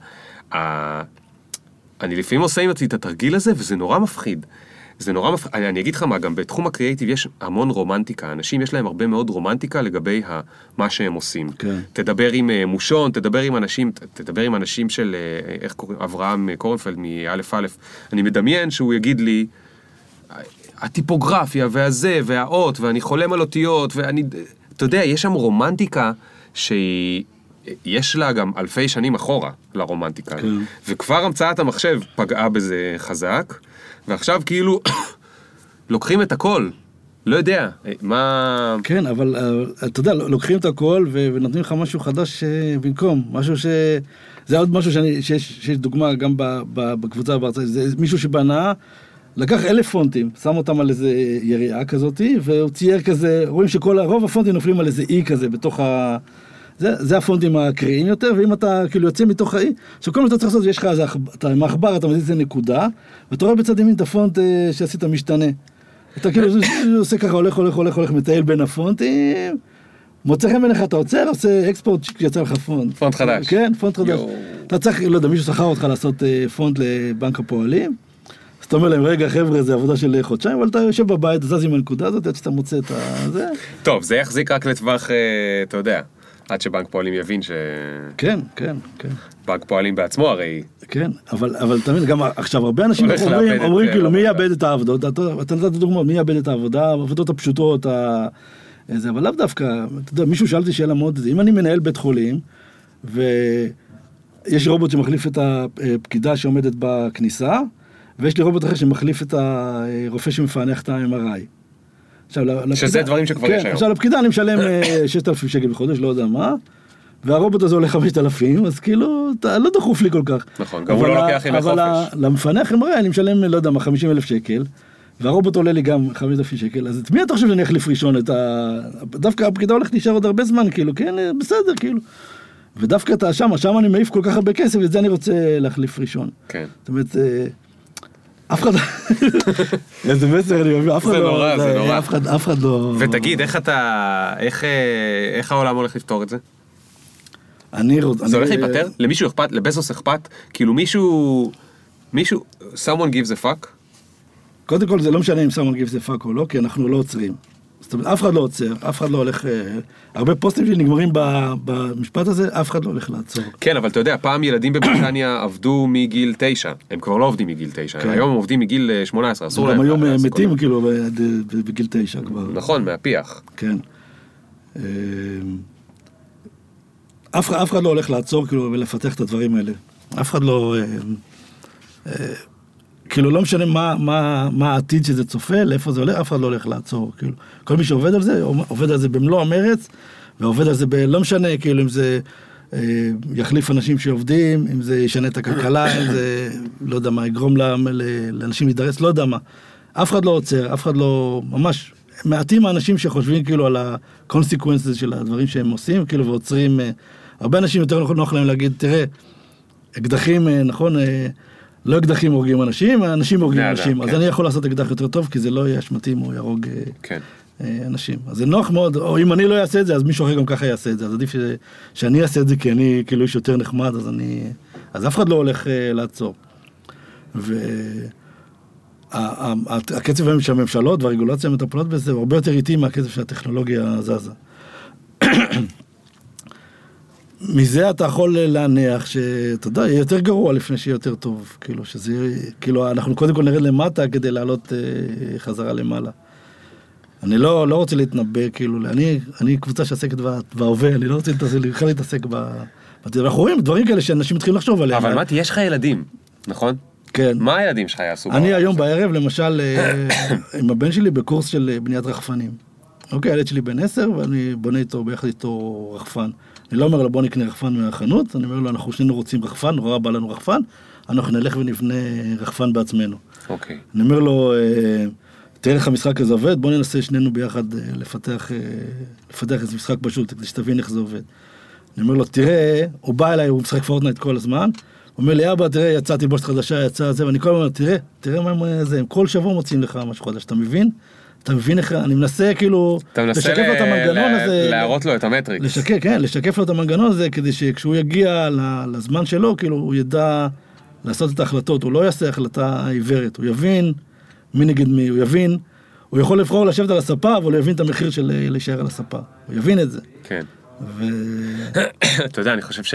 אני לפעמים עושה עם עצמי את התרגיל הזה, וזה נורא מפחיד. זה נורא מפחיד, אני אגיד לך מה, גם בתחום הקריאייטיב יש המון רומנטיקה, אנשים יש להם הרבה מאוד רומנטיקה לגבי מה שהם עושים. כן. תדבר עם מושון, תדבר עם אנשים, תדבר עם אנשים של, איך קוראים, אברהם קורנפלד מאלף אלף, אני מדמיין שהוא יגיד לי, הטיפוגרפיה והזה והאות, ואני חולם על אותיות, ואני, אתה יודע, יש שם רומנטיקה שהיא, יש לה גם אלפי שנים אחורה לרומנטיקה, כן. וכבר המצאת המחשב פגעה בזה חזק, ועכשיו כאילו לוקחים את הכל, לא יודע, מה... כן, אבל אתה יודע, לוקחים את הכל ונותנים לך משהו חדש במקום, משהו ש... זה עוד משהו שאני, שיש, שיש דוגמה גם בקבוצה בארצות, זה מישהו שבנה, לקח אלף פונטים, שם אותם על איזה יריעה כזאת, והוא צייר כזה, רואים שכל, רוב הפונטים נופלים על איזה אי כזה בתוך ה... זה, זה הפונטים הקריאים יותר, ואם אתה כאילו יוצא מתוך האי, שכל מה שאתה צריך לעשות, יש לך איזה, אתה מחבר, אתה מזיז איזה נקודה, ואתה רואה בצד ימין את הפונט שעשית משתנה. אתה כאילו עושה ככה, הולך, הולך, הולך, הולך, מטייל בין הפונטים, מוצא חן בעיניך, אתה עוצר, עושה אקספורט, יצא לך פונט. פונט חדש. כן, פונט חדש. אתה צריך, לא יודע, מישהו שכר אותך לעשות פונט לבנק הפועלים, אז אתה אומר להם, רגע, חבר'ה, זה עבודה של חודשיים, אבל אתה יושב בבית, זז עם הנקודה הזאת, עד שאתה מוצא את זה. טוב, זה יחזיק רק לטווח, אתה יודע. עד שבנק פועלים יבין ש... כן, כן, כן. בנק פועלים בעצמו הרי... כן, אבל, אבל תמיד, גם עכשיו, הרבה אנשים אומרים, אומרים כאילו, מי יאבד את העבודות? אתה נתת דוגמאות, מי יאבד את העבודה, העבודות הפשוטות, זה, אבל לאו דווקא, אתה יודע, מישהו שאלתי שאלה מאוד, אם אני מנהל בית חולים, ויש רובוט שמחליף את הפקידה שעומדת בכניסה, ויש לי רובוט אחר שמחליף את הרופא שמפענח את ה-אם אר איי. שזה דברים שכבר יש היום. עכשיו לפקידה אני משלם שישת אלפים שקל בחודש, לא יודע מה, והרובוט הזה עולה חמשת אלפים, אז כאילו, לא דחוף לי כל כך. נכון, גם הוא לא לוקח ימי חופש. אבל למפענח אם אני משלם, לא יודע מה, חמישים אלף שקל, והרובוט עולה לי גם חמשת אלפים שקל, אז את מי אתה חושב שאני אחליף ראשון? דווקא הפקידה הולכת להישאר עוד הרבה זמן, כאילו, כן, בסדר, כאילו. ודווקא אתה שם, שם אני מעיף כל כך הרבה כסף, ואת זה אני רוצה להחליף ראשון. כן. זאת אומרת, אף אחד, איזה מסר אני אומר, אף אחד לא, זה נורא, זה נורא. אף אחד לא... ותגיד, איך אתה, איך העולם הולך לפתור את זה? אני רוצה... זה הולך להיפטר? למישהו אכפת? לבסוס אכפת? כאילו מישהו, מישהו, someone gives a fuck? קודם כל זה לא משנה אם someone gives a fuck או לא, כי אנחנו לא עוצרים. זאת אומרת, אף אחד לא עוצר, אף אחד לא הולך... הרבה פוסטים שנגמרים במשפט הזה, אף אחד לא הולך לעצור. כן, אבל אתה יודע, פעם ילדים בבריטניה עבדו מגיל תשע, הם כבר לא עובדים מגיל תשע, היום הם עובדים מגיל שמונה עשרה, אסור להם. גם היום מתים כאילו בגיל תשע כבר. נכון, מהפיח. כן. אף אחד לא הולך לעצור כאילו ולפתח את הדברים האלה. אף אחד לא... כאילו לא משנה מה, מה, מה העתיד שזה צופה, לאיפה זה הולך, אף אחד לא הולך לעצור, כאילו. כל מי שעובד על זה, עובד על זה במלוא המרץ, ועובד על זה ב... לא משנה, כאילו, אם זה אה, יחליף אנשים שעובדים, אם זה ישנה את הכלכלה, אם זה, לא יודע מה, יגרום לה, לאנשים להידרס, לא יודע מה. אף אחד לא עוצר, אף אחד לא, ממש, מעטים האנשים שחושבים כאילו על ה-consequences של הדברים שהם עושים, כאילו ועוצרים, הרבה אנשים יותר נוח להם להגיד, תראה, אקדחים, נכון, לא אקדחים הורגים אנשים, אנשים הורגים אנשים, אז אני יכול לעשות אקדח יותר טוב, כי זה לא יהיה אשמתי אם הוא יהרוג אנשים. אז זה נוח מאוד, או אם אני לא אעשה את זה, אז מישהו אחר גם ככה יעשה את זה, אז עדיף שאני אעשה את זה, כי אני כאילו איש יותר נחמד, אז אני, אז אף אחד לא הולך לעצור. והקצב שהממשלות והרגולציה מטפלות בזה, הוא הרבה יותר איטי מהקצב שהטכנולוגיה זזה. מזה אתה יכול להניח שאתה יודע, יהיה יותר גרוע לפני שיהיה יותר טוב, כאילו, שזה, כאילו, אנחנו קודם כל נרד למטה כדי לעלות אה, חזרה למעלה. אני לא, לא רוצה להתנבא, כאילו, אני, אני קבוצה שעסקת בהווה, אני לא רוצה להתחיל להתעסק ב... אנחנו רואים דברים כאלה שאנשים מתחילים לחשוב עליהם. אבל מתי, יש לך ילדים, נכון? כן. מה הילדים שלך יעשו? אני היום בערב, למשל, עם הבן שלי בקורס של בניית רחפנים. אוקיי, הילד שלי בן עשר, ואני בונה איתו, ביחד איתו רחפן. אני לא אומר לו, בוא נקנה רחפן מהחנות, אני אומר לו, אנחנו שנינו רוצים רחפן, נורא בא לנו רחפן, אנחנו נלך ונבנה רחפן בעצמנו. אוקיי. אני אומר לו, תראה איך המשחק הזה עובד, בוא ננסה שנינו ביחד לפתח, לפתח איזה משחק פשוט, כדי שתבין איך זה עובד. אני אומר לו, תראה, הוא בא אליי, הוא משחק פורטנייט כל הזמן, הוא אומר לי, אבא, תראה, יצאתי בושת חדשה, יצא זה, ואני כל הזמן אומר, תראה, תראה מה זה, הם כל שבוע מוצאים לך משהו חדש, אתה מבין? אתה מבין איך, אני מנסה כאילו, לשקף לו את המנגנון הזה. להראות לו את המטריקס. לשקף, כן, לשקף לו את המנגנון הזה, כדי שכשהוא יגיע לזמן שלו, כאילו, הוא ידע לעשות את ההחלטות, הוא לא יעשה החלטה עיוורת, הוא יבין מי נגד מי, הוא יבין, הוא יכול לבחור לשבת על הספה, אבל הוא יבין את המחיר של להישאר על הספה, הוא יבין את זה. כן. אתה יודע, אני חושב ש...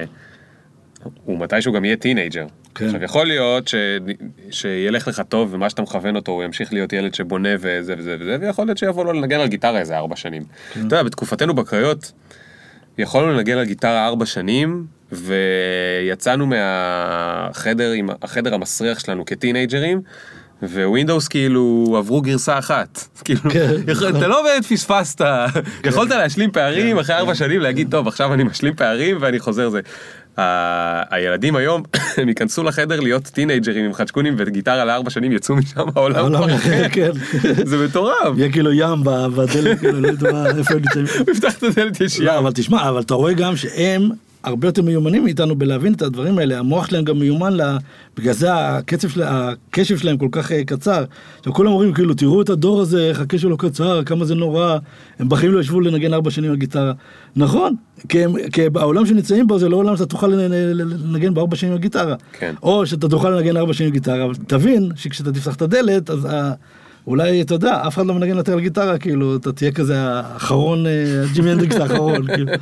הוא מתישהו גם יהיה טינאג'ר. כן. עכשיו, יכול להיות ש... שילך לך טוב, ומה שאתה מכוון אותו, הוא ימשיך להיות ילד שבונה וזה וזה וזה, ויכול להיות שיבוא לו לנגן על גיטרה איזה ארבע שנים. כן. אתה יודע, בתקופתנו בקריות, יכולנו לנגן על גיטרה ארבע שנים, ויצאנו מהחדר, עם החדר המסריח שלנו כטינאג'רים, ווינדוס כאילו עברו גרסה אחת. כאילו, אתה לא באמת פספסת, יכולת להשלים פערים אחרי ארבע שנים, להגיד, טוב, עכשיו אני משלים פערים ואני חוזר זה. הילדים היום, הם ייכנסו לחדר להיות טינאג'רים עם חדשקונים וגיטרה לארבע שנים, יצאו משם העולם כבר אחר. זה מטורף. יהיה כאילו ים בדלת, כאילו, לא יודע איפה הם נמצאים. הוא יפתח את הדלת, יש ים. אבל תשמע, אבל אתה רואה גם שהם הרבה יותר מיומנים מאיתנו בלהבין את הדברים האלה, המוח שלהם גם מיומן לה, בגלל זה הקשב שלהם כל כך קצר. עכשיו כולם אומרים כאילו, תראו את הדור הזה, איך הקשב לא קצר, כמה זה נורא, הם בחיים לא ישבו לנגן ארבע שנים על גיטרה. נכון, כי, הם, כי העולם שנמצאים בו זה לא עולם שאתה תוכל לנגן בארבע שנים על גיטרה. כן. או שאתה תוכל לנגן ארבע שנים על גיטרה, אבל תבין שכשאתה תפתח את הדלת, אז אולי, אתה יודע, אף אחד לא מנגן יותר על גיטרה, כאילו, אתה תהיה כזה האחרון, ג'ימי הנדריקס האחרון, כאילו.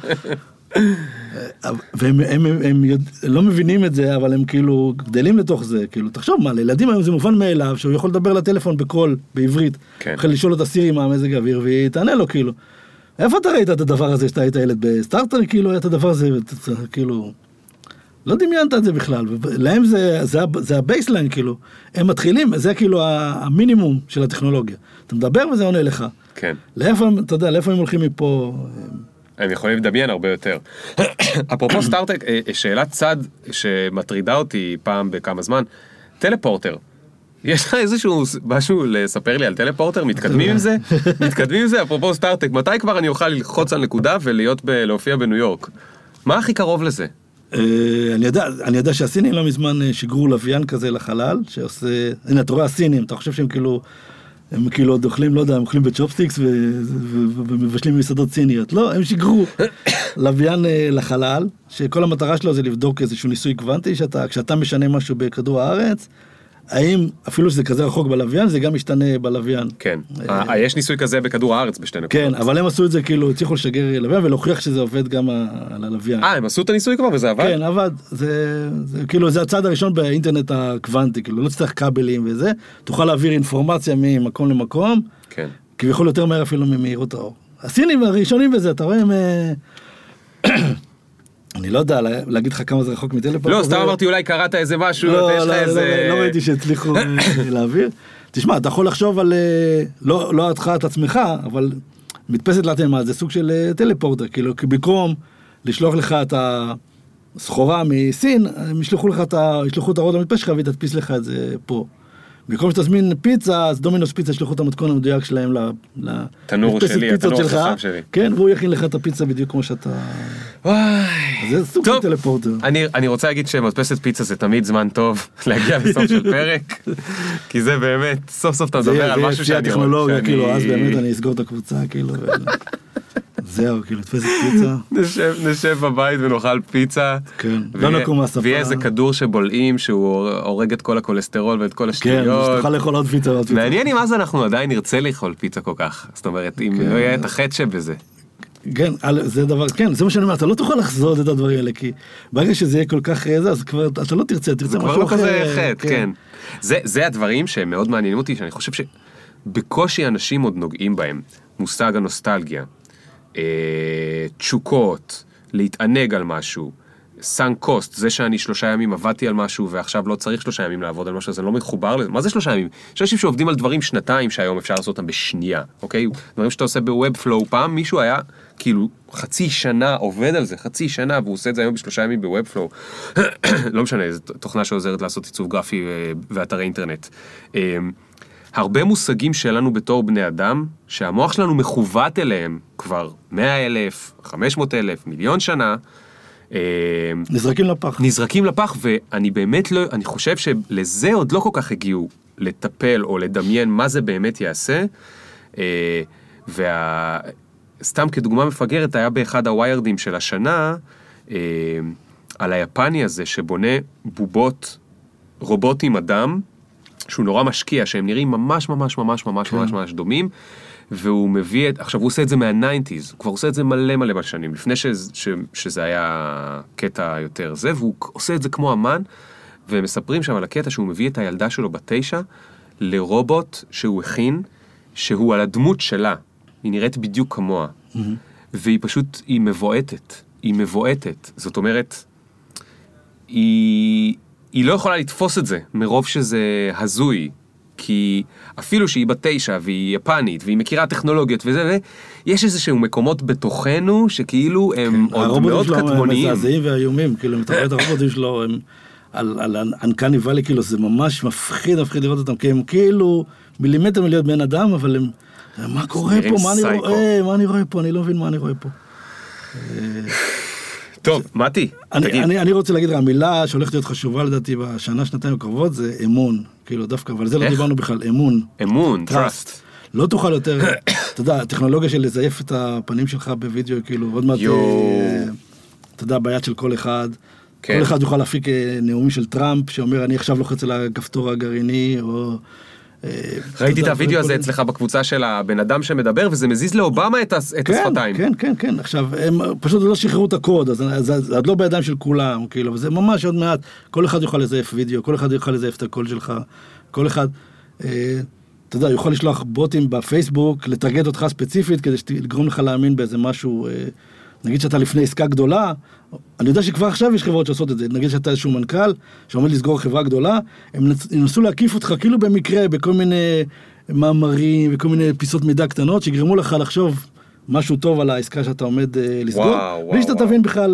והם הם, הם, הם לא מבינים את זה, אבל הם כאילו גדלים לתוך זה, כאילו, תחשוב מה, לילדים היום זה מובן מאליו, שהוא יכול לדבר לטלפון בקול, בעברית, כן. יכול לשאול את הסירי מה המזג האוויר, והיא תענה לו, כאילו, איפה אתה ראית את הדבר הזה, שאתה היית ילד בסטארטר, כאילו, את הדבר הזה, כאילו, לא דמיינת את זה בכלל, ולהם זה, זה, זה הבייסליין, כאילו, הם מתחילים, זה כאילו המינימום של הטכנולוגיה, אתה מדבר וזה עונה לך, כן. לאיפה, אתה יודע, לאיפה הם הולכים מפה, הם יכולים לדמיין הרבה יותר. אפרופו סטארטק, שאלת צד שמטרידה אותי פעם בכמה זמן, טלפורטר. יש לך איזשהו משהו לספר לי על טלפורטר? מתקדמים עם זה? מתקדמים עם זה? אפרופו סטארטק, מתי כבר אני אוכל ללחוץ על נקודה ולהיות להופיע בניו יורק? מה הכי קרוב לזה? אני יודע, אני יודע שהסינים לא מזמן שיגרו לוויין כזה לחלל, שעושה, הנה, אתה רואה הסינים, אתה חושב שהם כאילו, הם כאילו עוד אוכלים, לא יודע, הם אוכלים בצ'ופסטיקס ומבשלים במסעדות סיניות. לא, הם שיגרו לוויין לחלל, שכל המטרה שלו זה לבדוק איזשהו ניסוי קוונטי, שאתה, כשאתה משנה משהו בכדור הארץ, האם, אפילו שזה כזה רחוק בלוויין, זה גם משתנה בלוויין. כן. יש ניסוי כזה בכדור הארץ בשתי נקודות. כן, אבל הם עשו את זה כאילו, הצליחו לשגר לוויין, ולהוכיח שזה עובד גם על הלוויין. אה, הם עשו את הניסוי כבר וזה עבד? כן, עבד. זה, זה, כאילו, זה הצעד הראשון באינטרנט הקוונטי, כאילו, לא צריך כבלים וזה, תוכל להעביר אינפורמציה ממקום למקום, כן. כביכול יותר מהר אפילו ממהירות האור. הסינים הראשונים בזה, אתה רואה, הם... אני לא יודע להגיד לך כמה זה רחוק מטלפורט. לא, סתם אמרתי אולי קראת איזה משהו, לא, לא ראיתי שהצליחו להעביר. תשמע, אתה יכול לחשוב על, לא עדך את עצמך, אבל מתפסת לתמה, זה סוג של טלפורטר, כאילו, כי במקום לשלוח לך את הסחורה מסין, הם ישלחו לך את הרוד המדפס שלך, ותדפיס לך את זה פה. במקום שתזמין פיצה, אז דומינוס פיצה שלחו את המתכון המדויק שלהם תנור שלי, התנור החכם שלי. כן, והוא יכין לך את הפיצה בדיוק כמו שאתה... זה סוג של טלפורטר. אני רוצה להגיד שמדפסת פיצה זה תמיד זמן טוב להגיע לסוף של פרק, כי זה באמת, סוף סוף אתה מדבר על משהו שאני... זה הטכנולוגיה, כאילו, אז באמת אני אסגור את הקבוצה, כאילו... זהו, כאילו, תפסת פיצה. נשב בבית ונאכל פיצה. כן, לא נקום מהספה. ויהיה איזה כדור שבולעים שהוא הורג את כל הכולסטרול ואת כל השטויות. כן, שתוכל לאכול עוד פיצה ועוד פיצה. מעניין אם אז אנחנו עדיין נרצה לאכול פיצה כל כך. זאת אומרת, אם לא יהיה את החטא שבזה. כן, זה דבר, כן, זה מה שאני אומר, אתה לא תוכל לחזות את הדברים האלה, כי ברגע שזה יהיה כל כך איזה, אז כבר, אתה לא תרצה, תרצה משהו אחר. זה כבר לא כזה חטא, כן. זה הדברים שהם מאוד מעניינים אותי, שאני חושב שבקושי אנשים עוד נוגעים בהם. מושג הנוסטלגיה. תשוקות, להתענג על משהו, סנק קוסט, זה שאני שלושה ימים עבדתי על משהו ועכשיו לא צריך שלושה ימים לעבוד על משהו, אז אני לא מחובר לזה. מה זה שלושה ימים? יש אנשים שעובדים על דברים שנתיים שהיום אפשר לעשות אותם בשנייה, אוקיי? דברים שאתה עושה בוובפלואו, פעם מישהו היה כאילו חצי שנה עובד על זה, חצי שנה, והוא עושה את זה היום בשלושה ימים בוובפלואו. לא משנה, זו תוכנה שעוזרת לעשות עיצוב גרפי ואתרי אינטרנט. הרבה מושגים שלנו בתור בני אדם, שהמוח שלנו מכוות אליהם כבר מאה אלף, חמש מאות אלף, מיליון שנה, נזרקים לפח. נזרקים לפח, ואני באמת לא, אני חושב שלזה עוד לא כל כך הגיעו לטפל או לדמיין מה זה באמת יעשה, וסתם כדוגמה מפגרת, היה באחד הוויירדים של השנה, על היפני הזה שבונה בובות רובוטים אדם, שהוא נורא משקיע, שהם נראים ממש ממש ממש ממש ממש ממש דומים, והוא מביא את, עכשיו הוא עושה את זה מה-תשעים, הוא כבר עושה את זה מלא מלא בשנים, לפני ש, ש, שזה היה קטע יותר זה, והוא עושה את זה כמו אמן, ומספרים שם על הקטע שהוא מביא את הילדה שלו בתשע, לרובוט שהוא הכין, שהוא על הדמות שלה, היא נראית בדיוק כמוה, mm-hmm. והיא פשוט, היא מבועטת, היא מבועטת, זאת אומרת, היא... היא לא יכולה לתפוס את זה, מרוב שזה הזוי, כי אפילו שהיא בתשע, והיא יפנית, והיא מכירה טכנולוגיות וזה, יש איזשהו מקומות בתוכנו, שכאילו הם עוד מאוד קטמוניים. הרובוטים שלו הם מזעזעים והאיומים, כאילו, אתה רואה את הרובוטים שלו, הם על אנקני ואלי, כאילו, זה ממש מפחיד, מפחיד לראות אותם, כי הם כאילו מילימטר מלהיות בן אדם, אבל הם, מה קורה פה, מה אני רואה, מה אני רואה פה, אני לא מבין מה אני רואה פה. טוב, מתי, תגיד. אני, אני רוצה להגיד לך, המילה שהולכת להיות חשובה לדעתי בשנה, שנתיים הקרובות, זה אמון, כאילו דווקא, אבל זה לא דיברנו בכלל, אמון. אמון, trust. לא תוכל יותר, אתה יודע, הטכנולוגיה של לזייף את הפנים שלך בווידאו, כאילו, עוד מעט, אתה יודע, ביד של כל אחד, כל אחד יוכל להפיק נאומים של טראמפ, שאומר, אני עכשיו לוחץ על הכפתור הגרעיני, או... ראיתי את הוידאו הזה אצלך בקבוצה של הבן אדם שמדבר, וזה מזיז לאובמה את השפתיים. כן, כן, כן. עכשיו, הם פשוט לא שחררו את הקוד, אז זה עוד לא בידיים של כולם, כאילו, וזה ממש עוד מעט, כל אחד יוכל לזייף וידאו, כל אחד יוכל לזייף את הקול שלך, כל אחד, אתה יודע, יוכל לשלוח בוטים בפייסבוק, לטרגט אותך ספציפית, כדי שתגרום לך להאמין באיזה משהו, נגיד שאתה לפני עסקה גדולה, אני יודע שכבר עכשיו יש חברות שעושות את זה, נגיד שאתה איזשהו מנכ"ל, שעומד לסגור חברה גדולה, הם ינסו להקיף אותך כאילו במקרה, בכל מיני מאמרים, וכל מיני פיסות מידע קטנות, שיגרמו לך לחשוב משהו טוב על העסקה שאתה עומד לסגור, בלי שאתה תבין בכלל,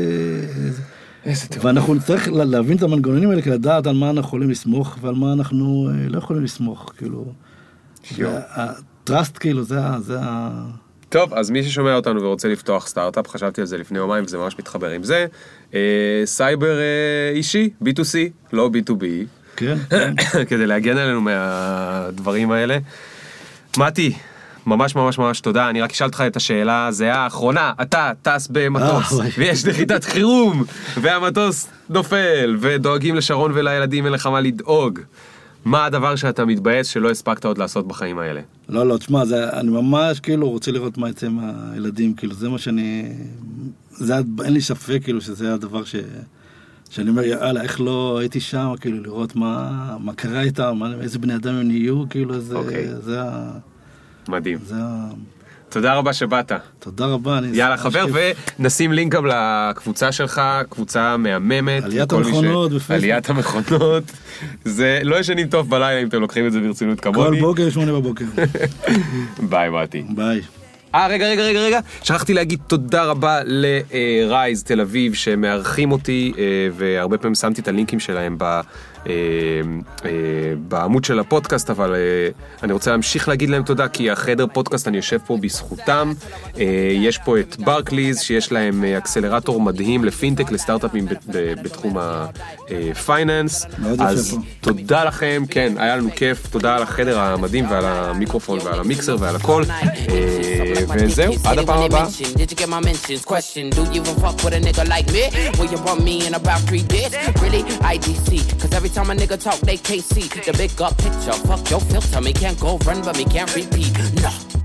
ואנחנו נצטרך להבין את המנגנונים האלה, כדי לדעת על מה אנחנו יכולים לסמוך, ועל מה אנחנו לא יכולים לסמוך, כאילו, הטראסט כאילו, זה ה... טוב, אז מי ששומע אותנו ורוצה לפתוח סטארט-אפ, חשבתי על זה לפני יומיים, וזה ממש מתחבר עם זה. סייבר אישי, בי טו סי, לא בי טו בי. כן. כדי להגן עלינו מהדברים האלה. מתי, ממש ממש ממש תודה. אני רק אשאל אותך את השאלה, זה האחרונה, אתה טס במטוס, ויש נחיתת חירום, והמטוס נופל, ודואגים לשרון ולילדים, אין לך מה לדאוג. מה הדבר שאתה מתבאס שלא הספקת עוד לעשות בחיים האלה? לא, לא, תשמע, זה, אני ממש כאילו רוצה לראות מה יצא מהילדים, כאילו זה מה שאני, זה, אין לי ספק כאילו שזה הדבר ש, שאני אומר, יאללה, איך לא הייתי שם, כאילו לראות מה, מה קרה איתם, מה, איזה בני אדם הם נהיו, כאילו זה, okay. זה ה... מדהים. זה ה... תודה רבה שבאת. תודה רבה. יאללה חבר, ונשים לינק גם לקבוצה שלך, קבוצה מהממת. עליית המכונות בפייסבוק. עליית המכונות. זה לא ישנים טוב בלילה אם אתם לוקחים את זה ברצינות כמוני. כל בוקר, שמונה בבוקר. ביי מתי. ביי. אה, רגע, רגע, רגע, רגע. שכחתי להגיד תודה רבה לרייז תל אביב שמארחים אותי, והרבה פעמים שמתי את הלינקים שלהם בעמוד של הפודקאסט, אבל אני רוצה להמשיך להגיד להם תודה, כי החדר פודקאסט, אני יושב פה בזכותם. יש פה את ברקליז, שיש להם אקסלרטור מדהים לפינטק, לסטארט-אפים בתחום הפייננס. אז תודה לכם, כן, היה לנו כיף, תודה על החדר המדהים ועל המיקרופון ועל המיקסר ועל הכל. וזהו, עד הפעם הבאה. I D C, cause every time a nigga talk, they can't see the big up picture. Fuck your filter, me can't go run, but me can't repeat. No.